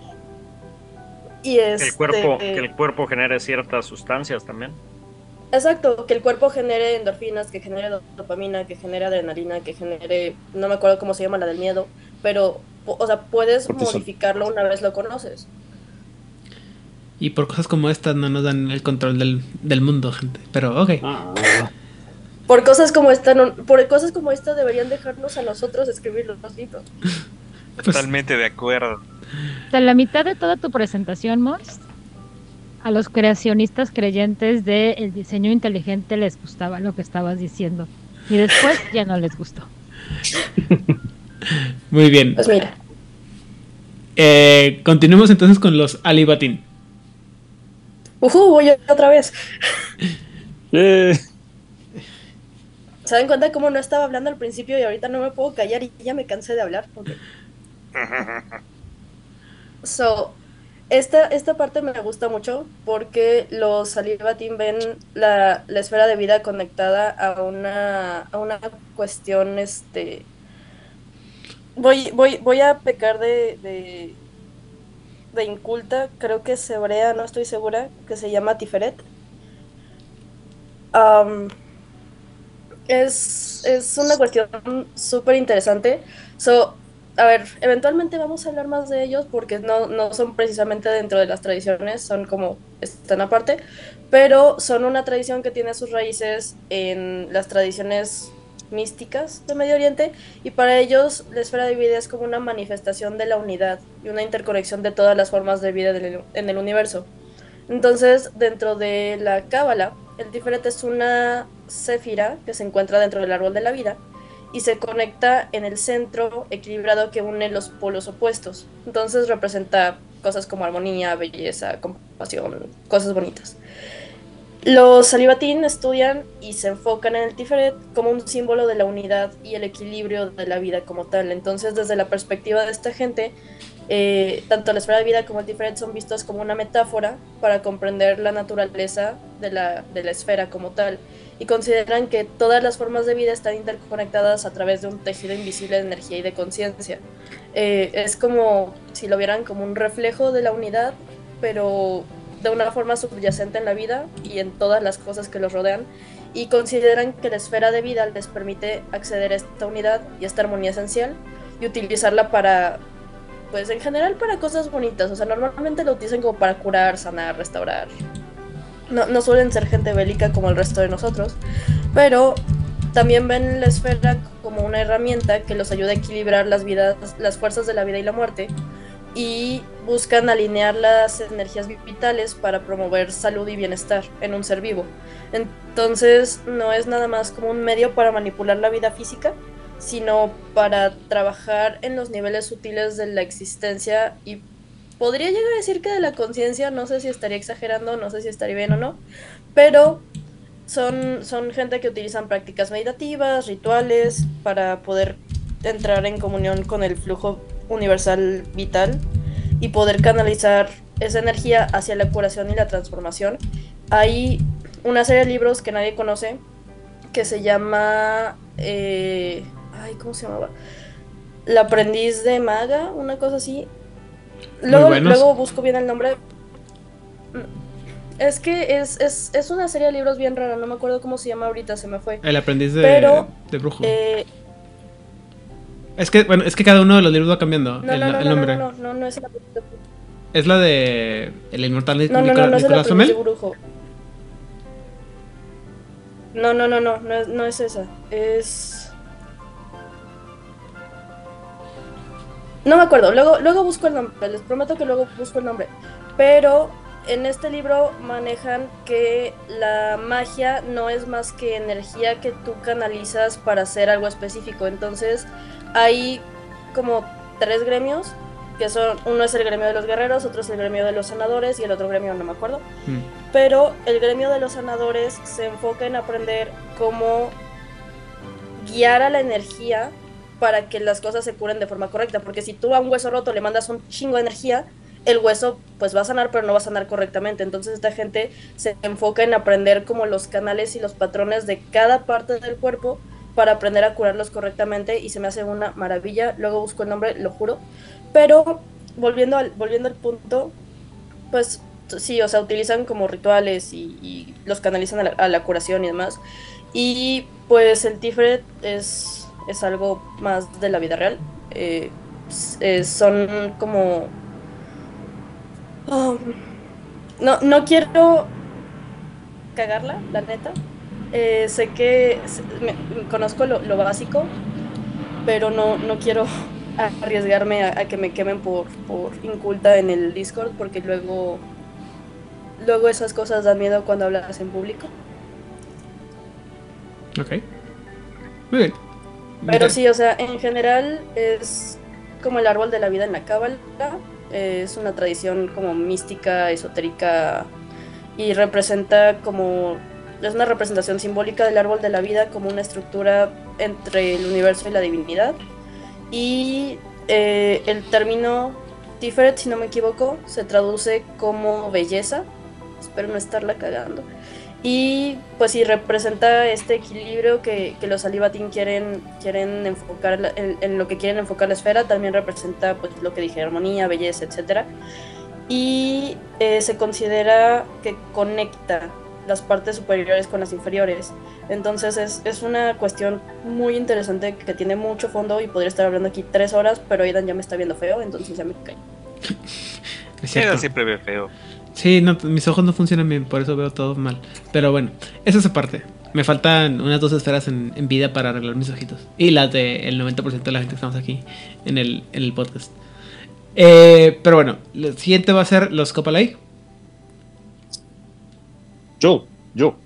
Y Que este, el cuerpo, que el cuerpo genere ciertas sustancias también. Exacto, que el cuerpo genere endorfinas, que genere dopamina, que genere adrenalina, que genere, no me acuerdo cómo se llama la del miedo, pero, o sea, puedes Cortisol. modificarlo una vez lo conoces. Y por cosas como estas no nos dan el control del, del mundo, gente. Pero, ok. Ah, Por cosas como esta, no, por cosas como esta deberían dejarnos a nosotros escribir los libros. Pues, Totalmente de acuerdo. Hasta la mitad de toda tu presentación, Mors, a los creacionistas creyentes del diseño inteligente les gustaba lo que estabas diciendo. Y después ya no les gustó. muy bien. Pues mira, Eh, continuemos entonces con los Alibatín. ujú, voy otra vez. eh, ¿Se dan cuenta cómo no estaba hablando al principio y ahorita no me puedo callar y ya me cansé de hablar? Okay. So, esta, esta parte me gusta mucho porque los Alibatín ven la, la esfera de vida conectada a una, a una cuestión, este... Voy, voy, voy a pecar de, de, de inculta, creo que es hebrea, no estoy segura, que se llama Tiferet. Um, es, es una cuestión súper interesante. So, a ver, eventualmente vamos a hablar más de ellos porque no, no son precisamente dentro de las tradiciones, son como, están aparte, pero son una tradición que tiene sus raíces en las tradiciones místicas de Medio Oriente, y para ellos la esfera de vida es como una manifestación de la unidad y una interconexión de todas las formas de vida del, en el universo. Entonces, dentro de la Cábala, el Tiferet es una céfira que se encuentra dentro del árbol de la vida y se conecta en el centro equilibrado que une los polos opuestos. Entonces representa cosas como armonía, belleza, compasión, cosas bonitas. Los Alibatín estudian y se enfocan en el Tiferet como un símbolo de la unidad y el equilibrio de la vida como tal. Entonces, desde la perspectiva de esta gente, eh, tanto la esfera de vida como el Tiferet son vistos como una metáfora para comprender la naturaleza de la, de la esfera como tal, y consideran que todas las formas de vida están interconectadas a través de un tejido invisible de energía y de conciencia. Eh, es como si lo vieran como un reflejo de la unidad, pero de una forma subyacente en la vida y en todas las cosas que los rodean, y consideran que la esfera de vida les permite acceder a esta unidad y esta armonía esencial y utilizarla para, pues en general para cosas bonitas. O sea, normalmente lo utilizan como para curar, sanar, restaurar. No, no suelen ser gente bélica como el resto de nosotros, pero también ven la esfera como una herramienta que los ayuda a equilibrar las vidas, las fuerzas de la vida y la muerte, y buscan alinear las energías vitales para promover salud y bienestar en un ser vivo. Entonces no es nada más como un medio para manipular la vida física, sino para trabajar en los niveles sutiles de la existencia, y podría llegar a decir que de la conciencia. No sé si estaría exagerando, no sé si estaría bien o no, pero son, son gente que utilizan prácticas meditativas, rituales, para poder entrar en comunión con el flujo universal vital y poder canalizar esa energía hacia la curación y la transformación. Hay una serie de libros que nadie conoce que se llama eh, ay, ¿cómo se llamaba? El aprendiz de maga, una cosa así. Luego, luego busco bien el nombre. Es que es, es, es una serie de libros bien rara, no me acuerdo cómo se llama ahorita, se me fue. El aprendiz de, Pero, de brujo. Eh, Es que, bueno, es que cada uno de los libros va cambiando no, el, no, no, el no, nombre. no, no, no, no es el aprendiz de brujo. Es la de El Inmortal No, no, Nicolás, no, no es el Nicolás aprendiz de Flamel. brujo. No, no, no, no, no es, no es esa. Es... No me acuerdo, luego, luego busco el nombre, les prometo que luego busco el nombre. Pero en este libro manejan que la magia no es más que energía que tú canalizas para hacer algo específico. Entonces hay como tres gremios, que son, uno es el gremio de los guerreros, otro es el gremio de los sanadores y el otro gremio no me acuerdo. Mm. Pero el gremio de los sanadores se enfoca en aprender cómo guiar a la energía para que las cosas se curen de forma correcta, porque si tú a un hueso roto le mandas un chingo de energía, el hueso pues va a sanar, pero no va a sanar correctamente. Entonces esta gente se enfoca en aprender como los canales y los patrones de cada parte del cuerpo para aprender a curarlos correctamente, y se me hace una maravilla. Luego busco el nombre, lo juro. Pero volviendo al, volviendo al punto, pues sí, o sea, utilizan como rituales y, y los canalizan a la, a la curación y demás. Y pues el Tiferet es, es algo más de la vida real. Eh, eh, son como... Oh, no, no quiero cagarla, la neta. Eh, sé que me, conozco lo, lo básico, pero no, no quiero arriesgarme a, a que me quemen por, por inculta en el Discord, porque luego, luego esas cosas dan miedo cuando hablas en público. Ok. Muy bien. Pero sí, o sea, en general es como el árbol de la vida en la Cábala. Eh, es una tradición como mística, esotérica, y representa como... es una representación simbólica del árbol de la vida como una estructura entre el universo y la divinidad. Y eh, el término Tiferet, si no me equivoco, se traduce como belleza. Espero no estarla cagando. Y pues sí, representa este equilibrio que, que los Alibatín quieren, quieren enfocar la, en, en lo que quieren enfocar la esfera. También representa pues lo que dije, armonía, belleza, etcétera. Y eh, se considera que conecta las partes superiores con las inferiores. Entonces es, es una cuestión muy interesante que tiene mucho fondo, y podría estar hablando aquí tres horas, pero Aidan ya me está viendo feo, entonces ya me caí. Aidan siempre ve feo. Sí, no, mis ojos no funcionan bien, por eso veo todo mal. Pero bueno, eso es aparte. Me faltan unas dos esferas en, en vida para arreglar mis ojitos. Y las del noventa por ciento de la gente que estamos aquí en el, en el podcast. Eh, pero bueno, el siguiente va a ser los Copalai. Yo, yo.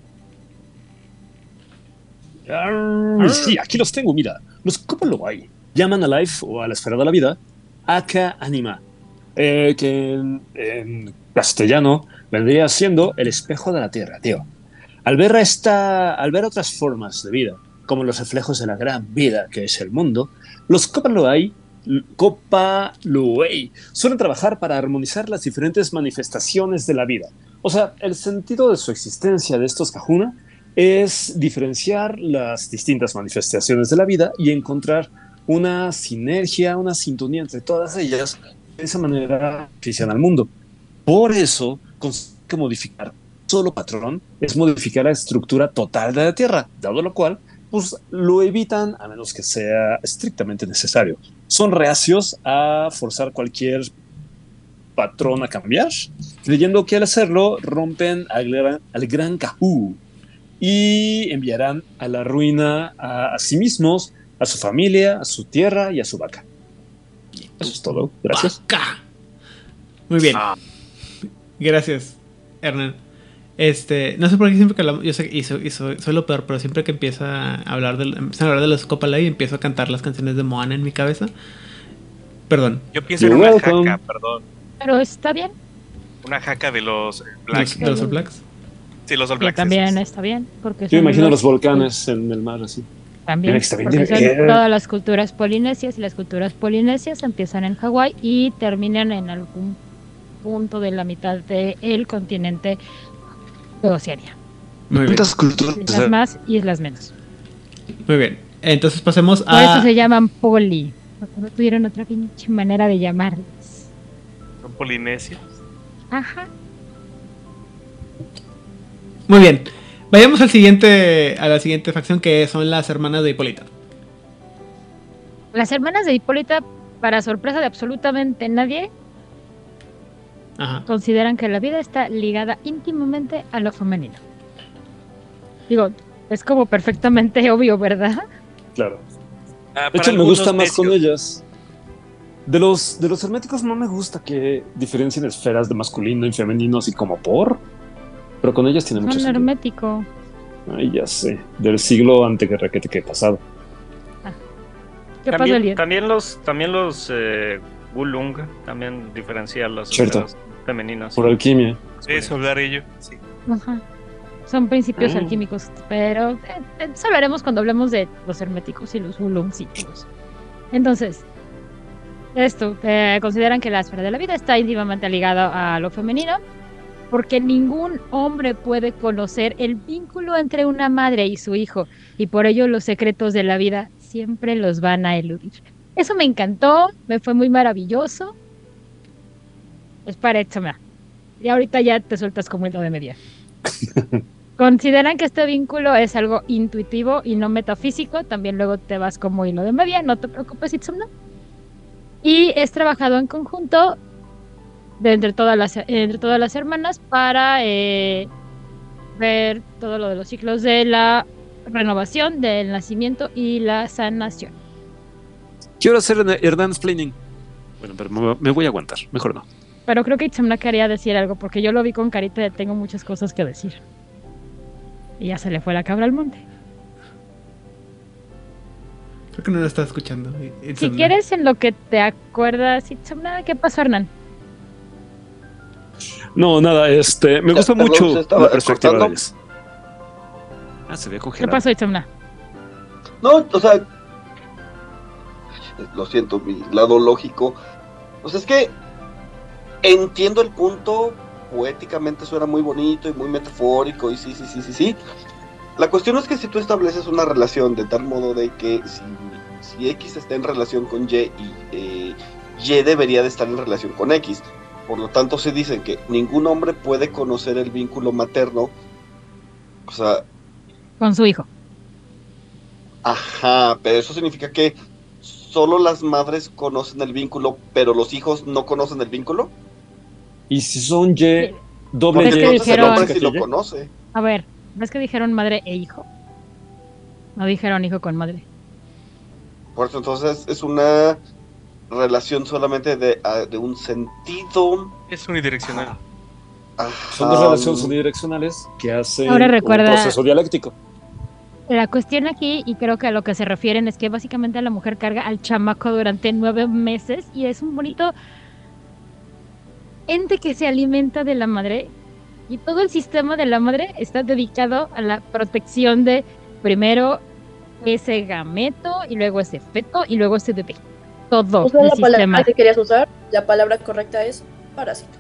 Ah, sí, aquí los tengo, mira. Los Copalai llaman a Life, o a la esfera de la vida, Aka Anima, eh, que en, en castellano vendría siendo el espejo de la tierra, tío. Al ver, esta, al ver otras formas de vida, como los reflejos de la gran vida que es el mundo, los Copalai Copalai suelen trabajar para armonizar las diferentes manifestaciones de la vida. O sea, el sentido de su existencia de estos Kahuna es diferenciar las distintas manifestaciones de la vida y encontrar una sinergia, una sintonía entre todas ellas. De esa manera benefician al mundo. Por eso, que modificar un solo patrón es modificar la estructura total de la Tierra, dado lo cual, pues lo evitan a menos que sea estrictamente necesario. Son reacios a forzar cualquier patrón a cambiar, creyendo que al hacerlo rompen al gran, al gran Kahu y enviarán a la ruina a, a sí mismos, a su familia, a su tierra y a su vaca. Eso es todo. Gracias. Vaca. Muy bien. Gracias, Hernán. Este, no sé por qué siempre que hablamos, yo sé, y, soy, y soy, soy lo peor, pero siempre que empieza a hablar de, empieza a hablar de los Copalai, empiezo a cantar las canciones de Moana en mi cabeza. Perdón. Yo pienso en una jaca, perdón. Pero está bien. Una jaca de los Blacks. ¿De los All Blacks? Sí, los All Blacks. Que también está bien. Porque yo imagino los, los volcanes en el mar así. También, bien, porque son eh. todas las culturas polinesias, y las culturas polinesias empiezan en Hawái y terminan en algún punto de la mitad del continente de Oceanía. Muy bien. Islas más y islas menos. Muy bien. Entonces pasemos a... Por eso se llaman poli. Porque no tuvieron otra pinche manera de llamarlas. Son polinesios. Ajá. Muy bien. Vayamos al siguiente, a la siguiente facción, que son las hermanas de Hipólita. Las hermanas de Hipólita, para sorpresa de absolutamente nadie, Ajá. consideran que la vida está ligada íntimamente a lo femenino. Digo, es como perfectamente obvio, ¿verdad? Claro. Ah, de hecho, me gusta más con ellas. De los, de los herméticos no me gusta que diferencien esferas de masculino y femenino así como por... Pero con ellas tiene mucho sentido. Son hermético. Ay, ya sé. Del siglo anteguerraquete que he pasado. Ah. ¿Qué también, pasó, Eliel? También los, también los eh, Gulung también diferencian las Cierto. esferas femeninas. Por alquimia. Sí, soldarillo. Sí. Ajá. Son principios Ah. alquímicos, pero eh, eh, eso hablaremos cuando hablemos de los herméticos y los Gulung. Entonces, esto, eh, consideran que la esfera de la vida está íntimamente ligada a lo femenino, porque ningún hombre puede conocer el vínculo entre una madre y su hijo, y por ello los secretos de la vida siempre los van a eludir. Eso me encantó, me fue muy maravilloso. Es para échame. Y ahorita ya te sueltas como hilo de media. Consideran que este vínculo es algo intuitivo y no metafísico. También luego te vas como hilo de media, no te preocupes, Itzumna. Y es trabajado en conjunto de entre todas las, entre todas las hermanas para eh, ver todo lo de los ciclos de la renovación, del nacimiento y la sanación. Quiero hacer Hernán Splaining. Bueno, pero me, me voy a aguantar. Mejor no. Pero creo que Itzumna quería decir algo, porque yo lo vi con carita de tengo muchas cosas que decir. Y ya se le fue la cabra al monte. Creo que no lo está escuchando. Itzumna. Si quieres, en lo que te acuerdas, Itzumna, ¿qué pasó, Hernán? No, nada, este, me gusta Perdón, mucho se estaba la perspectiva de cortando. ellos. Ah, se ve ¿Qué congelado. pasó, Itzumna? No, o sea, lo siento, mi lado lógico. O sea, es que entiendo el punto, poéticamente suena muy bonito y muy metafórico, y sí, sí, sí, sí, sí. La cuestión es que si tú estableces una relación de tal modo de que si, si X está en relación con Y, y eh, Y debería de estar en relación con X. Por lo tanto, se dicen que ningún hombre puede conocer el vínculo materno. O sea, Con su hijo. ajá, pero eso significa que solo las madres conocen el vínculo, pero los hijos no conocen el vínculo. Y si son Y, doble Es Porque que Y. entonces el dijeron- hombre sí lo conoce. A ver, ¿ves que dijeron madre e hijo? No dijeron hijo con madre. Por eso entonces es una relación solamente de, ah, de un sentido. Es unidireccional. Ajá. Son dos relaciones unidireccionales que hacen Ahora recuerda- un proceso dialéctico. La cuestión aquí, y creo que a lo que se refieren, es que básicamente la mujer carga al chamaco durante nueve meses y es un bonito ente que se alimenta de la madre, y todo el sistema de la madre está dedicado a la protección de primero ese gameto y luego ese feto y luego ese bebé. Todo Usa el la palabra sistema. que querías usar. La palabra correcta es parásito.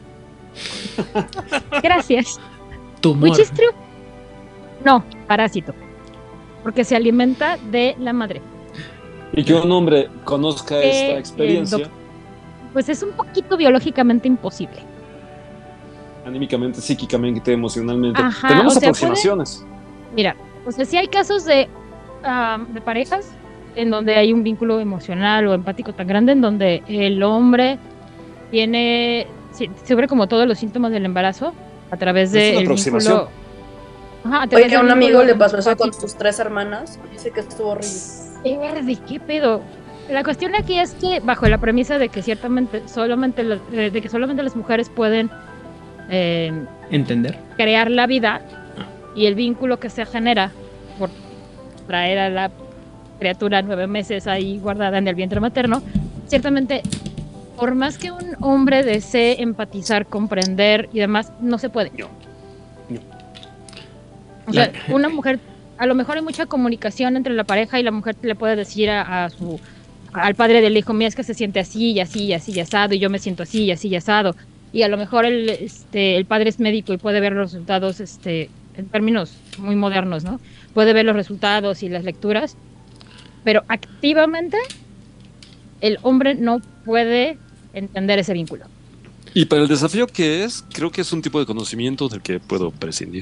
Gracias. Tumor. Which is true. No, parásito. Porque se alimenta de la madre. Y que un hombre conozca Eh, esta el experiencia, doc- Pues es un poquito biológicamente imposible. anímicamente, psíquicamente, emocionalmente. Ajá, Tenemos o sea, aproximaciones. Mira, o sea, sí hay casos de, ah, de parejas en donde hay un vínculo emocional o empático tan grande en donde el hombre tiene, sí, sufre como todos los síntomas del embarazo a través Es de una el aproximación. vínculo. Ajá, a través Oye, a del un amigo vínculo le pasó eso con empático. sus tres hermanas. Dice que estuvo horrible. Verde, ¿qué pedo? La cuestión aquí es que bajo la premisa de que ciertamente solamente las- eh, de que solamente las mujeres pueden eh, Entender. crear la vida y el vínculo que se genera por traer a la criatura nueve meses ahí guardada en el vientre materno, ciertamente por más que un hombre desee empatizar, comprender y demás, no se puede. No, no. O sea, una mujer, a lo mejor hay mucha comunicación entre la pareja y la mujer le puede decir a, a su al padre del hijo, mira, es que se siente así y así y así y asado, y yo me siento así y así y asado. Y a lo mejor el, este, el padre es médico y puede ver los resultados este, en términos muy modernos, ¿no? Puede ver los resultados y las lecturas, pero activamente el hombre no puede entender ese vínculo. Y para el desafío que es, creo que es un tipo de conocimiento del que puedo prescindir.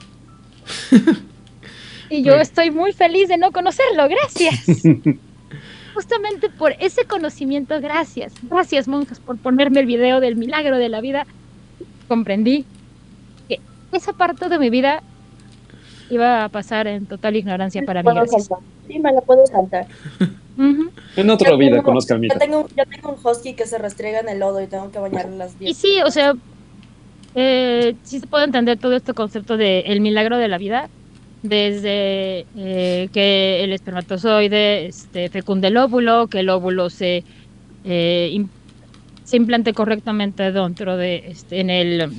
Y yo estoy muy feliz de no conocerlo, gracias. Justamente por ese conocimiento, gracias. Gracias, monjas, por ponerme el video del milagro de la vida. Comprendí que esa parte de mi vida iba a pasar en total ignorancia para mí. Puedo Gracias. saltar. Sí, me la puedo saltar. Ujú. En otra Yo vida tengo- conozca al Yo mito. tengo, yo tengo un husky que se restriega en el lodo y tengo que bañarlo a las Y diez. sí, o sea, eh, sí se puede entender todo este concepto de el milagro de la vida, desde eh, que el espermatozoide este, fecunde el óvulo, que el óvulo se, eh, im- se implante correctamente dentro de, este, en el,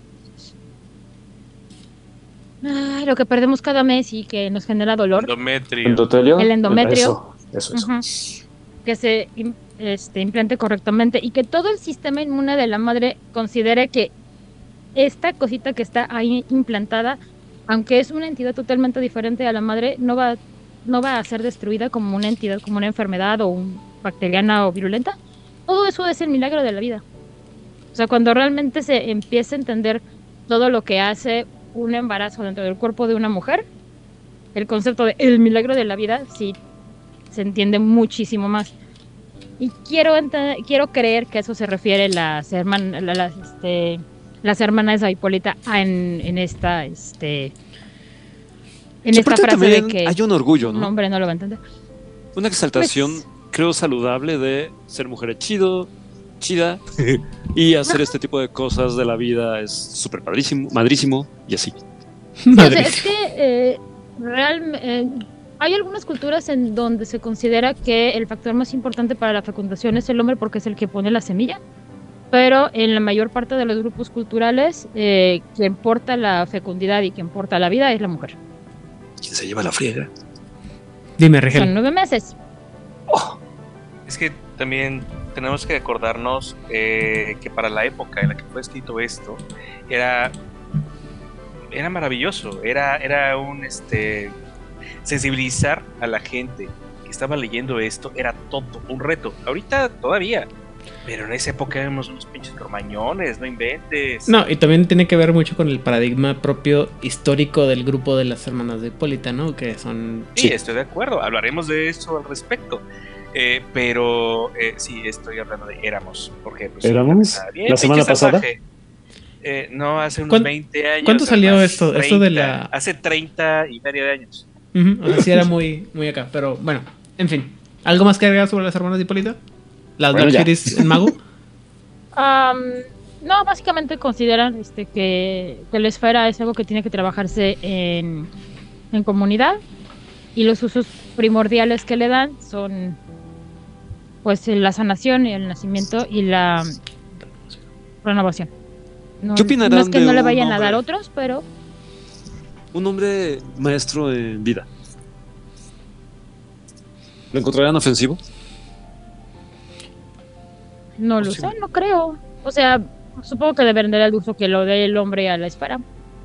ay, lo que perdemos cada mes y que nos genera dolor. Endometrio. ¿Endotelio? El endometrio. Eso, eso, eso. Ujú. que se este, implante correctamente y que todo el sistema inmune de la madre considere que esta cosita que está ahí implantada, aunque es una entidad totalmente diferente a la madre, no va, no va a ser destruida como una entidad, como una enfermedad o un bacteriana o virulenta. Todo eso es el milagro de la vida. O sea, cuando realmente se empieza a entender todo lo que hace un embarazo dentro del cuerpo de una mujer, el concepto de el milagro de la vida sí se entiende muchísimo más. Y quiero entender, quiero creer que eso se refiere las hermanas, las, este, las hermanas de Hipólita en, en esta, este, en Sí, esta aparte frase de también que hay un orgullo, ¿no? un hombre no lo va a entender. Una exaltación, Pues- creo, saludable de ser mujer chido, chida, y hacer este tipo de cosas de la vida es súper padrísimo, madrísimo, y así. Sí, o Madre. sea, es que eh, real- eh, hay algunas culturas en donde se considera que el factor más importante para la fecundación es el hombre porque es el que pone la semilla, pero en la mayor parte de los grupos culturales eh, quien porta la fecundidad y quien porta la vida es la mujer. ¿Quién se lleva la friega? Dime, Son Rigel. nueve meses. Es que también tenemos que acordarnos eh, que para la época en la que fue escrito esto, era, era maravilloso, era, era un este sensibilizar a la gente que estaba leyendo esto, era todo un reto. Ahorita todavía, pero en esa época éramos unos pinches cromañones, no inventes. No, y también tiene que ver mucho con el paradigma propio histórico del grupo de las hermanas de Hipólita, ¿no? Que son... Sí, estoy de acuerdo, hablaremos de eso al respecto. Eh, pero eh, sí, estoy hablando de éramos. Porque, pues, ¿Éramos? ah, bien, ¿La semana pinche pasada? salvaje. Eh, no, hace unos ¿Cuán- veinte años. cuánto salió además, esto? Esto de la- Hace treinta y medio de años. Ujú, o sea, sí era muy, muy acá, pero bueno, en fin. ¿Algo más que agregar sobre las hermanas de Hipólita? ¿Las Bueno, ya. Valkyries en Mago? Am, no, básicamente consideran este, que, que la esfera es algo que tiene que trabajarse en, en comunidad y los usos primordiales que le dan son pues la sanación y el nacimiento y la renovación. No, ¿Qué opinarán no es que de no le un vayan a dar hombre? otros, pero Un hombre maestro en vida. ¿Lo encontrarán ofensivo? no lo sé, no creo. O sea, supongo que deberán dar el uso que lo dé el hombre a la esfera.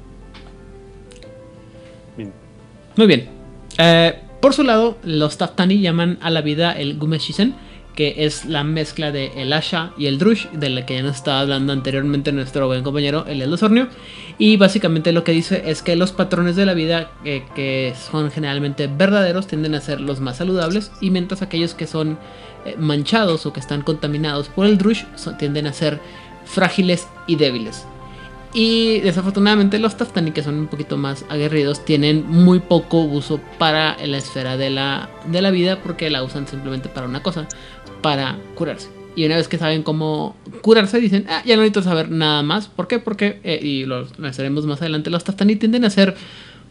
Muy bien. Eh, por su lado, los Taftani llaman a la vida el Gumeshisen, que es la mezcla de el Asha y el Drush, de la que ya nos estaba hablando anteriormente nuestro buen compañero Eliel Osornio. Y básicamente lo que dice es que los patrones de la vida eh, que son generalmente verdaderos tienden a ser los más saludables, y mientras aquellos que son eh, manchados o que están contaminados por el Drush son- tienden a ser frágiles y débiles. Y desafortunadamente los Taftani, que son un poquito más aguerridos, tienen muy poco uso para la esfera de la, de la vida, porque la usan simplemente para una cosa, para curarse. Y una vez que saben cómo curarse, dicen, ah, ya no necesito saber nada más. ¿Por qué? Porque, eh, y lo veremos más adelante, los Taftani tienden a ser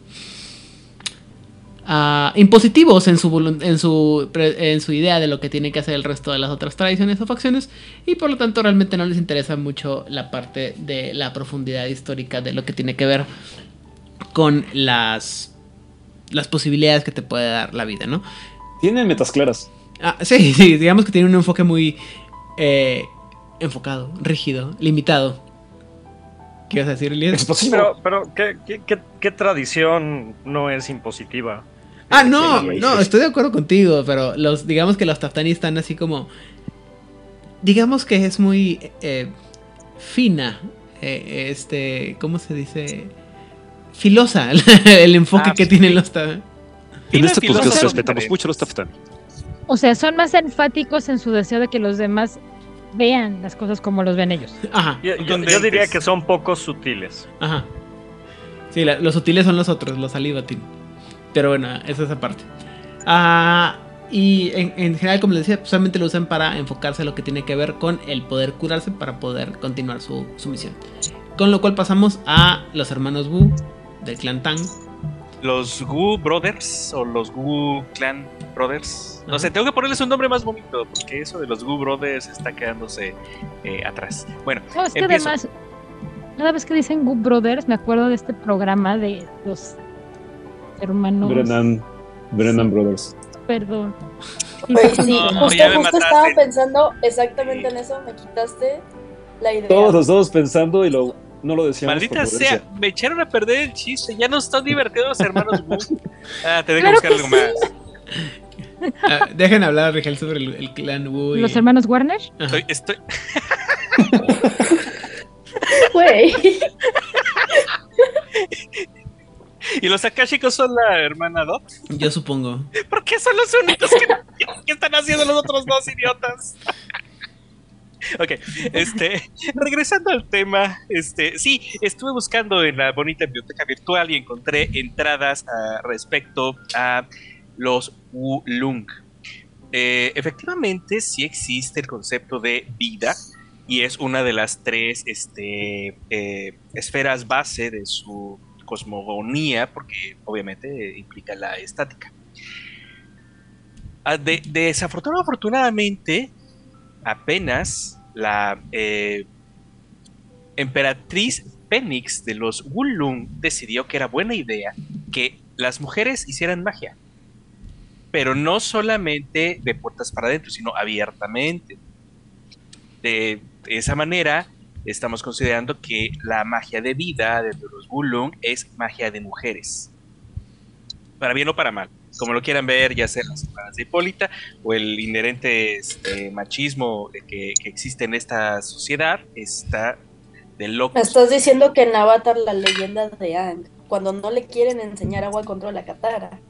ah, impositivos en su, volun- en, su, pre- en su idea de lo que tiene que hacer el resto de las otras tradiciones o facciones, y por lo tanto realmente no les interesa mucho la parte de la profundidad histórica de lo que tiene que ver con las, las posibilidades que te puede dar la vida, ¿no? Tienen metas claras. Ah, sí, sí, digamos que tiene un enfoque muy eh, enfocado, rígido, limitado. ¿Qué ibas a decir, Elias? Explosivo. Pero, pero ¿qué, qué, qué, qué tradición no es impositiva? Ah, no, Sí, no, sí. estoy de acuerdo contigo, pero los, digamos que los Taftani están así como, digamos que es muy eh, fina, eh, este, ¿cómo se dice? Filosa el enfoque Ah, que sí. tienen los Taftani. En este Filoso, podcast pero- respetamos mucho a los Taftani. O sea, son más enfáticos en su deseo de que los demás vean las cosas como los ven ellos. Ajá, Yo, yo- yo Contundentes. diría que son poco sutiles. ajá. Sí, la- los sutiles son los otros, los Alibatin. Pero bueno, esa es aparte. Ah, y en, en general, como les decía, pues, solamente lo usan para enfocarse a lo que tiene que ver con el poder curarse para poder continuar su, su misión. Con lo cual pasamos a los hermanos Wu del clan Tang. Los Gu Brothers o los Gu Clan Brothers. No Ajá. sé, tengo que ponerles un nombre más bonito porque eso de los Gu Brothers está quedándose eh, atrás. Bueno, No, es que empiezo. además, cada vez que dicen Good Brothers, me acuerdo de este programa de los hermanos. Brennan, Brennan Brothers. Perdón. Pues sí, No, justo, ya me justo mataste. estaba pensando exactamente en eso, me quitaste la idea. Todos lo estamos pensando y lo, no lo decíamos. Maldita por prudencia. sea, me echaron a perder el chiste. Ya no están divertidos los hermanos Wu. Ah, te dejo Claro buscar que algo sí. más. Ah, dejen hablar a Rigel sobre el, el clan Wu. y- ¿Los hermanos Warner? Estoy, estoy... Güey. ¿Y los Akashicos son la hermana Dot? Yo supongo. ¿Por qué son los únicos que, que están haciendo los otros dos idiotas? Ok, este, regresando al tema, este, sí, estuve buscando en la bonita biblioteca virtual y encontré entradas ah, respecto a los Wulung. Eh, efectivamente, sí existe el concepto de vida y es una de las tres este, eh, esferas base de su cosmogonía, porque obviamente implica la estática. Ah, de, desafortunadamente, afortunadamente, apenas la eh, emperatriz Fénix de los Wulung decidió que era buena idea que las mujeres hicieran magia, pero no solamente de puertas para adentro, sino abiertamente. De esa manera, estamos considerando que la magia de vida de los Wulung es magia de mujeres. Para bien o para mal, como lo quieran ver, ya sea las hermanas de Hipólita o el inherente este, machismo de que, que existe en esta sociedad, está de Me locos. estás diciendo que en Avatar la leyenda de Aang, cuando no le quieren enseñar agua contra la Katara.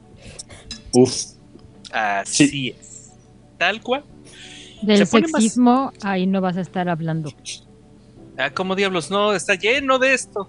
Uf. Así Sí. es. Tal cual. Del Se pone más- sexismo, ahí no vas a estar hablando. Ah, como diablos, no, está lleno de esto.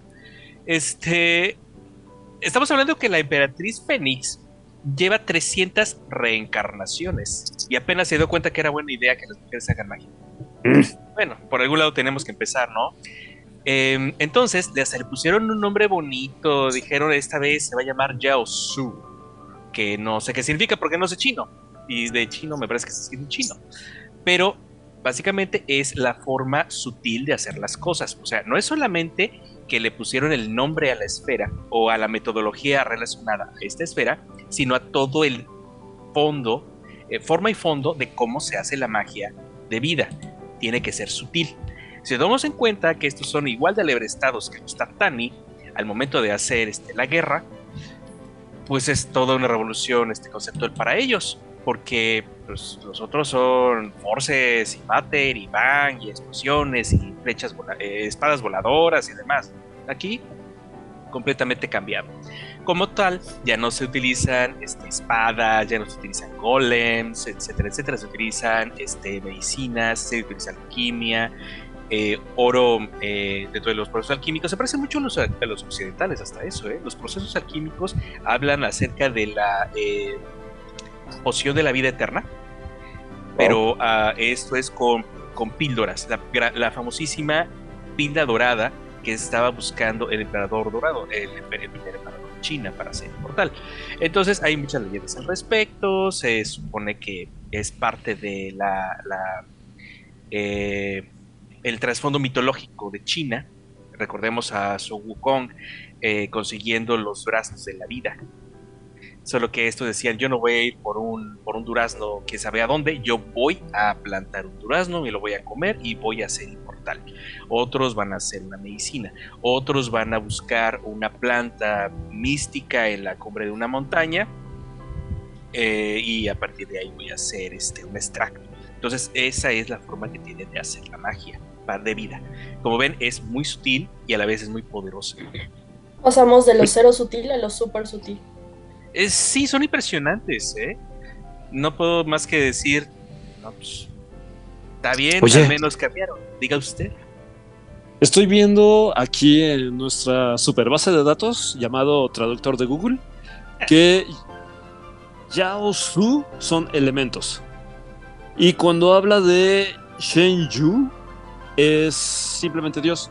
Este. Estamos hablando que la emperatriz Fénix lleva trescientas reencarnaciones y apenas se dio cuenta que era buena idea que las mujeres hagan magia. Bueno, por algún lado tenemos que empezar, ¿no? Eh, entonces, le, hasta le pusieron un nombre bonito. Dijeron, esta vez se va a llamar Yao Su, que no sé qué significa porque no sé chino. Y de chino me parece que se escribe en chino. Pero básicamente es la forma sutil de hacer las cosas. O sea, no es solamente que le pusieron el nombre a la esfera o a la metodología relacionada a esta esfera, sino a todo el fondo, eh, forma y fondo de cómo se hace la magia de vida. Tiene que ser sutil. Si tomamos en cuenta que estos son igual de alebrestados que los Tartani al momento de hacer este, la guerra, pues es toda una revolución este conceptual para ellos, porque pues, los otros son forces y mater y bang y explosiones y flechas vola- eh, espadas voladoras y demás. Aquí completamente cambiado. Como tal, ya no se utilizan este, espadas, ya no se utilizan golems, etcétera, etcétera. Se utilizan este, medicinas, se utiliza alquimia, eh, oro eh, dentro de los procesos alquímicos. Se parece mucho a los, a los occidentales hasta eso, ¿eh? Los procesos alquímicos hablan acerca de la eh, poción de la vida eterna, pero uh, esto es con, con píldoras, la, la famosísima píldora dorada que estaba buscando el emperador dorado, el, el primer emperador de China para ser inmortal. Entonces hay muchas leyendas al respecto. Se supone que es parte de la, la eh, el trasfondo mitológico de China. Recordemos a Sun Wukong eh, consiguiendo los brazos de la vida. Solo que estos decían, yo no voy a ir por un, por un durazno que sabe a dónde, yo voy a plantar un durazno, me lo voy a comer y voy a ser inmortal. Otros van a hacer una medicina, otros van a buscar una planta mística en la cumbre de una montaña eh, y a partir de ahí voy a hacer este, un extracto. Entonces esa es la forma que tiene de hacer la magia de vida. Como ven, es muy sutil y a la vez es muy poderosa. Pasamos de lo cero sutil a lo súper sutil. Es, sí, son impresionantes, ¿eh? No puedo más que decir, no, pues, está bien, Oye. al menos cambiaron. Diga usted. Estoy viendo aquí en nuestra super base de datos llamado traductor de Google que Yao Su son elementos. Y cuando habla de Shen Yu es simplemente Dios.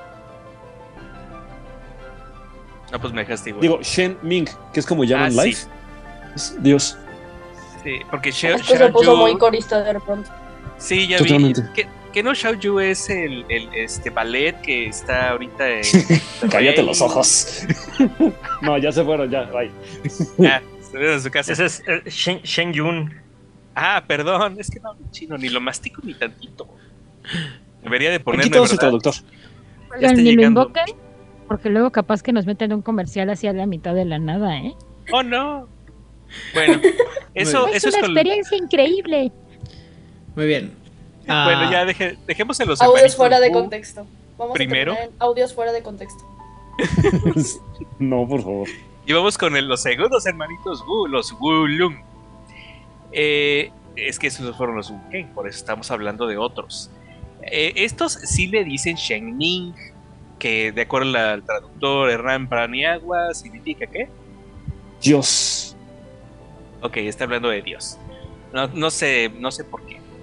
No, pues me dejaste igual. Digo, Shen Ming, que es como llaman Ah, Life. sí. Es Dios. Sí, porque Xiao, Esto se Xiao puso Yu- muy corista de repente. Sí, ya Totalmente. vi. Que, que no, Xiao Yu es el, el este ballet que está ahorita en... Cállate los ojos. No, ya se fueron, ya, bye. Ah, Saliendo de su casa. Ese es eh, Shen, Shen Yun. Ah, perdón, es que no hablo chino, ni lo mastico ni tantito. Debería de ponerme, Aquí tenemos el ¿verdad? traductor. Ya Oigan, está ni lo llegando. invoquen, porque luego capaz que nos meten un comercial hacia la mitad de la nada, ¿eh? Oh, no. Bueno, eso, Es eso es una con... experiencia increíble. Muy bien. Bueno, Ah, ya deje- dejemos en los Audios hermanitos fuera de Wu. contexto. Vamos primero. a terminar en audios fuera de contexto. No, por favor. Y vamos con el- los segundos hermanitos Wu, los Wu-Lung. Eh, es que esos fueron los Wu-Ken, por eso estamos hablando de otros. Eh, estos sí le dicen Shen Ning, que de acuerdo al traductor Hernán Paniagua, ¿significa qué? Dios. Ok, está hablando de Dios. No, no sé, no sé por qué.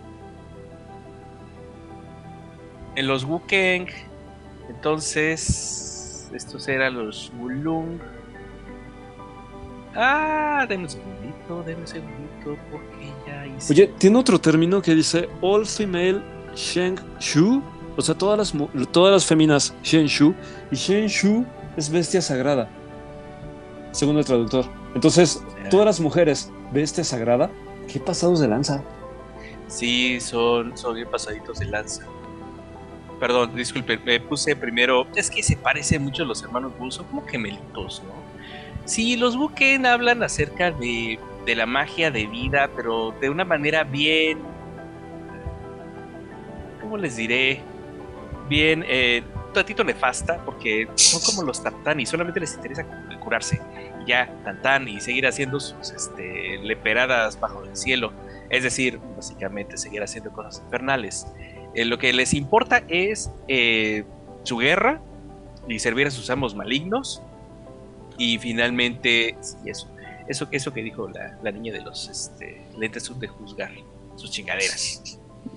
En los Wu-Ken, entonces, estos eran los Wu-Lung. Ah, denme un segundito, denme un segundito, porque ya hice... Oye, tiene otro término que dice All Female Sheng Shu. O sea, todas las, mu- todas las féminas Shen Shu. Y Shen Shu es bestia sagrada, según el traductor. Entonces, todas las mujeres bestia sagrada. ¿Qué pasados de lanza? Sí, son, son bien pasaditos de lanza. Perdón, disculpe, me puse primero. Es que se parecen mucho los hermanos Wu, son como gemelitos, ¿no? Sí, los Wu-Ken hablan acerca de, de la magia de vida, pero de una manera bien. ¿Cómo les diré? Bien, eh, un ratito nefasta, porque son como los Tantani, solamente les interesa cu- curarse. Y ya, Tantan, y seguir haciendo sus este, leperadas bajo el cielo. Es decir, básicamente seguir haciendo cosas infernales. Eh, lo que les importa es eh, su guerra y servir a sus amos malignos. Y finalmente, sí, eso, eso, eso que dijo la, la niña de los este, lentes de juzgar, sus chingaderas.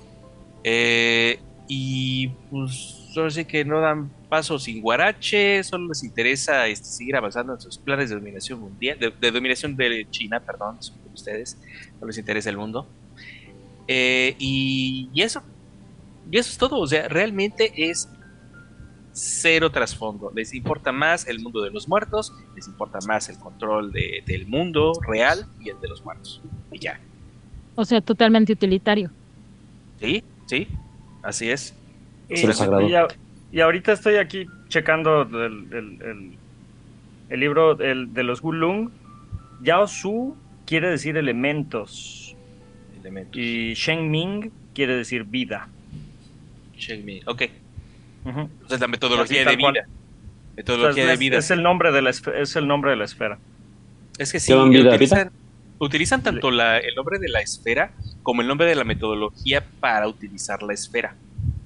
Eh, y pues, solo sé que no dan paso sin guarache, solo les interesa este, seguir avanzando en sus planes de dominación mundial, de, de dominación de China, perdón, son ustedes, no les interesa el mundo. Eh, y, y eso, y eso es todo, o sea, realmente es cero trasfondo. Les importa más el mundo de los muertos, les importa más el control de, del mundo real y el de los muertos. Y ya. O sea, totalmente utilitario. Sí, sí, así es. Y, Cero sagrado. y a- y ahorita estoy aquí checando el, el- el- el libro el- de los Wu-Lung. Yao Su quiere decir elementos Elementos. y Shen Ming quiere decir vida. Shen Ming. Ok, Ujú. entonces la metodología Así, tal de cual. vida. O sea, Metodología es, de vida. es el nombre de la esfe- es el nombre de la esfera. Es que sí, ¿Llaman vida utilizan, utilizan tanto la, el nombre de la esfera como el nombre de la metodología para utilizar la esfera.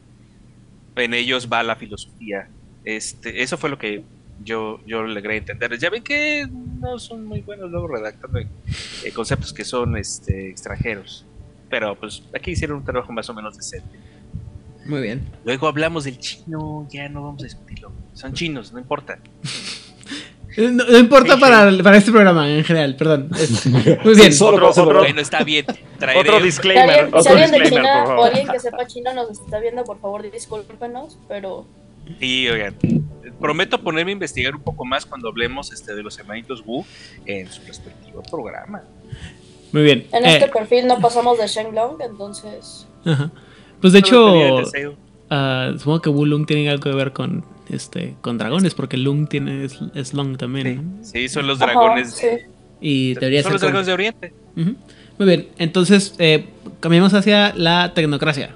En ellos va la filosofía. Este, eso fue lo que yo, yo logré entender. Ya ven que no son muy buenos luego redactando eh, conceptos que son este, extranjeros. Pero pues aquí hicieron un trabajo más o menos decente. muy bien. Luego hablamos del chino, ya no vamos a discutirlo. Son chinos, no importa. No, no importa para, para este programa en general, perdón. Es- muy bien. Solo Otro- para celebrar. otro- Bueno, está bien. Traeré- Otro Si disclaimer. alguien, si Otro alguien de disclaimer, China por o favor. alguien que sepa chino nos está viendo, por favor, discúlpenos, pero Sí, oigan. Prometo ponerme a investigar un poco más cuando hablemos este, de los hermanitos Wu en su respectivo programa. Muy bien. en Eh, este perfil no pasamos de Shenlong, entonces ajá. Pues de Solo tenía el hecho, deseo. ah, supongo que Wu-Lung tiene algo que ver con este con dragones, porque Lung tiene es, es Long también. ¿no? Sí, son los Ajá, dragones. sí. de- Y debería son ser los como- dragones de Oriente. Ujú. Muy bien, entonces eh, cambiamos hacia la tecnocracia.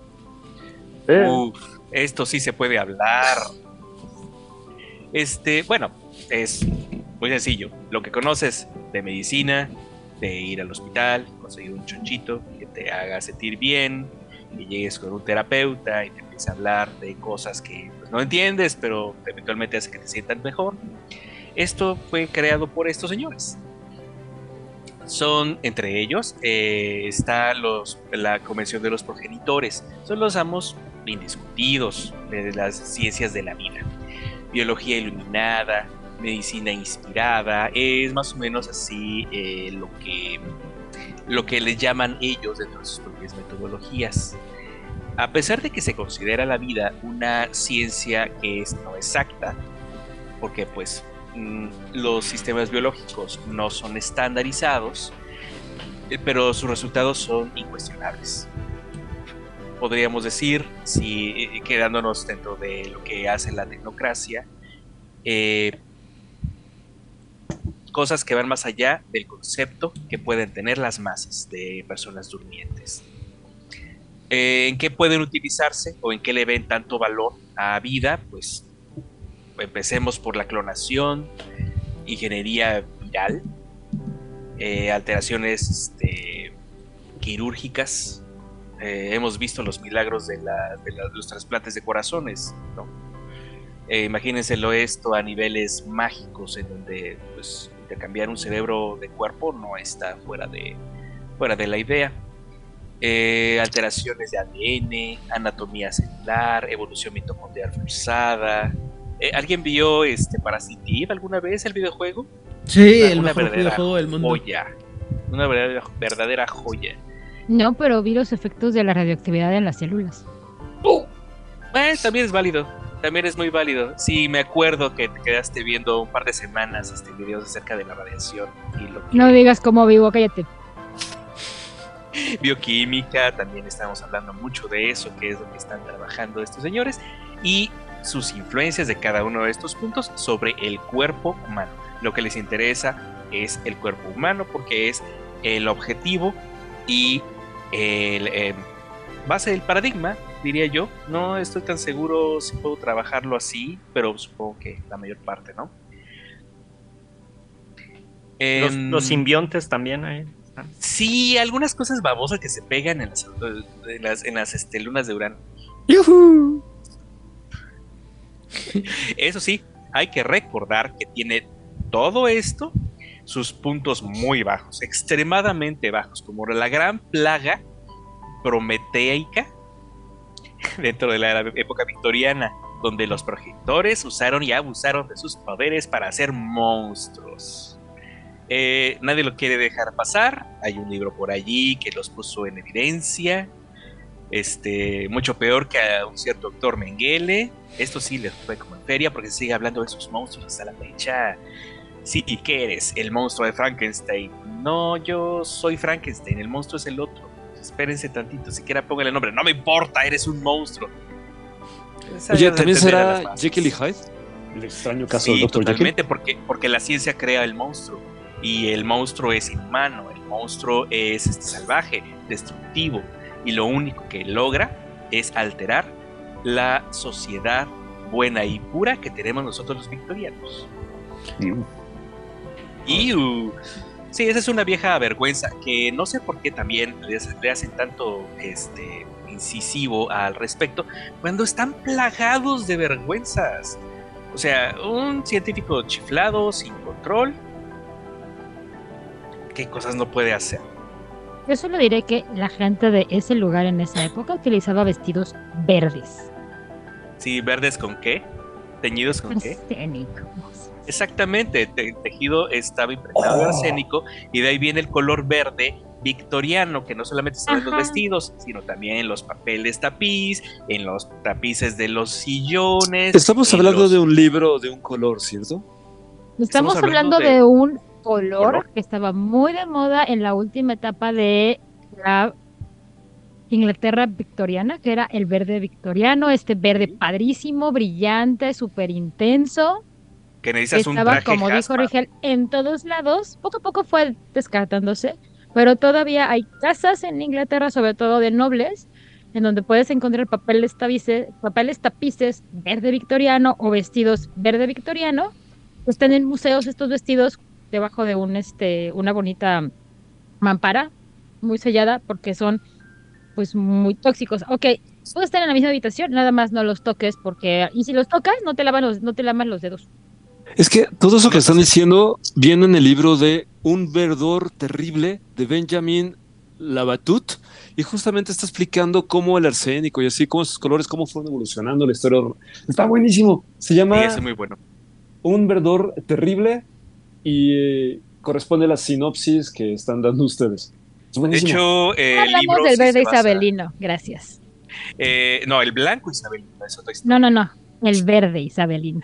Uf, esto sí se puede hablar. Este, bueno, es muy sencillo. Lo que conoces de medicina, de ir al hospital, conseguir un chonchito que te haga sentir bien, que llegues con un terapeuta y te empiece a hablar de cosas que pues, no entiendes, pero eventualmente hace que te sientas mejor. Esto fue creado por estos señores. Son, entre ellos, eh, está los, la Convención de los Progenitores. Son los amos indiscutidos de las ciencias de la vida. Biología iluminada, medicina inspirada, es más o menos así eh, lo que lo que les llaman ellos dentro de sus propias metodologías. A pesar de que se considera la vida una ciencia que es no exacta, porque pues mm, los sistemas biológicos no son estandarizados, eh, pero sus resultados son incuestionables. Podríamos decir, si eh, quedándonos dentro de lo que hace la tecnocracia, eh, cosas que van más allá del concepto que pueden tener las masas de personas durmientes. Eh, ¿En qué pueden utilizarse o en qué le ven tanto valor a vida? Pues empecemos por la clonación, ingeniería viral, eh, alteraciones este, quirúrgicas. Eh, hemos visto los milagros de, la, de, la, de los trasplantes de corazones, ¿no? Eh, imagínenselo esto a niveles mágicos, en donde pues, intercambiar un cerebro de cuerpo no está fuera de, fuera de la idea. Eh, alteraciones de A D N, anatomía celular, evolución mitocondrial forzada. Eh, ¿Alguien vio este Parasitive alguna vez, el videojuego? Sí, una, el una mejor videojuego del mundo. Joya, una verdadera, verdadera joya. No, pero vi los efectos de la radioactividad en las células. Uh, eh, también es válido, también es muy válido. Sí, me acuerdo que te quedaste viendo un par de semanas este, videos acerca de la radiación y lo que... No digas cómo vivo, cállate. Bioquímica, también estamos hablando mucho de eso, que es lo que están trabajando estos señores, y sus influencias de cada uno de estos puntos sobre el cuerpo humano. Lo que les interesa es el cuerpo humano porque es el objetivo y el eh, base del paradigma, diría yo. No estoy tan seguro si puedo trabajarlo así, pero supongo que la mayor parte, ¿no? Los, En... los simbiontes también ahí. Sí, algunas cosas babosas que se pegan en las, en las, en las este, lunas de Urano. ¡Yuhu! Eso sí, hay que recordar que tiene todo esto sus puntos muy bajos, extremadamente bajos, como la gran plaga prometeica dentro de la época victoriana, donde los progenitores usaron y abusaron de sus poderes para hacer monstruos. Eh, nadie lo quiere dejar pasar. Hay un libro por allí que los puso en evidencia. Este, mucho peor que a un cierto doctor Mengele. Esto sí les fue como en feria porque se sigue hablando de esos monstruos hasta la fecha. Sí, ¿qué eres? El monstruo de Frankenstein. No, yo soy Frankenstein, el monstruo es el otro. Espérense tantito, siquiera póngale el nombre. No me importa, eres un monstruo. Oye, ¿también será Jekyll y Hyde? El extraño caso sí, del doctor totalmente, Jekyll. porque, porque la ciencia crea el monstruo. Y el monstruo es inhumano, el monstruo es este, salvaje, destructivo. Y lo único que logra es alterar la sociedad buena y pura que tenemos nosotros los victorianos. Iu. Iu. Sí, esa es una vieja vergüenza que no sé por qué también le, le hacen tanto este, incisivo al respecto cuando están plagados de vergüenzas. O sea, un científico chiflado, sin control, ¿qué cosas no puede hacer? Yo solo diré que la gente de ese lugar en esa época utilizaba vestidos verdes. Sí, ¿verdes con qué? ¿Teñidos con qué? Arsénico. Exactamente, el tejido estaba impregnado de arsénico y de ahí viene el color verde victoriano, que no solamente está en los vestidos, sino también en los papeles tapiz, en los tapices de los sillones. Estamos hablando los... de un libro de un color, ¿cierto? Estamos, Estamos hablando, hablando de... de un color, color que estaba muy de moda en la última etapa de la Inglaterra victoriana, que era el verde victoriano, este verde padrísimo, brillante, súper intenso. Que necesitas un estaba, traje como Haspa. Dijo Rigel, en todos lados. Poco a poco fue descartándose, pero todavía hay casas en Inglaterra, sobre todo de nobles, en donde puedes encontrar papeles tapices, papeles tapices verde victoriano o vestidos verde victoriano. Están en museos estos vestidos debajo de un este una bonita mampara muy sellada porque son pues muy tóxicos. Ok, puedes estar en la misma habitación, nada más no los toques porque y si los tocas no te lavan los no te lamas los dedos. Es que todo eso que están diciendo viene en el libro de Un verdor terrible de Benjamin Labatut y justamente está explicando cómo el arsénico y así, cómo esos colores, cómo fueron evolucionando la historia. Está buenísimo. Se llama sí, es muy bueno. Un verdor terrible y eh, corresponde a la sinopsis que están dando ustedes. Es buenísimo. De hecho, eh, hablamos el libro del verde sí isabelino, gracias. Eh, no, el blanco isabelino es otra No, historia. no, no, el verde isabelino.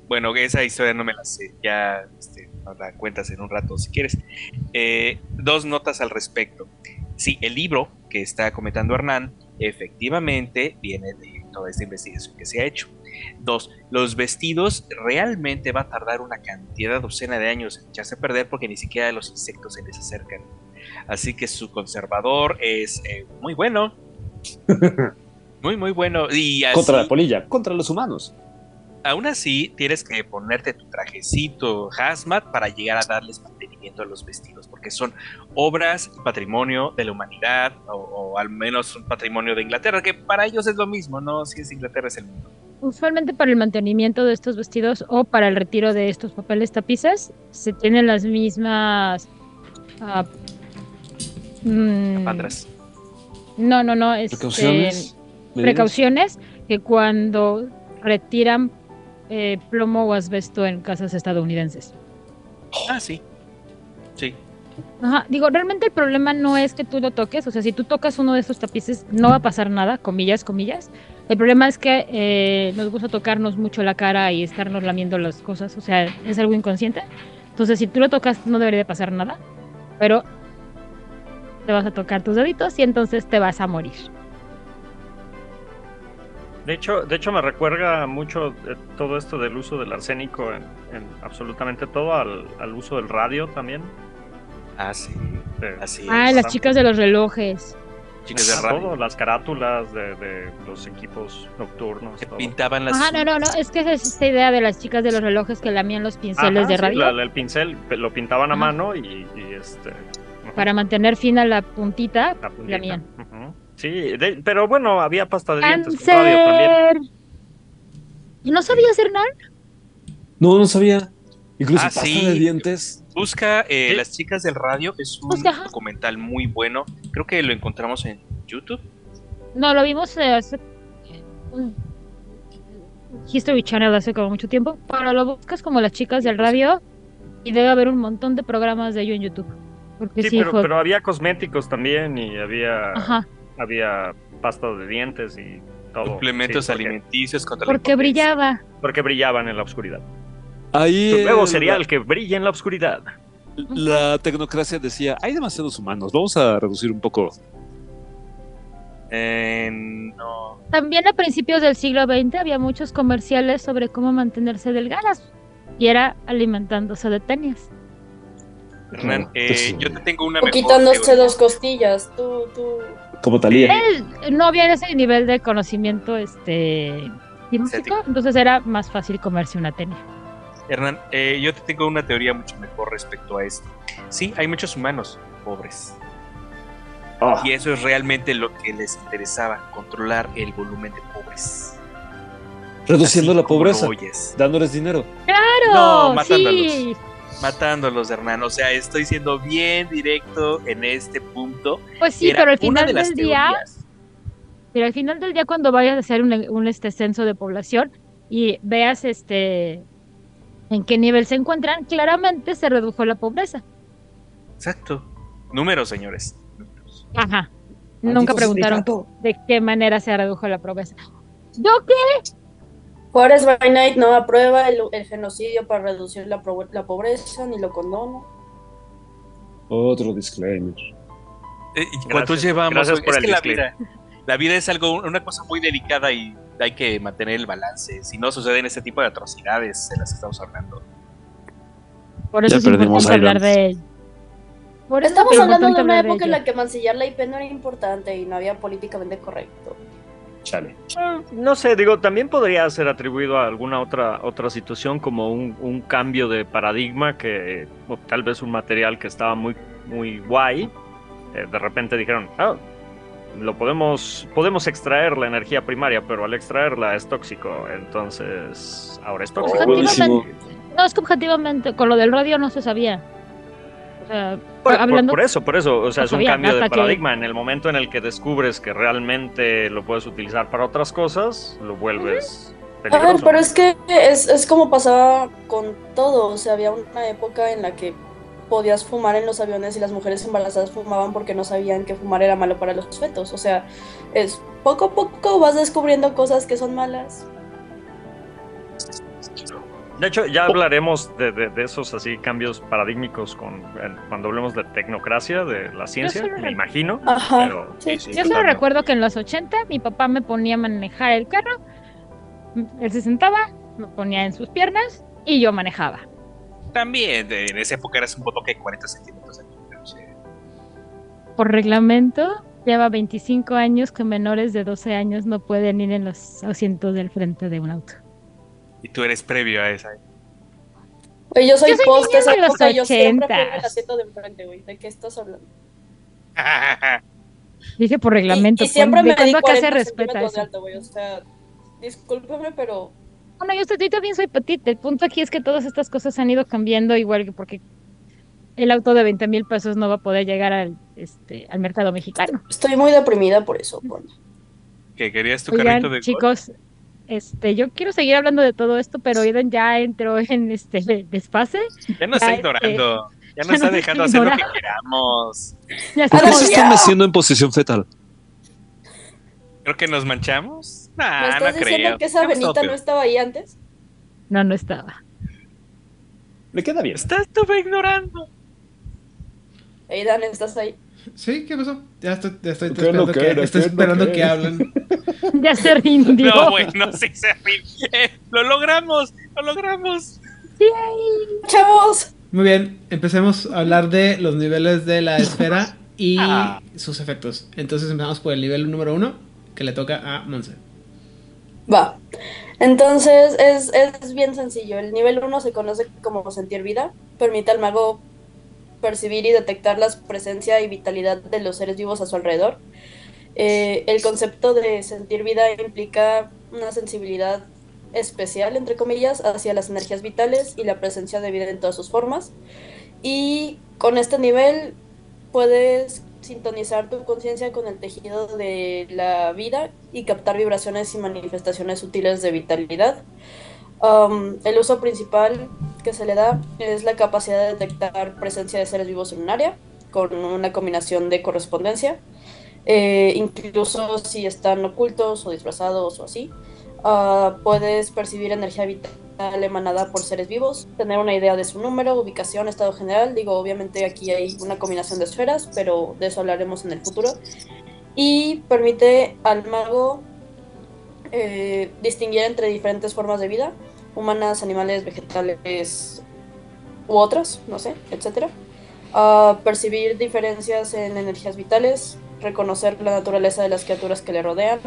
Bueno, esa historia no me la sé. Ya este, nos la cuentas en un rato si quieres. Eh, dos notas al respecto. Sí, el libro que está comentando Hernán efectivamente viene de toda esta investigación que se ha hecho. Dos, los vestidos realmente va a tardar una cantidad docena de años en echarse a perder porque ni siquiera los insectos se les acercan. Así que su conservador es eh, muy bueno. Muy, muy bueno. Y así, contra la polilla, contra los humanos. Aún así, tienes que ponerte tu trajecito hazmat para llegar a darles mantenimiento a los vestidos, porque son obras y patrimonio de la humanidad, o, o al menos un patrimonio de Inglaterra, que para ellos es lo mismo, ¿no? Si es Inglaterra, es el mundo. Usualmente para el mantenimiento de estos vestidos o para el retiro de estos papeles tapices, se tienen las mismas... Uh, mmm, no, no, no. Este, precauciones. Precauciones que cuando retiran eh, plomo o asbesto en casas estadounidenses. Ah, sí. Sí. Ajá, digo, realmente el problema no es que tú lo toques, o sea, si tú tocas uno de estos tapices no va a pasar nada, comillas, comillas. El problema es que eh, nos gusta tocarnos mucho la cara y estarnos lamiendo las cosas, o sea, es algo inconsciente. Entonces, si tú lo tocas no debería de pasar nada, pero te vas a tocar tus deditos y entonces te vas a morir. De hecho, de hecho me recuerda mucho eh, todo esto del uso del arsénico en, en absolutamente todo, al, al uso del radio también. Ah, sí. Eh, Así ah, es. las chicas de los relojes. Chicas de radio. Todo, las carátulas de, de los equipos nocturnos. Que todo. pintaban las... Ajá, no, no, no, es que es esta idea de las chicas de los relojes que lamían los pinceles Ajá, de sí, radio. la, el pincel lo pintaban a Ajá. mano y, y este... Ajá. Para mantener fina la puntita, La puntita. lamían. Ujú. Sí, de, pero bueno, había pasta de dientes con ¡Cáncer! radio también. ¿Y no sabías, Hernán? No, no sabía. Incluso Ah, pasta sí. de dientes. Busca eh, ¿Sí? Las chicas del radio, es un Busca, ajá. documental muy bueno. Creo que lo encontramos en YouTube. No, lo vimos eh, hace un History Channel hace como mucho tiempo, pero lo buscas como las chicas del radio y debe haber un montón de programas de ello en YouTube. Porque Sí, sí, pero, fue- pero había cosméticos también y había, Ajá, había pasta de dientes y todo. Suplementos Sí, porque- alimenticios contra la porque impotencia. brillaba. Porque brillaban en la oscuridad. Ahí Tu nuevo el- cereal que brilla en la oscuridad. la tecnocracia decía, hay demasiados humanos, vamos a reducir un poco. Eh, no. También a principios del siglo veinte había muchos comerciales sobre cómo mantenerse delgadas y era alimentándose de tenis. Hernán, Claro, eh, pues, yo te tengo una O mejor quitándose teoría. dos costillas. Tú, tú. Como Talía. Él no había ese nivel de conocimiento este científico, Estético. entonces era más fácil comerse una tenis. Hernán, eh, yo te tengo una teoría mucho mejor respecto a esto. Sí, hay muchos humanos pobres. Ah, Y eso es realmente lo que les interesaba, controlar el volumen de pobres. reduciendo Así la como pobreza, lo oyes. dándoles dinero. ¡Claro! No, matándolos. Sí. Matándolos, Hernán. O sea, estoy siendo bien directo en este punto. Pues sí, Era pero al una final de las del día, teorías. pero al final del día cuando vayas a hacer un, un este censo de población y veas este en qué nivel se encuentran, claramente se redujo la pobreza. Exacto. Números, señores. Números. Ajá. Maldito Nunca preguntaron sindicato. de qué manera se redujo la pobreza. ¿Yo qué? Juárez by Night no aprueba el, el genocidio para reducir la, pro- la pobreza, ni lo condona. Otro disclaimer. Eh, ¿Cuántos Gracias. llevamos? Gracias hoy? por Es el que la disclaimer. vida, la vida es algo, una cosa muy delicada y hay que mantener el balance. Si no suceden este tipo de atrocidades de las que estamos hablando. Por eso Ya es perdimos importante hablar Islands. de ello. Por eso Estamos es hablando de importante una hablar de época en ello. la que mancillar la I P no era importante y no había políticamente correcto. Chale. Eh, No sé, digo, también podría ser atribuido a alguna otra, otra situación como un, un cambio de paradigma que o tal vez un material que estaba muy, muy guay, eh, de repente dijeron, ah, lo podemos, podemos extraer la energía primaria, pero al extraerla es tóxico, entonces ahora es tóxico. Oh, buenísimo. No, es que objetivamente con lo del radio no se sabía. O sea, Por, por- hablando... por eso, por eso, o sea, No es un sabía, cambio de hasta que- paradigma. En el momento en el que descubres que realmente lo puedes utilizar para otras cosas, lo vuelves A peligroso. ver, pero es que es, es como pasaba con todo. O sea, había una época en la que podías fumar en los aviones y las mujeres embarazadas fumaban porque no sabían que fumar era malo para los fetos. O sea, es poco a poco vas descubriendo cosas que son malas. De hecho, ya hablaremos de, de, de esos así cambios paradigmáticos con, en, cuando hablemos de tecnocracia, de la ciencia, solo- me imagino. Ajá. Pero, Sí, sí, Yo solo totalmente. recuerdo que en los ochenta mi papá me ponía a manejar el carro, él se sentaba, me ponía en sus piernas y yo manejaba. También, de- en esa época eras un botoque de cuarenta centímetros. Sí. Por reglamento, lleva veinticinco años que menores de doce años no pueden ir en los asientos del frente de un auto. Y tú eres previo a esa. Oye, yo soy Yo soy post niña esa de los época, yo siempre pongo el ochentas. asiento de enfrente, güey. ¿De qué estás hablando? Dije por Y, reglamento. y siempre ¿de me di cuándo acá se cuarenta respeta centímetros de eso? alto, güey. O sea, discúlpeme, pero Bueno, yo, estoy, yo también soy petite. El punto aquí es que todas estas cosas han ido cambiando igual que porque el auto de veinte mil pesos no va a poder llegar al, este, al mercado mexicano. estoy muy deprimida por eso, Pon. ¿Qué querías tu carrito Oigan, de golf? chicos, este, yo quiero seguir hablando de todo esto, pero Eden ya entró en este desfase. Ya nos está Ya, ignorando. Ya ya nos está nos dejando está hacer lo que ignorando. queramos. Ya ¿Por qué estamos- se están meciendo en posición fetal? Creo que nos manchamos. ¿Me Nah, estás no diciendo creo. que esa Hemos Benita estado no peor. estaba ahí antes? No, no estaba. Le queda bien. Estás tú ignorando. Aidan, ¿estás ahí? Sí, ¿qué pasó? Ya estoy, ya estoy ¿Qué no esperando, que, quiere? estoy ¿Qué no esperando que quiere? hablen. Ya se rindió. No, bueno, sí se ríe. Eh, lo logramos, lo logramos. ¡Chavos! Muy bien, empecemos a hablar de los niveles de la esfera y Ah. sus efectos. Entonces empezamos por el nivel número uno, que le toca a Monse. Va. Entonces es, es bien sencillo. El nivel uno se conoce como sentir vida. Permite al mago percibir y detectar la presencia y vitalidad de los seres vivos a su alrededor. Eh, el concepto de sentir vida implica una sensibilidad especial, entre comillas, hacia las energías vitales y la presencia de vida en todas sus formas. Y con este nivel puedes sintonizar tu conciencia con el tejido de la vida y captar vibraciones y manifestaciones sutiles de vitalidad. Um, el uso principal que se le da es la capacidad de detectar presencia de seres vivos en un área con una combinación de correspondencia, eh, incluso si están ocultos o disfrazados o así. Uh, puedes percibir energía vital emanada por seres vivos, tener una idea de su número, ubicación, estado general. Digo, obviamente aquí hay una combinación de esferas, pero de eso hablaremos en el futuro. Y permite al mago eh, distinguir entre diferentes formas de vida, humanas, animales, vegetales u otras, no sé, etcétera. Uh, percibir diferencias en energías vitales, reconocer la naturaleza de las criaturas que le rodean.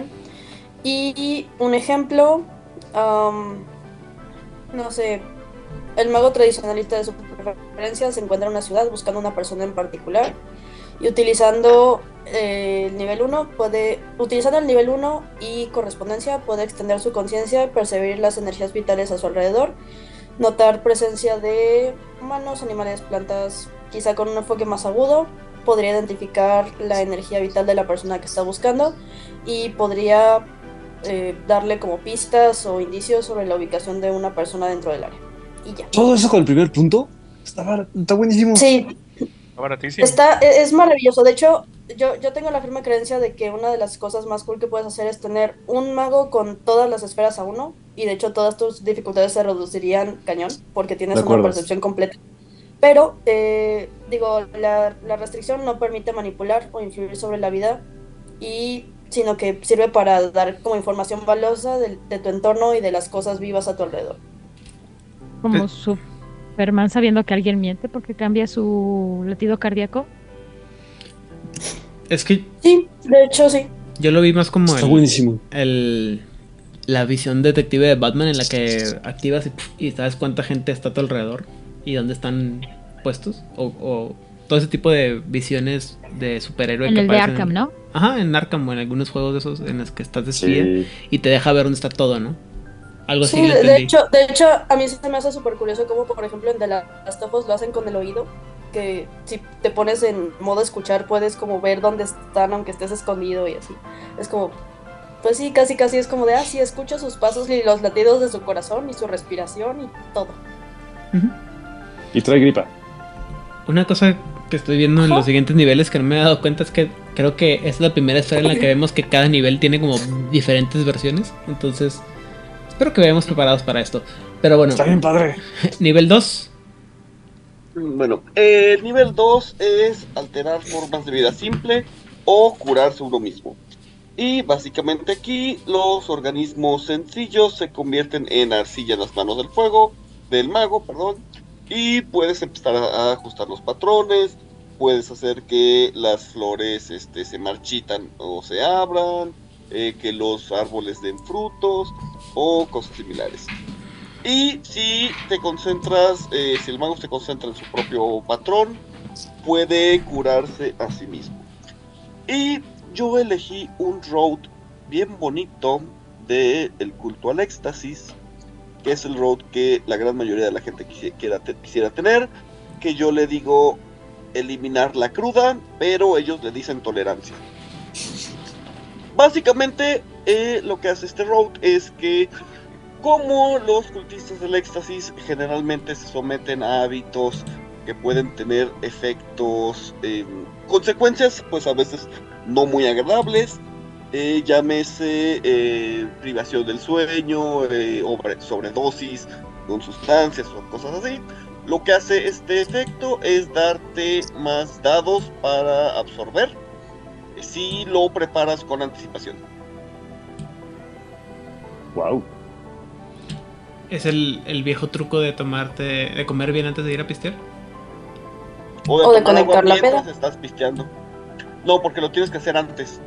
Y un ejemplo, um, no sé, el mago tradicionalista de su preferencia se encuentra en una ciudad buscando una persona en particular y utilizando eh, el nivel uno puede, utilizando el nivel uno y correspondencia puede extender su conciencia, percibir las energías vitales a su alrededor, notar presencia de humanos, animales, plantas, quizá con un enfoque más agudo, podría identificar la energía vital de la persona que está buscando y podría eh, darle como pistas o indicios sobre la ubicación de una persona dentro del área. Y ya. ¿Todo eso con el primer punto? Está, bar- está buenísimo. Sí, Está baratísimo. está, e- es maravilloso. De hecho, yo, yo tengo la firme creencia de que una de las cosas más cool que puedes hacer es tener un mago con todas las esferas a uno. Y de hecho todas tus dificultades se reducirían cañón porque tienes De una acuerdo. percepción completa. Pero, eh, digo, la, la restricción no permite manipular o influir sobre la vida, y, sino que sirve para dar como información valiosa de, de tu entorno y de las cosas vivas a tu alrededor. Como Eh. Superman sabiendo que alguien miente porque cambia su latido cardíaco. Es que Sí, de hecho sí. yo lo vi más como Está el, buenísimo. el- la visión detective de Batman en la que activas y, pf, y sabes cuánta gente está a tu alrededor y dónde están puestos. O, o todo ese tipo de visiones de superhéroe En que el de aparecen Arkham, en- ¿no? Ajá, en Arkham o en algunos juegos de esos en los que estás de espía Sí. y te deja ver dónde está todo, ¿no? Algo así Sí, le de, de entendí. hecho, de hecho, a mí se me hace súper curioso como, por ejemplo, en The Last of Us lo hacen con el oído, que si te pones en modo escuchar puedes como ver dónde están aunque estés escondido y así. Es como, pues sí, casi casi es como de, ah, sí, escucho sus pasos y los latidos de su corazón y su respiración y todo. Ujú. Y trae gripa. Una cosa que estoy viendo en Ajá. los siguientes niveles que no me he dado cuenta es que creo que es la primera esfera en la que vemos que cada nivel tiene como diferentes versiones. Entonces, espero que vayamos preparados para esto. Pero bueno. Está bien padre. Nivel dos. Bueno, eh, el nivel dos es alterar formas de vida simple o curarse uno mismo. Y básicamente aquí los organismos sencillos se convierten en arcilla en las manos del fuego, del mago, perdón. Y puedes empezar a ajustar los patrones, puedes hacer que las flores este, se marchitan o se abran, eh, que los árboles den frutos o cosas similares. Y si te concentras, eh, si el mago se concentra en su propio patrón, puede curarse a sí mismo. Y yo elegí un road bien bonito de el culto al éxtasis, que es el road que la gran mayoría de la gente quisiera, quisiera tener, que yo le digo eliminar la cruda, pero ellos le dicen tolerancia. Básicamente, eh, lo que hace este road es que, como los cultistas del éxtasis generalmente se someten a hábitos que pueden tener efectos, eh, consecuencias, pues a veces no muy agradables, eh, llámese eh, privación del sueño, eh, sobredosis con sustancias o cosas así. Lo que hace este efecto es darte más dados para absorber si lo preparas con anticipación. Wow. ¿Es el, el viejo truco de tomarte, de comer bien antes de ir a pistear? O de, o de tomar agua conectar la mientras peda. estás pisteando. No, porque lo tienes que hacer antes.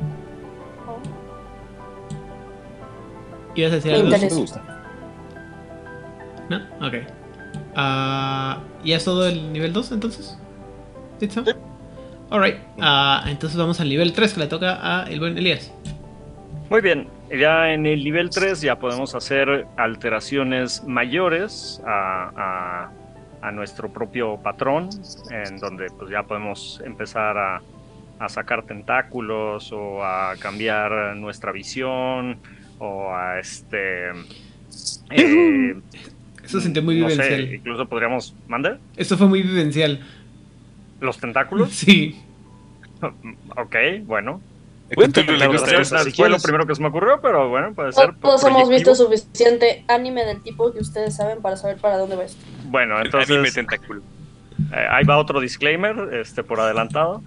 ¿Ibas a decir Me algo? interesa. Me gusta. ¿No? Ok. Ah, ¿ya es todo el nivel dos entonces? ¿Sí? Sí. Alright. Ah, entonces vamos al nivel tres que le toca a el buen Elías. Muy bien, ya en el nivel tres ya podemos hacer alteraciones mayores a, a, a nuestro propio patrón, en donde pues ya podemos empezar a, a sacar tentáculos o a cambiar nuestra visión o a este... Eh, Eso se sintió muy no vivencial. sé, incluso podríamos... ¿Mandar? Esto fue muy vivencial. ¿Los tentáculos? Sí. Ok, bueno. A Cthulhu le gusta Fue eso, si fue lo quieres. primero que se me ocurrió, pero bueno, puede ser. Todos hemos proyectivo. visto suficiente anime del tipo que ustedes saben para saber para dónde va esto. Bueno, Anime entonces tentáculo. eh, ahí va otro disclaimer, este por adelantado.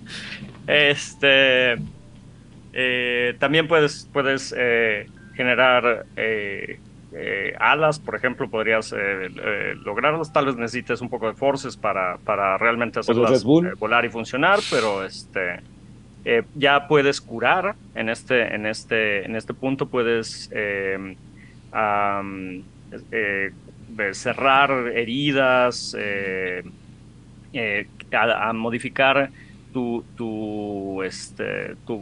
este eh, también puedes puedes eh, generar eh, eh, alas, por ejemplo, podrías eh, eh, lograrlas. Tal vez necesites un poco de forces para para realmente hacerlas Red Bull. eh, volar y funcionar, pero este Eh, ya puedes curar en este, en este, en este punto puedes eh, um, eh, cerrar heridas, eh, eh, a, a modificar tu, tu, este, tu,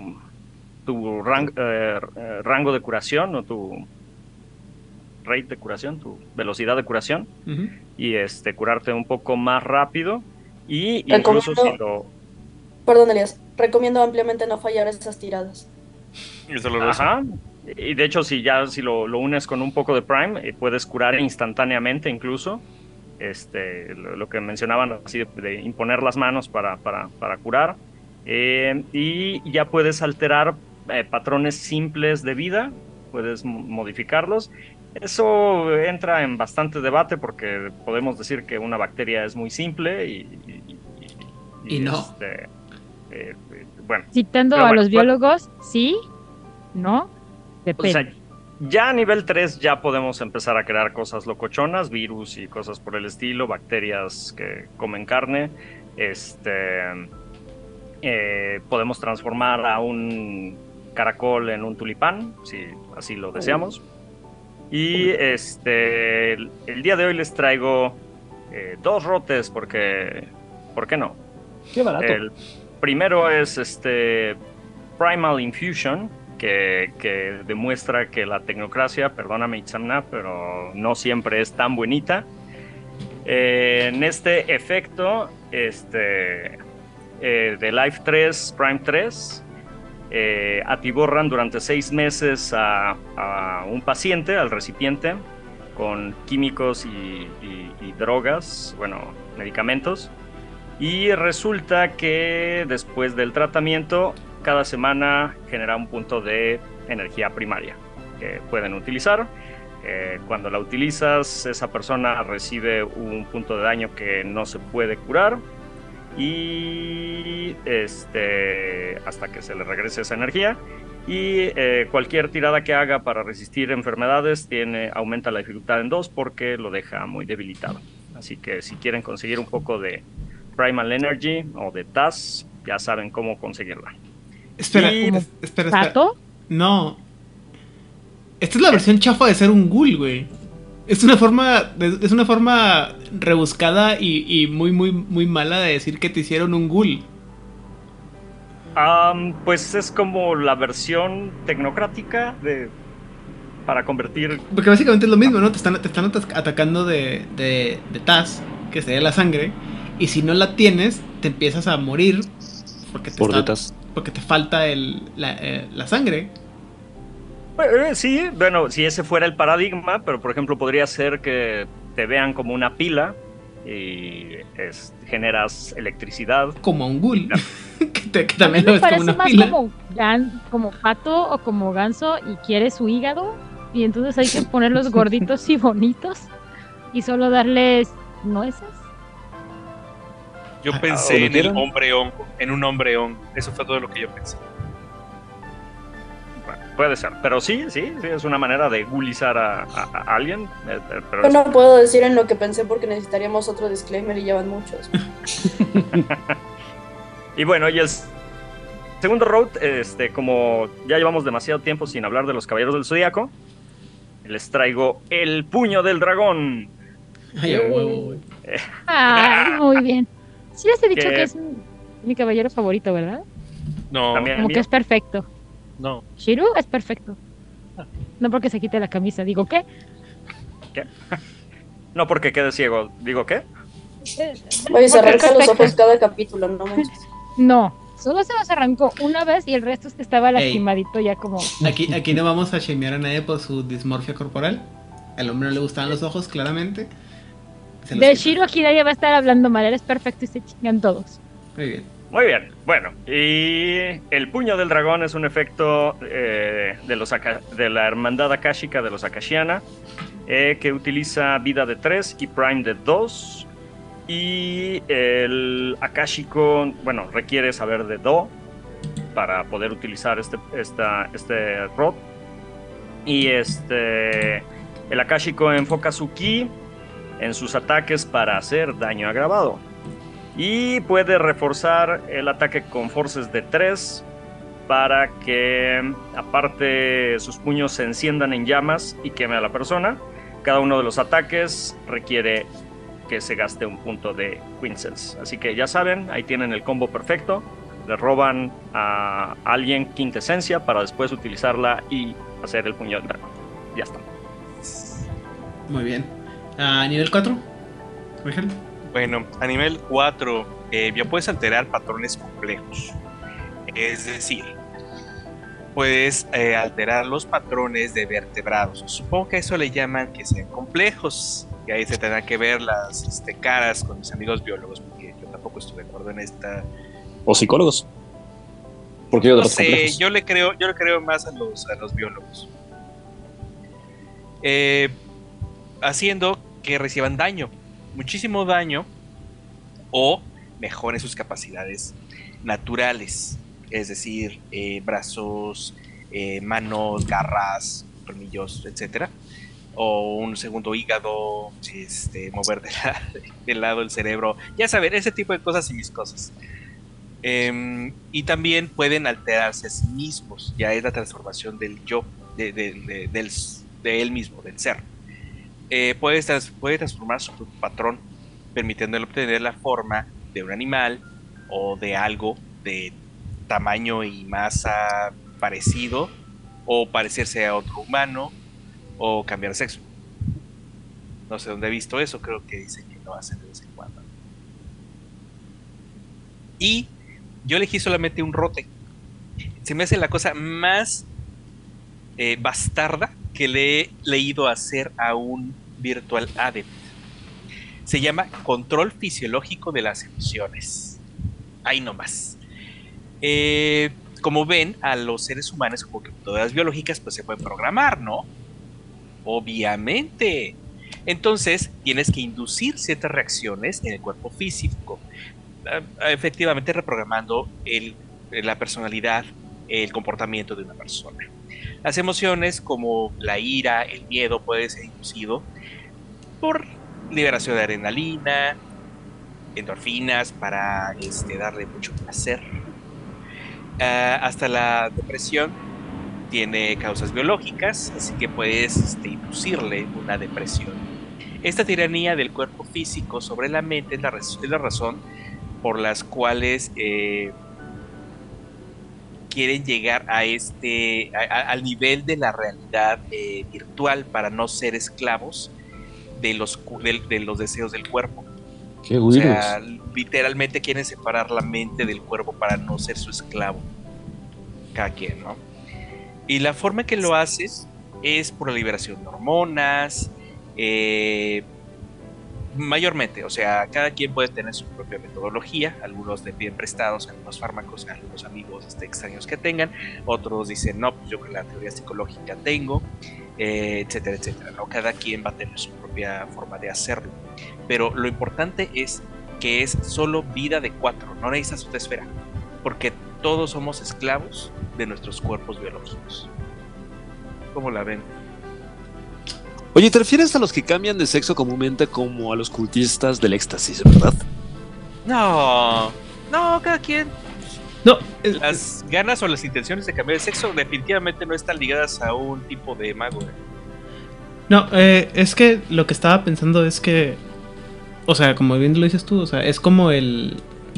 tu rang, eh, rango de curación o tu rate de curación, tu velocidad de curación, Uh-huh. y este, curarte un poco más rápido y Recomiendo- incluso si lo... Perdón, Elías, recomiendo ampliamente no fallar esas tiradas. Es doloroso. Ajá. Y de hecho, si ya si lo, lo unes con un poco de Prime, eh, puedes curar instantáneamente incluso. Este, lo, lo que mencionaban, así de, de imponer las manos para, para, para curar. Eh, y ya puedes alterar eh, patrones simples de vida, puedes mo- modificarlos. Eso entra en bastante debate porque podemos decir que una bacteria es muy simple y... Y, y- Y no. este, eh, eh, bueno. Citando Pero a bueno, los bueno. biólogos, sí, no, O depende. sea, ya a nivel tres ya podemos empezar a crear cosas locochonas, virus y cosas por el estilo, bacterias que comen carne. Este, eh, podemos transformar a un caracol en un tulipán, si así lo deseamos. Y este, el, el día de hoy les traigo eh, dos rotes porque, ¿por qué no? Qué barato. El primero es este Primal Infusion, que, que demuestra que la tecnocracia, perdóname Itzamna, pero no siempre es tan bonita. Eh, en este efecto, este, eh, de Life tres, Prime tres, eh, atiborran durante seis meses a, a un paciente, al recipiente, con químicos y, y- y drogas, bueno, medicamentos. Y resulta que después del tratamiento, cada semana genera un punto de energía primaria que pueden utilizar. Eh, cuando la utilizas, esa persona recibe un punto de daño que no se puede curar y este hasta que se le regrese esa energía. Y eh, cualquier tirada que haga para resistir enfermedades tiene, aumenta la dificultad en dos porque lo deja muy debilitado. Así que si quieren conseguir un poco de Primal Energy o de T A S, ya saben cómo conseguirla. Espera, Y- espera, espera, espera. ¿Pato? No. Esta es la versión chafa de ser un ghoul, güey. Es una forma, de- es una forma rebuscada y, y muy, muy, muy mala de decir que te hicieron un ghoul. Um, pues es como la versión tecnocrática de para convertir. Porque básicamente es lo mismo, ¿no? Te están, te están atas- atacando de, de, de T A S, que sería la sangre. Y si no la tienes, te empiezas a morir. Porque te, Por está- detrás. porque te falta el, la, eh, la sangre. Eh, sí, bueno, si ese fuera el paradigma, pero por ejemplo podría ser que te vean como una pila y es- generas electricidad. Como a un ghoul. Claro. que, te- que A mí también lo me ves como parece una más pila. como, gan- como pato o como ganso y quiere su hígado. Y entonces hay que ponerlos gorditos y bonitos y solo darles nueces. Yo Ah, pensé como en quieran. el hombre hongo, en un hombre hongo. Eso fue todo lo que yo pensé. Bueno, puede ser, pero sí, sí, sí, es una manera de gulizar a, a- a alguien. eh, eh, pero Yo es- no puedo decir en lo que pensé porque necesitaríamos otro disclaimer y ya van muchos. Y bueno, y el segundo road, este, como ya llevamos demasiado tiempo sin hablar de los Caballeros del Zodíaco, les traigo el Puño del Dragón. Ay, a huevo, güey. Ah, muy bien. Sí les he dicho Que- que es mi- mi caballero favorito, ¿verdad? No, También. Como mío? que es perfecto. no. Shiru es perfecto. No porque se quite la camisa, digo, ¿qué? ¿Qué? No porque quede ciego, digo ¿qué? Oye, se Porque arranca es los perfecto. ojos cada capítulo, no manches. No, solo se los arrancó una vez y el resto es que estaba Ey. lastimadito ya como... Aquí, aquí no vamos a shamear a nadie por su dismorfia corporal. Al hombre no le gustaban los ojos, claramente. Se los De quita. Shiro aquí nadie va a estar hablando mal, eres perfecto y se chingan todos. Muy bien. Muy bien, bueno, y el Puño del Dragón es un efecto eh, de, los Aka- de la Hermandad Akashica de los Akashiana, eh, que utiliza vida de tres y Prime de dos. Y el Akashico, bueno, requiere saber de Do para poder utilizar este, esta, este rod. Y este, el Akashico enfoca su ki en sus ataques para hacer daño agravado. Y puede reforzar el ataque con forces de tres para que, aparte, sus puños se enciendan en llamas y queme a la persona. Cada uno de los ataques requiere que se gaste un punto de Quintessence. Así que ya saben, ahí tienen el combo perfecto. Le roban a alguien quintesencia para después utilizarla y hacer el puño del dragón. Ya está. Muy bien. ¿A nivel cuatro? Rigel. Bueno, a nivel cuatro, eh, ya puedes alterar patrones complejos. Es decir, puedes eh, alterar los patrones de vertebrados. Supongo que a eso le llaman que sean complejos. Y ahí se tendrán que ver las este, caras con mis amigos biólogos, porque yo tampoco estoy de acuerdo en esta. O psicólogos. Porque hay No otros sé, complejos. yo le creo, yo le creo más a los, a los biólogos. Eh, haciendo que reciban daño, muchísimo daño, o mejoren sus capacidades naturales, es decir, eh, brazos, eh, manos, garras, tornillos, etcétera, o un segundo hígado, este, mover de, la, de lado el cerebro, ya saben, ese tipo de cosas y mis cosas. Eh, y también pueden alterarse a sí mismos, ya es la transformación del yo, de, de, de, del, de él mismo, del ser. Eh, puede, trans, puede transformar su patrón, permitiéndole obtener la forma de un animal o de algo de tamaño y masa parecido, o parecerse a otro humano, o cambiar de sexo. No sé dónde he visto eso, creo que dicen que lo hacen de vez en cuando. Y yo elegí solamente un rote. Se me hace la cosa más eh, bastarda que le he leído hacer a un Virtual Adept. Se llama Control Fisiológico de las Emociones. Ahí nomás. Eh, como ven, a los seres humanos como computadoras biológicas pues se pueden programar, ¿no? Obviamente. Entonces, tienes que inducir ciertas reacciones en el cuerpo físico, efectivamente reprogramando el, la personalidad, el comportamiento de una persona. Las emociones como la ira, el miedo, puede ser inducido por liberación de adrenalina, endorfinas para este, darle mucho placer. Uh, hasta la depresión tiene causas biológicas, así que puedes este, inducirle una depresión. Esta tiranía del cuerpo físico sobre la mente es la, es la razón por las cuales eh, quieren llegar a este a, a, al nivel de la realidad eh, virtual para no ser esclavos de los, de, de los deseos del cuerpo. Qué o güiros. sea, literalmente quieren separar la mente del cuerpo para no ser su esclavo. Cada quien, ¿no? Y la forma que lo haces es por la liberación de hormonas, eh, mayormente, o sea, cada quien puede tener su propia metodología, algunos le piden prestados algunos fármacos a algunos amigos este, extraños que tengan, otros dicen, no, pues yo con la teoría psicológica tengo, eh, etcétera, etcétera, ¿no? Cada quien va a tener su propia forma de hacerlo, pero lo importante es que es solo vida de cuatro, no necesitas otra esfera, porque todos somos esclavos de nuestros cuerpos biológicos. ¿Cómo la ven? Oye, ¿te refieres a los que cambian de sexo comúnmente como a los cultistas del éxtasis, verdad? No, no, cada quien. No, las ganas o las intenciones de cambiar de sexo definitivamente no están ligadas a un tipo de mago. ¿eh? No, eh, es que lo que estaba pensando es que, o sea, como bien lo dices tú, o sea, es como el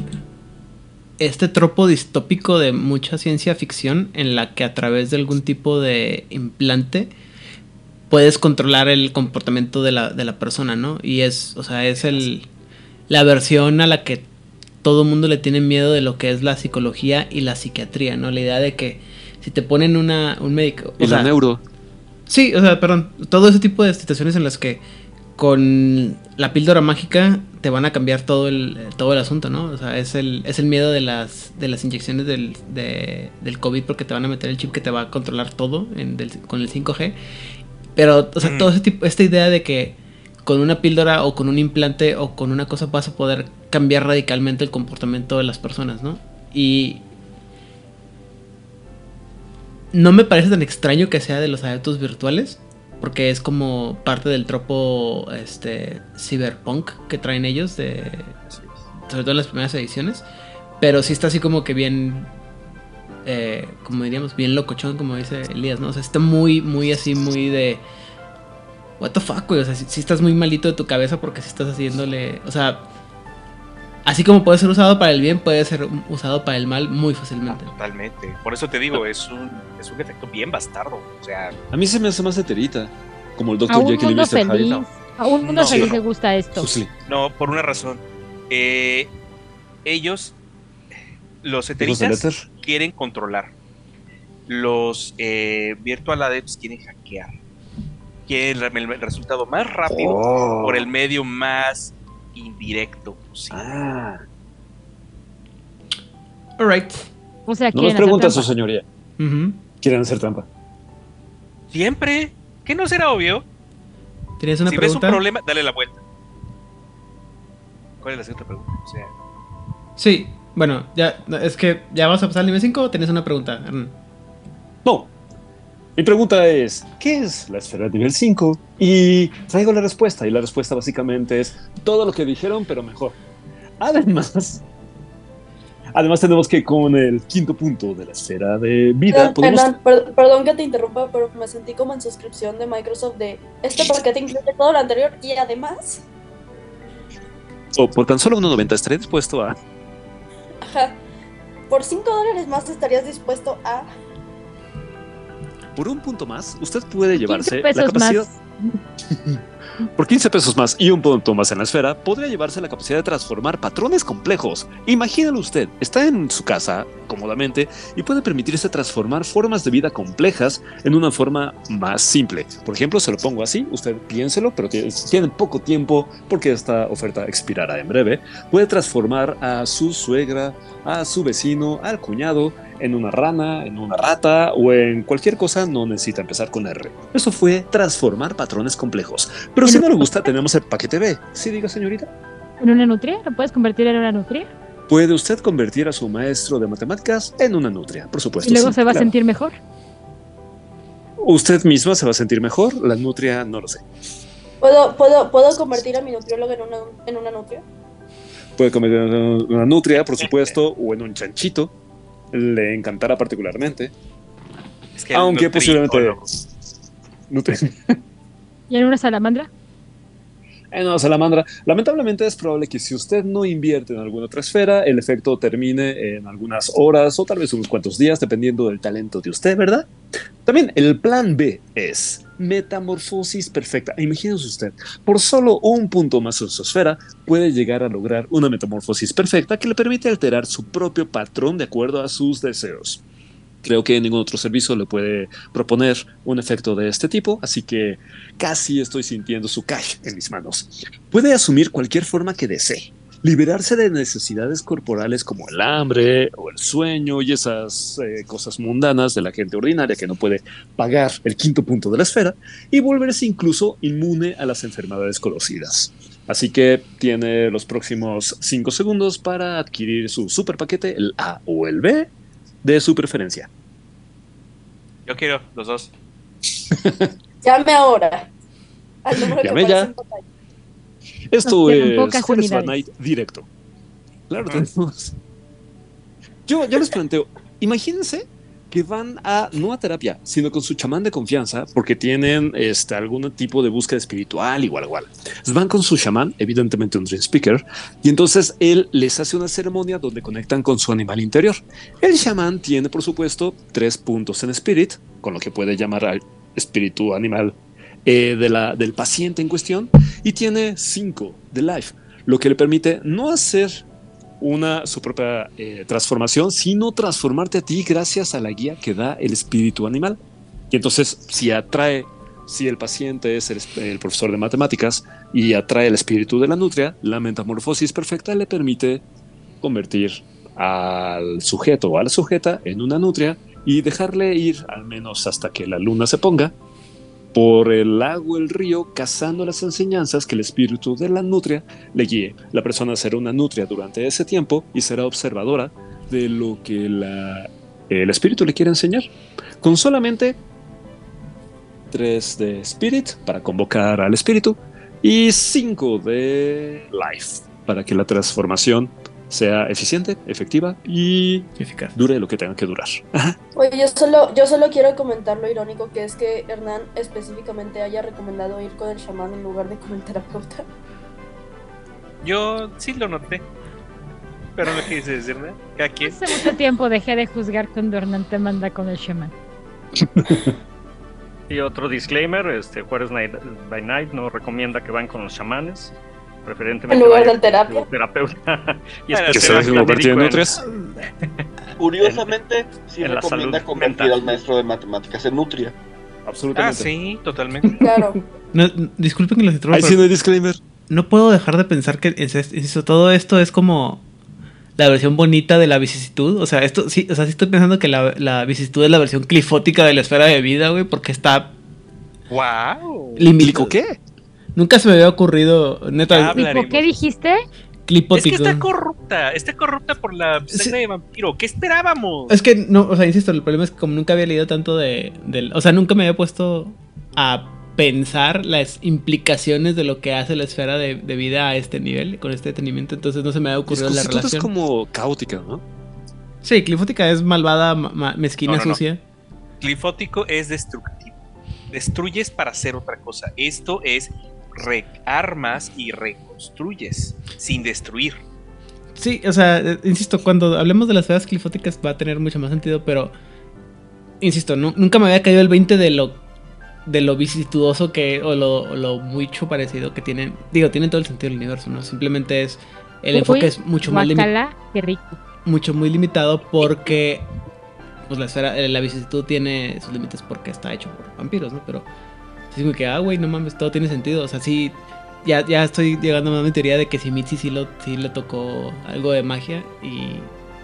este tropo distópico de mucha ciencia ficción en la que a través de algún tipo de implante puedes controlar el comportamiento de la, de la persona, ¿no? Y es, o sea, es el la versión a la que todo mundo le tiene miedo de lo que es la psicología y la psiquiatría, ¿no? La idea de que si te ponen una un médico... Y la sea, neuro. Sí, o sea, perdón, todo ese tipo de situaciones en las que con la píldora mágica te van a cambiar todo el todo el asunto, ¿no? O sea, es el es el miedo de las de las inyecciones del de, del COVID porque te van a meter el chip que te va a controlar todo en, del, con el cinco G. Pero, o sea, mm. todo ese tipo, esta idea de que con una píldora o con un implante o con una cosa vas a poder cambiar radicalmente el comportamiento de las personas, ¿no? Y no me parece tan extraño que sea de los adeptos virtuales, porque es como parte del tropo este cyberpunk que traen ellos, de, sobre todo en las primeras ediciones, pero sí está así como que bien, eh, como diríamos, bien locochón, como dice Elías, ¿no? O sea, está muy, muy así, muy de... What the fuck, güey, o sea, si, si estás muy malito de tu cabeza porque si estás haciéndole, o sea, así como puede ser usado para el bien, puede ser usado para el mal muy fácilmente. Ah, totalmente, por eso te digo, es un, es un efecto bien bastardo, o sea... A mí se me hace más heterita, como el doctor Jekyll y mister Hyde. No. A un mundo no, feliz no. le gusta esto. Sí. No, por una razón, eh, ellos, los heteritas, quieren controlar, los eh, virtual adepts quieren hackear. Quieren el, el resultado más rápido oh. por el medio más indirecto posible. Ah. Alright. O sea, no nos pregunta su señoría. Uh-huh. ¿Quieren hacer trampa? Siempre. ¿Qué no será obvio? ¿Tienes una si pregunta? Si ves un problema, dale la vuelta. ¿Cuál es la siguiente pregunta? O sea... Sí, bueno, ya es que ya vas a pasar al nivel cinco o tenés una pregunta, Hernán. No. Mi pregunta es, ¿qué es la esfera de nivel cinco? Y traigo la respuesta, y la respuesta básicamente es todo lo que dijeron, pero mejor. Además, además tenemos que con el quinto punto de la esfera de vida... Perdón, podemos... Hernán, per- perdón que te interrumpa, pero me sentí como en suscripción de Microsoft de este paquete incluye todo lo anterior y además... Oh, por tan solo uno noventa estaré dispuesto a... Ajá. Por cinco dólares más estarías dispuesto a... Por un punto más, usted puede llevarse la capacidad... Por quince pesos más y un punto más en la esfera, podría llevarse la capacidad de transformar patrones complejos. Imagínalo usted, está en su casa cómodamente y puede permitirse transformar formas de vida complejas en una forma más simple. Por ejemplo, se lo pongo así, usted piénselo, pero tiene poco tiempo porque esta oferta expirará en breve. Puede transformar a su suegra, a su vecino, al cuñado en una rana, en una rata o en cualquier cosa, no necesita empezar con R. Eso fue transformar patrones complejos. Pero si no le gusta, tenemos el paquete B. ¿Sí, diga, señorita? ¿En una nutria? ¿Lo puedes convertir en una nutria? Puede usted convertir a su maestro de matemáticas en una nutria, por supuesto. ¿Y luego sí, se va claro. a sentir mejor? Usted misma se va a sentir mejor, la nutria no lo sé. ¿Puedo, puedo, ¿Puedo convertir a mi nutriólogo en una, en una nutria? Puede convertir en una nutria, por supuesto, o en un chanchito. Le encantará particularmente. Es que Aunque posiblemente... Nutri- ¿Y en una salamandra? En una salamandra. Lamentablemente es probable que si usted no invierte en alguna otra esfera, el efecto termine en algunas horas o tal vez unos cuantos días, dependiendo del talento de usted, ¿verdad? También el plan B es metamorfosis perfecta. Imagínese usted, por solo un punto más en su esfera, puede llegar a lograr una metamorfosis perfecta que le permite alterar su propio patrón de acuerdo a sus deseos. Creo que ningún otro servicio le puede proponer un efecto de este tipo, así que casi estoy sintiendo su cash en mis manos. Puede asumir cualquier forma que desee, liberarse de necesidades corporales como el hambre o el sueño y esas eh, cosas mundanas de la gente ordinaria que no puede pagar el quinto punto de la esfera, y volverse incluso inmune a las enfermedades conocidas. Así que tiene los próximos cinco segundos para adquirir su super paquete, el A o el B, de su preferencia. Yo quiero los dos. Llame ahora. Al número Llame que ya. aparece en pantalla. Esto Nos quedan es pocas Jueves by unidades. Night directo. Claro, Ujú. tenemos. Yo, yo les planteo, imagínense que van a, no a terapia, sino con su chamán de confianza, porque tienen este, algún tipo de búsqueda espiritual, igual, igual. Entonces van con su chamán, evidentemente un Dream Speaker, y entonces él les hace una ceremonia donde conectan con su animal interior. El chamán tiene, por supuesto, tres puntos en Spirit, con lo que puede llamar al espíritu animal eh, de la, del paciente en cuestión, y tiene cinco de Life, lo que le permite no hacer una su propia eh, transformación, sino transformarte a ti gracias a la guía que da el espíritu animal. Y entonces, si atrae, si el paciente es el, el profesor de matemáticas y atrae el espíritu de la nutria, la metamorfosis perfecta le permite convertir al sujeto o a la sujeta en una nutria y dejarle ir, al menos hasta que la luna se ponga, por el lago o el río, cazando las enseñanzas que el espíritu de la nutria le guíe. La persona será una nutria durante ese tiempo y será observadora de lo que la, el espíritu le quiere enseñar. Con solamente tres de Spirit para convocar al espíritu y cinco de Life para que la transformación sea eficiente, efectiva y Eficaz. dure lo que tenga que durar. Ajá. Oye, yo solo, yo solo quiero comentar lo irónico que es que Hernán específicamente haya recomendado ir con el chamán en lugar de con el terapeuta. Yo sí lo noté. Pero no quise decir nada. Cada quien. Hace mucho tiempo dejé de juzgar cuando Hernán te manda con el shaman. Y otro disclaimer, este Jueves Night by Night no recomienda que van con los chamanes, preferentemente En lugar vayan del terapia. con terapeuta. Y Ah, Que se especialmente dejen convertir en médico nutrias. Curiosamente, sí en la recomienda salud convertir mental. al maestro de matemáticas en nutria. Ah, Absolutamente. sí, totalmente. Claro. No, n- disculpen que los interrumpa, Ahí sí pero no hay disclaimer. no puedo dejar de pensar que es- es- eso, todo esto es como la versión bonita de la vicisitud. O sea, esto sí, o sea, sí estoy pensando que la, la vicisitud es la versión clifótica de la esfera de vida, güey, porque está ¡Wow! limitado. ¿Qué? Nunca se me había ocurrido, neta, Habla. ¿Tipo Hablaremos. qué dijiste? Es que clipótico. está corrupta. Está corrupta por la Sí. sangre de vampiro. ¿Qué esperábamos? Es que no, o sea, insisto, el problema es que como nunca había leído tanto de, del, o sea, nunca me había puesto a pensar las implicaciones de lo que hace la esfera de, de vida a este nivel, con este detenimiento, entonces no se me había ocurrido la Viscositud es relación. como caótica, ¿no? Sí, clifótica es malvada, ma- ma- mezquina, No, no, no. sucia. Clifótico es destructivo. Destruyes para hacer otra cosa. Esto es rearmas y reconstruyes sin destruir. Sí, o sea, eh, insisto, cuando hablemos de las esferas clifóticas va a tener mucho más sentido, pero insisto, nu- nunca me había caído el veinte de lo de lo vicitudoso que o lo, o lo mucho parecido que tienen. Digo, tienen todo el sentido del universo, ¿no? Simplemente es el Uy, enfoque es mucho más limitado. guacala, qué rico. Mucho muy limitado porque pues la esfera, eh, la vicisitud tiene sus límites porque está hecho por vampiros, ¿no? Pero sí me que ah, güey, no mames, todo tiene sentido. O sea, sí, ya, ya estoy llegando a mi teoría de que si Mitzi sí, lo, sí le tocó algo de magia y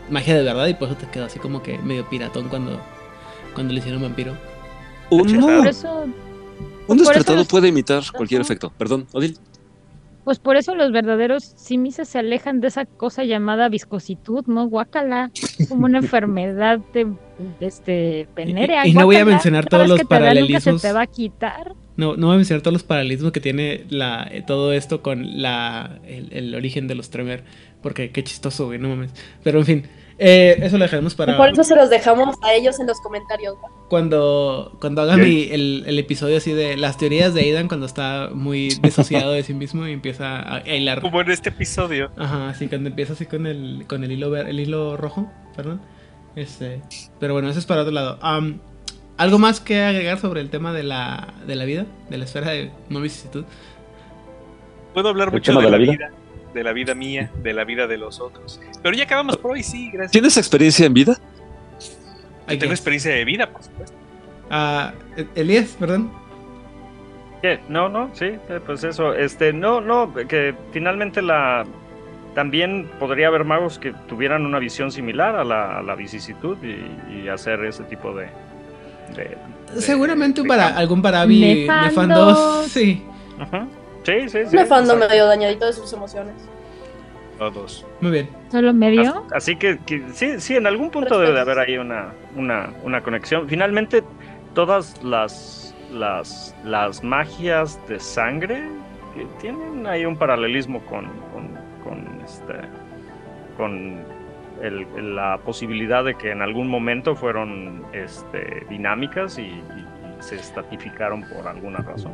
magia de verdad y por eso te quedó así como que medio piratón cuando, cuando le hicieron vampiro. Oh, no. Por eso, Un por eso despertado los- puede imitar cualquier Ajá. efecto. Perdón, Odil. pues por eso los verdaderos simises se alejan de esa cosa llamada viscositud, ¿no? Guácala, como una enfermedad de, de este venérea. Y- y no voy a guácala. mencionar Cada todos vez los que te da, nunca paralelismos. se te va a quitar. No, no voy a mencionar todos los paralelismos que tiene la, eh, todo esto con la, el, el origen de los Tremere. Porque qué chistoso, güey, no mames. Pero en fin, eh, eso lo dejaremos para Por eso se los dejamos a ellos en los comentarios. ¿no? cuando, cuando haga Ok. mi, el, el episodio así de las teorías de Aidan cuando está muy disociado de sí mismo y empieza a, a hilar. Como en este episodio. Ajá, así cuando empieza así con el, con el hilo ver- el hilo rojo, perdón. Este, pero bueno, eso es para otro lado. Am, ¿Algo más que agregar sobre el tema de la, de la vida? De la esfera de no vicisitud. Puedo hablar ¿El mucho tema de, de la la vida? vida? de la vida mía, de la vida de los otros. Pero ya acabamos por hoy, sí, gracias. ¿Tienes experiencia en vida? Ahí Tengo que- experiencia de vida, por supuesto. Ah, Elías, perdón. ¿Qué? No, no, sí, eh, pues eso, este, no, no, que finalmente la, también podría haber magos que tuvieran una visión similar a la, a la vicisitud y, y hacer ese tipo de, de- de- Seguramente de para campo. algún Parabi Nefandos. Nefandos, sí. Ajá. Sí, sí, sí. Un afando exacto. medio dañadito de sus emociones. Todos. Muy bien. ¿Solo medio? Así que, que sí, sí, en algún punto debe de haber ahí una, una, una conexión. Finalmente, todas las, las, las magias de sangre que tienen ahí un paralelismo con, con, con, este, con el- la posibilidad de que en algún momento fueron este, dinámicas y, y- y se estratificaron por alguna razón.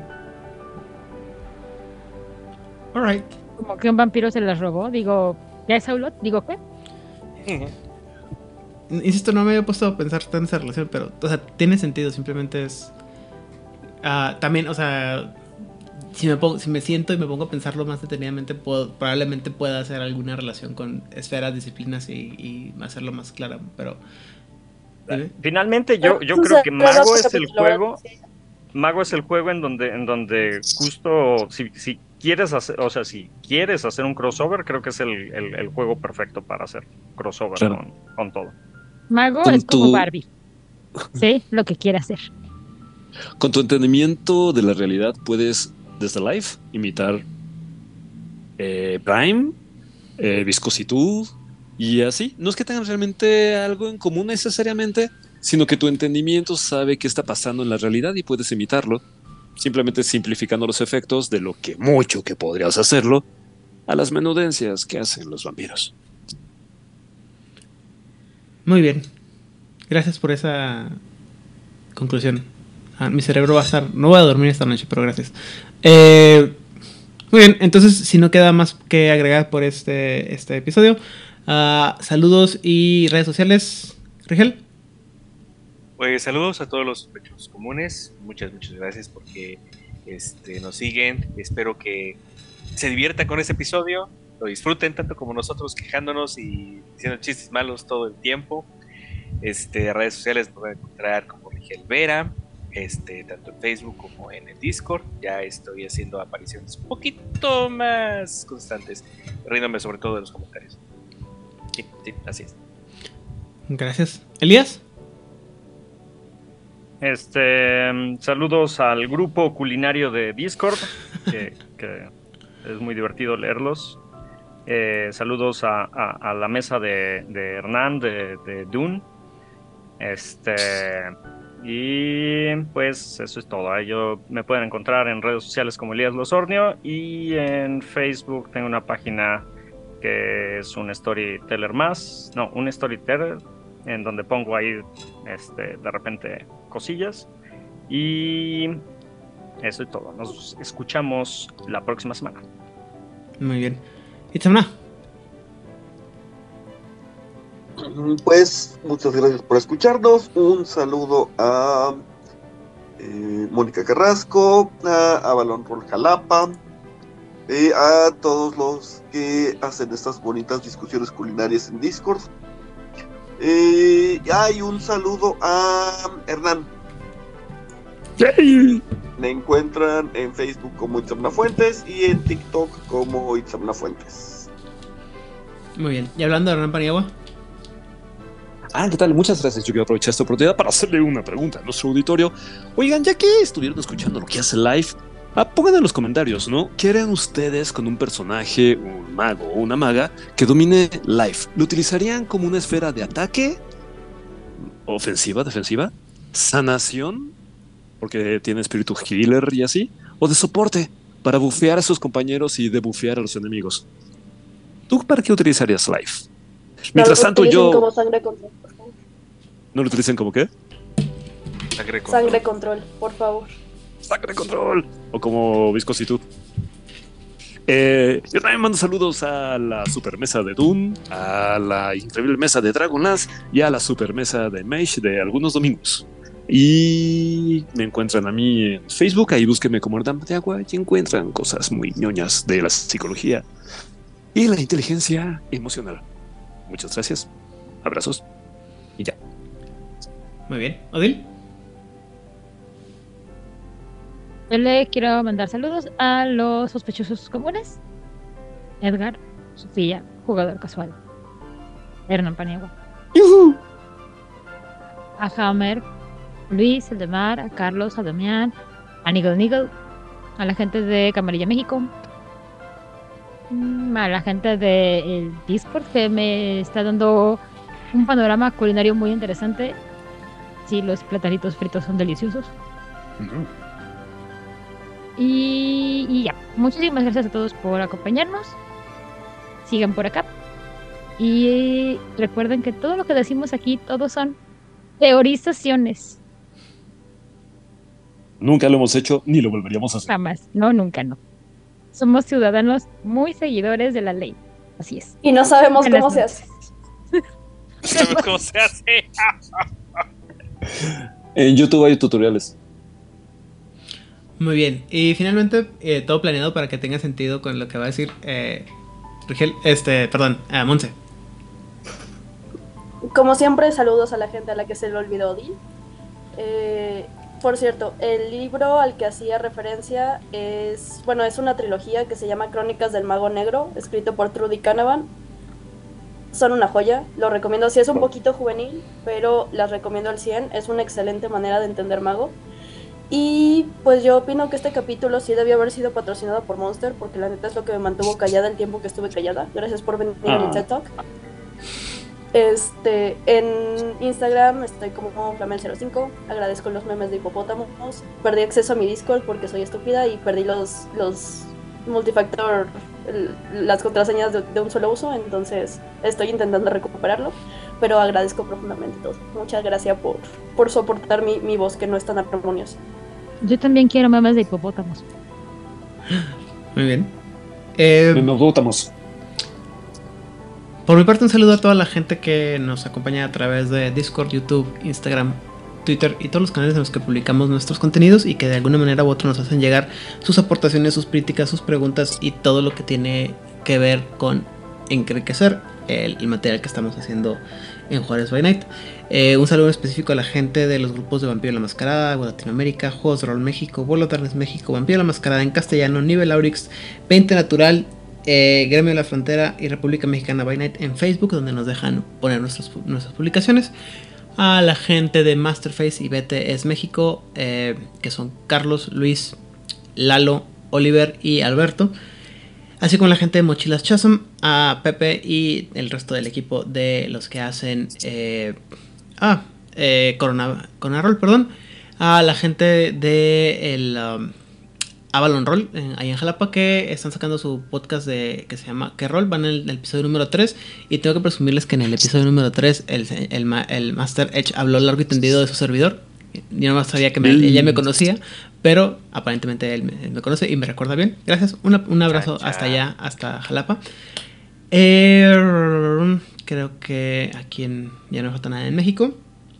Alright. Como que un vampiro se las robó. Digo, ¿ya es Saulot? Digo, ¿qué? Insisto, no me había puesto a pensar tanto en esa relación, pero, o sea, tiene sentido, simplemente es... ah, también, o sea, si me, pongo, si me siento y me pongo a pensarlo más detenidamente, puedo, probablemente pueda hacer alguna relación con esferas, disciplinas y, y hacerlo más claro, pero... ¿dime? Finalmente, yo, yo O creo sea, que pero Mago no es se el capituló, juego... sí. Mago es el juego en donde, en donde justo si, si quieres hacer, o sea, si quieres hacer un crossover, creo que es el, el, el juego perfecto para hacer crossover Claro. con, con todo. Mago Con es como tu- Barbie. Sí, lo que quiera hacer. Con tu entendimiento de la realidad puedes, desde Live, imitar eh, Prime, eh, viscositud y así. No es que tengan realmente algo en común necesariamente, sino que tu entendimiento sabe qué está pasando en la realidad y puedes imitarlo, simplemente simplificando los efectos de lo que mucho que podrías hacerlo a las menudencias que hacen los vampiros. Muy bien. Gracias por esa conclusión. Ah, mi cerebro va a estar... No voy a dormir esta noche, pero gracias. Eh, muy bien, entonces, si no queda más que agregar por este, este episodio, ah, saludos y redes sociales. Rigel. Pues saludos a todos los sospechosos comunes. Muchas, muchas gracias porque este, nos siguen. Espero que se diviertan con este episodio, lo disfruten tanto como nosotros quejándonos y diciendo chistes malos todo el tiempo. Este, redes sociales nos pueden encontrar como Rigel Vera, este, tanto en Facebook como en el Discord. Ya estoy haciendo apariciones un poquito más constantes, riéndome sobre todo de los comentarios. Sí, sí, así es. Gracias. Elías. Este, mm, saludos al grupo culinario de Discord, que, que es muy divertido leerlos. Eh, saludos a, a- a la mesa de, de Hernán de, de Dune. Este, y pues eso es todo. ¿eh? Yo me pueden encontrar en redes sociales como Elías Losornio y en Facebook tengo una página que es un storyteller más, no, un storyteller en donde pongo ahí este, de repente cosillas y eso es todo. Nos escuchamos la próxima semana. Muy bien. Itzamna. Pues muchas gracias por escucharnos. Un saludo a eh, Mónica Carrasco, a Avalon Roll Jalapa, eh, a todos los que hacen estas bonitas discusiones culinarias en Discord. Eh, hay un saludo a Hernán. Me encuentran en Facebook como Itzamna Fuentes y en TikTok como Itzamna Fuentes. Muy bien. Y hablando de Hernán Paniagua. Ah, ¿qué tal? Muchas gracias. Yo quiero aprovechar esta oportunidad para hacerle una pregunta a nuestro auditorio. Oigan, ya que estuvieron escuchando lo que hace Live, ah, pongan en los comentarios, ¿no? ¿Qué harían ustedes con un personaje, un mago o una maga que domine Live? ¿Lo utilizarían como una esfera de ataque? ¿Ofensiva, defensiva? ¿Sanación? Porque tiene espíritu healer y así. ¿O de soporte? Para bufear a sus compañeros y debufear a los enemigos. ¿Tú para qué utilizarías Live? Mientras no, tanto yo... como sangre control, por favor. ¿No lo utilicen como qué? Sangre control. Sangre control, por favor. Sangre control. O como viscositud. Eh, yo también mando saludos a la super mesa de Dune, a la increíble mesa de Dragonlance y a la super mesa de Mage de algunos domingos. Y me encuentran a mí en Facebook, ahí búsquenme como Erdama de Agua y encuentran cosas muy ñoñas de la psicología y la inteligencia emocional. Muchas gracias, abrazos y ya. Muy bien, Odil. Yo le quiero mandar saludos a los sospechosos comunes: Edgar, Sofía, jugador casual, Hernán Paniagua, ¡Yuhu! a Hammer, Luis, Eldemar, a Carlos, a Damián, a Nigel Nigel, a la gente de Camarilla México, a la gente del Discord que me está dando un panorama culinario muy interesante. Sí, los platanitos fritos son deliciosos. Uh-huh. Y, y ya, muchísimas gracias a todos por acompañarnos. Sigan por acá. Y recuerden que todo lo que decimos aquí, todos son teorizaciones. Nunca lo hemos hecho ni lo volveríamos a hacer. Jamás, no, nunca no. Somos ciudadanos muy seguidores de la ley. Así es. Y no sabemos Buenas cómo se noches. hace. No sabemos cómo se hace. En YouTube hay tutoriales. Muy bien. Y finalmente, eh, todo planeado para que tenga sentido con lo que va a decir eh, Rigel, este, perdón, a Monse. Como siempre, saludos a la gente a la que se le olvidó Odil. Eh, por cierto, el libro al que hacía referencia es, bueno, es una trilogía que se llama Crónicas del Mago Negro, escrito por Trudy Canavan. Son una joya, lo recomiendo. Sí es un poquito juvenil, pero las recomiendo al cien. Es una excelente manera de entender mago. Y pues yo opino que este capítulo sí debió haber sido patrocinado por Monster, porque la neta es lo que me mantuvo callada el tiempo que estuve callada. Gracias por venir a mi TED Talk. Este, en Instagram estoy como Flamel cero cinco. Agradezco los memes de hipopótamos. Perdí acceso a mi Discord porque soy estúpida y perdí los, los multifactor, el, las contraseñas de, de un solo uso. Entonces estoy intentando recuperarlo. Pero agradezco profundamente todo. Muchas gracias por, por soportar mi, mi voz que no es tan armoniosa. Yo también quiero memes de hipopótamos. Muy bien. Eh, Nos votamos. Por mi parte, un saludo a toda la gente que nos acompaña a través de Discord, YouTube, Instagram, Twitter y todos los canales en los que publicamos nuestros contenidos y que de alguna manera u otra nos hacen llegar sus aportaciones, sus críticas, sus preguntas y todo lo que tiene que ver con enriquecer el, el material que estamos haciendo en Juárez by Night. Eh, un saludo específico a la gente de los grupos de Vampiro la Mascarada, Agua Latinoamérica, Juegos de Rol México, Bolo Tarnes México, Vampiro la Mascarada en castellano, Nivel Aurix, veinte Natural, eh, Gremio de la Frontera y República Mexicana by Night en Facebook, donde nos dejan poner nuestras, nuestras publicaciones. A la gente de Masterface y B T S México, eh, que son Carlos, Luis, Lalo, Oliver y Alberto. Así como la gente de Mochilas Chasm, a Pepe y el resto del equipo de los que hacen eh, ah, eh, Corona, Corona Roll, perdón. A la gente de el um, Avalon Roll, eh, ahí en Jalapa, que están sacando su podcast de que se llama ¿Qué Roll? Van en el, el episodio número tres. Y tengo que presumirles que en el episodio número tres el, el, el Master Edge habló largo y tendido de su servidor. Yo no más sabía que me, ella me conocía, pero aparentemente él me, él me conoce y me recuerda bien. Gracias, Una, un abrazo cha, cha. hasta allá, hasta Jalapa. Eh, creo que aquí en, ya no me falta nada en México.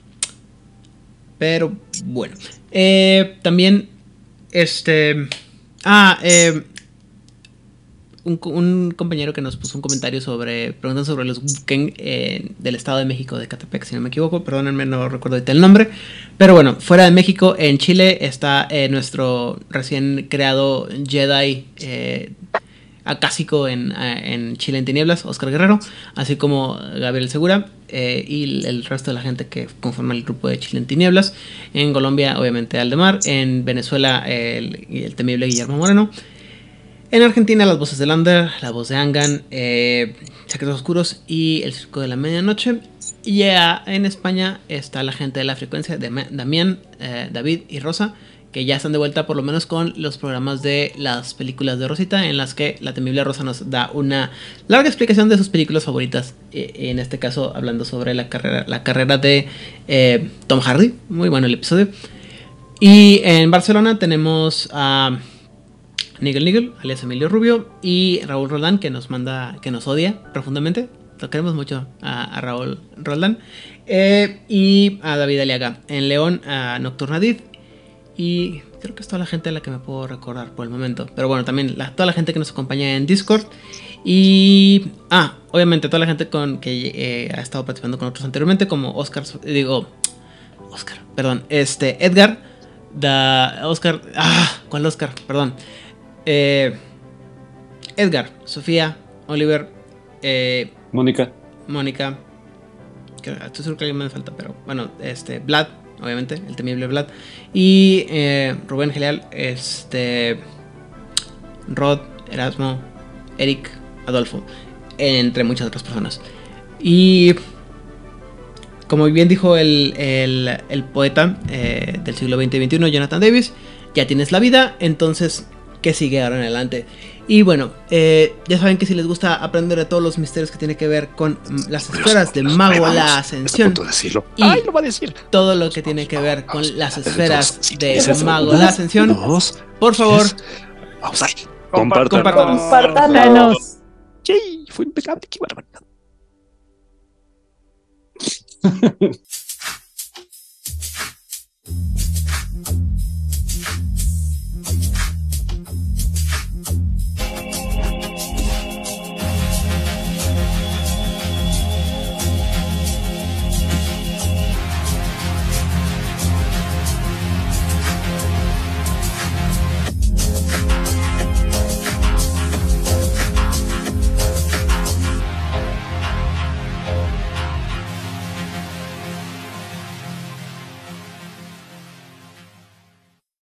Pero bueno. Eh, también, este... Ah, eh... Un, un compañero que nos puso un comentario sobre, preguntando sobre los Wuken eh, del Estado de México, de Catepec, si no me equivoco, perdónenme, no recuerdo ahorita el nombre, pero bueno, fuera de México, en Chile está eh, nuestro recién creado Jedi, eh, acásico en, en Chile en Tinieblas, Oscar Guerrero, así como Gabriel Segura eh, y el resto de la gente que conforma el grupo de Chile en Tinieblas. En Colombia, obviamente, Aldemar. En Venezuela, el, el temible Guillermo Moreno. En Argentina, las voces de Lander, la voz de Angan, eh, Secretos Oscuros y El Circo de la Medianoche. Y ya en España está la gente de La Frecuencia, de Damián, eh, David y Rosa, que ya están de vuelta por lo menos con los programas de las películas de Rosita, en las que la temible Rosa nos da una larga explicación de sus películas favoritas, eh, en este caso hablando sobre la carrera, la carrera de eh, Tom Hardy. Muy bueno el episodio. Y en Barcelona tenemos a Nigel Nigel, alias Emilio Rubio, y Raúl Roldán, que nos manda, que nos odia profundamente. Lo queremos mucho a, a Raúl Roldán. Eh, y a David Aliaga. En León, a Nocturnadid. Y creo que es toda la gente a la que me puedo recordar por el momento. Pero bueno, también la, toda la gente que nos acompaña en Discord. Y... Ah, obviamente toda la gente con que eh, ha estado participando con otros anteriormente. Como Oscar... Digo... Oscar, perdón. Este, Edgar. Da, Oscar... Ah, ¿cuál Oscar? Perdón. Eh, Edgar, Sofía, Oliver... Eh, Mónica. Mónica. Estoy seguro que alguien me falta, pero bueno, este... Vlad. Obviamente, el temible Vlad. Y eh, Rubén Gelial, este, Rod, Erasmo, Eric, Adolfo, entre muchas otras personas. Y como bien dijo el, el, el poeta eh, del siglo veinte y veintiuno, Jonathan Davis, ya tienes la vida, entonces, ¿qué sigue ahora en adelante? Y bueno, eh, ya saben que si les gusta aprender de todos los misterios que tiene que ver con las esferas de Mago la Ascensión y Ay, lo va a decir. todo lo que tiene que ver con las esferas de Mago la Ascensión, por favor, vamos ahí. Compártanos. Compártanos. Sí, fue impecable, qué barbaridad.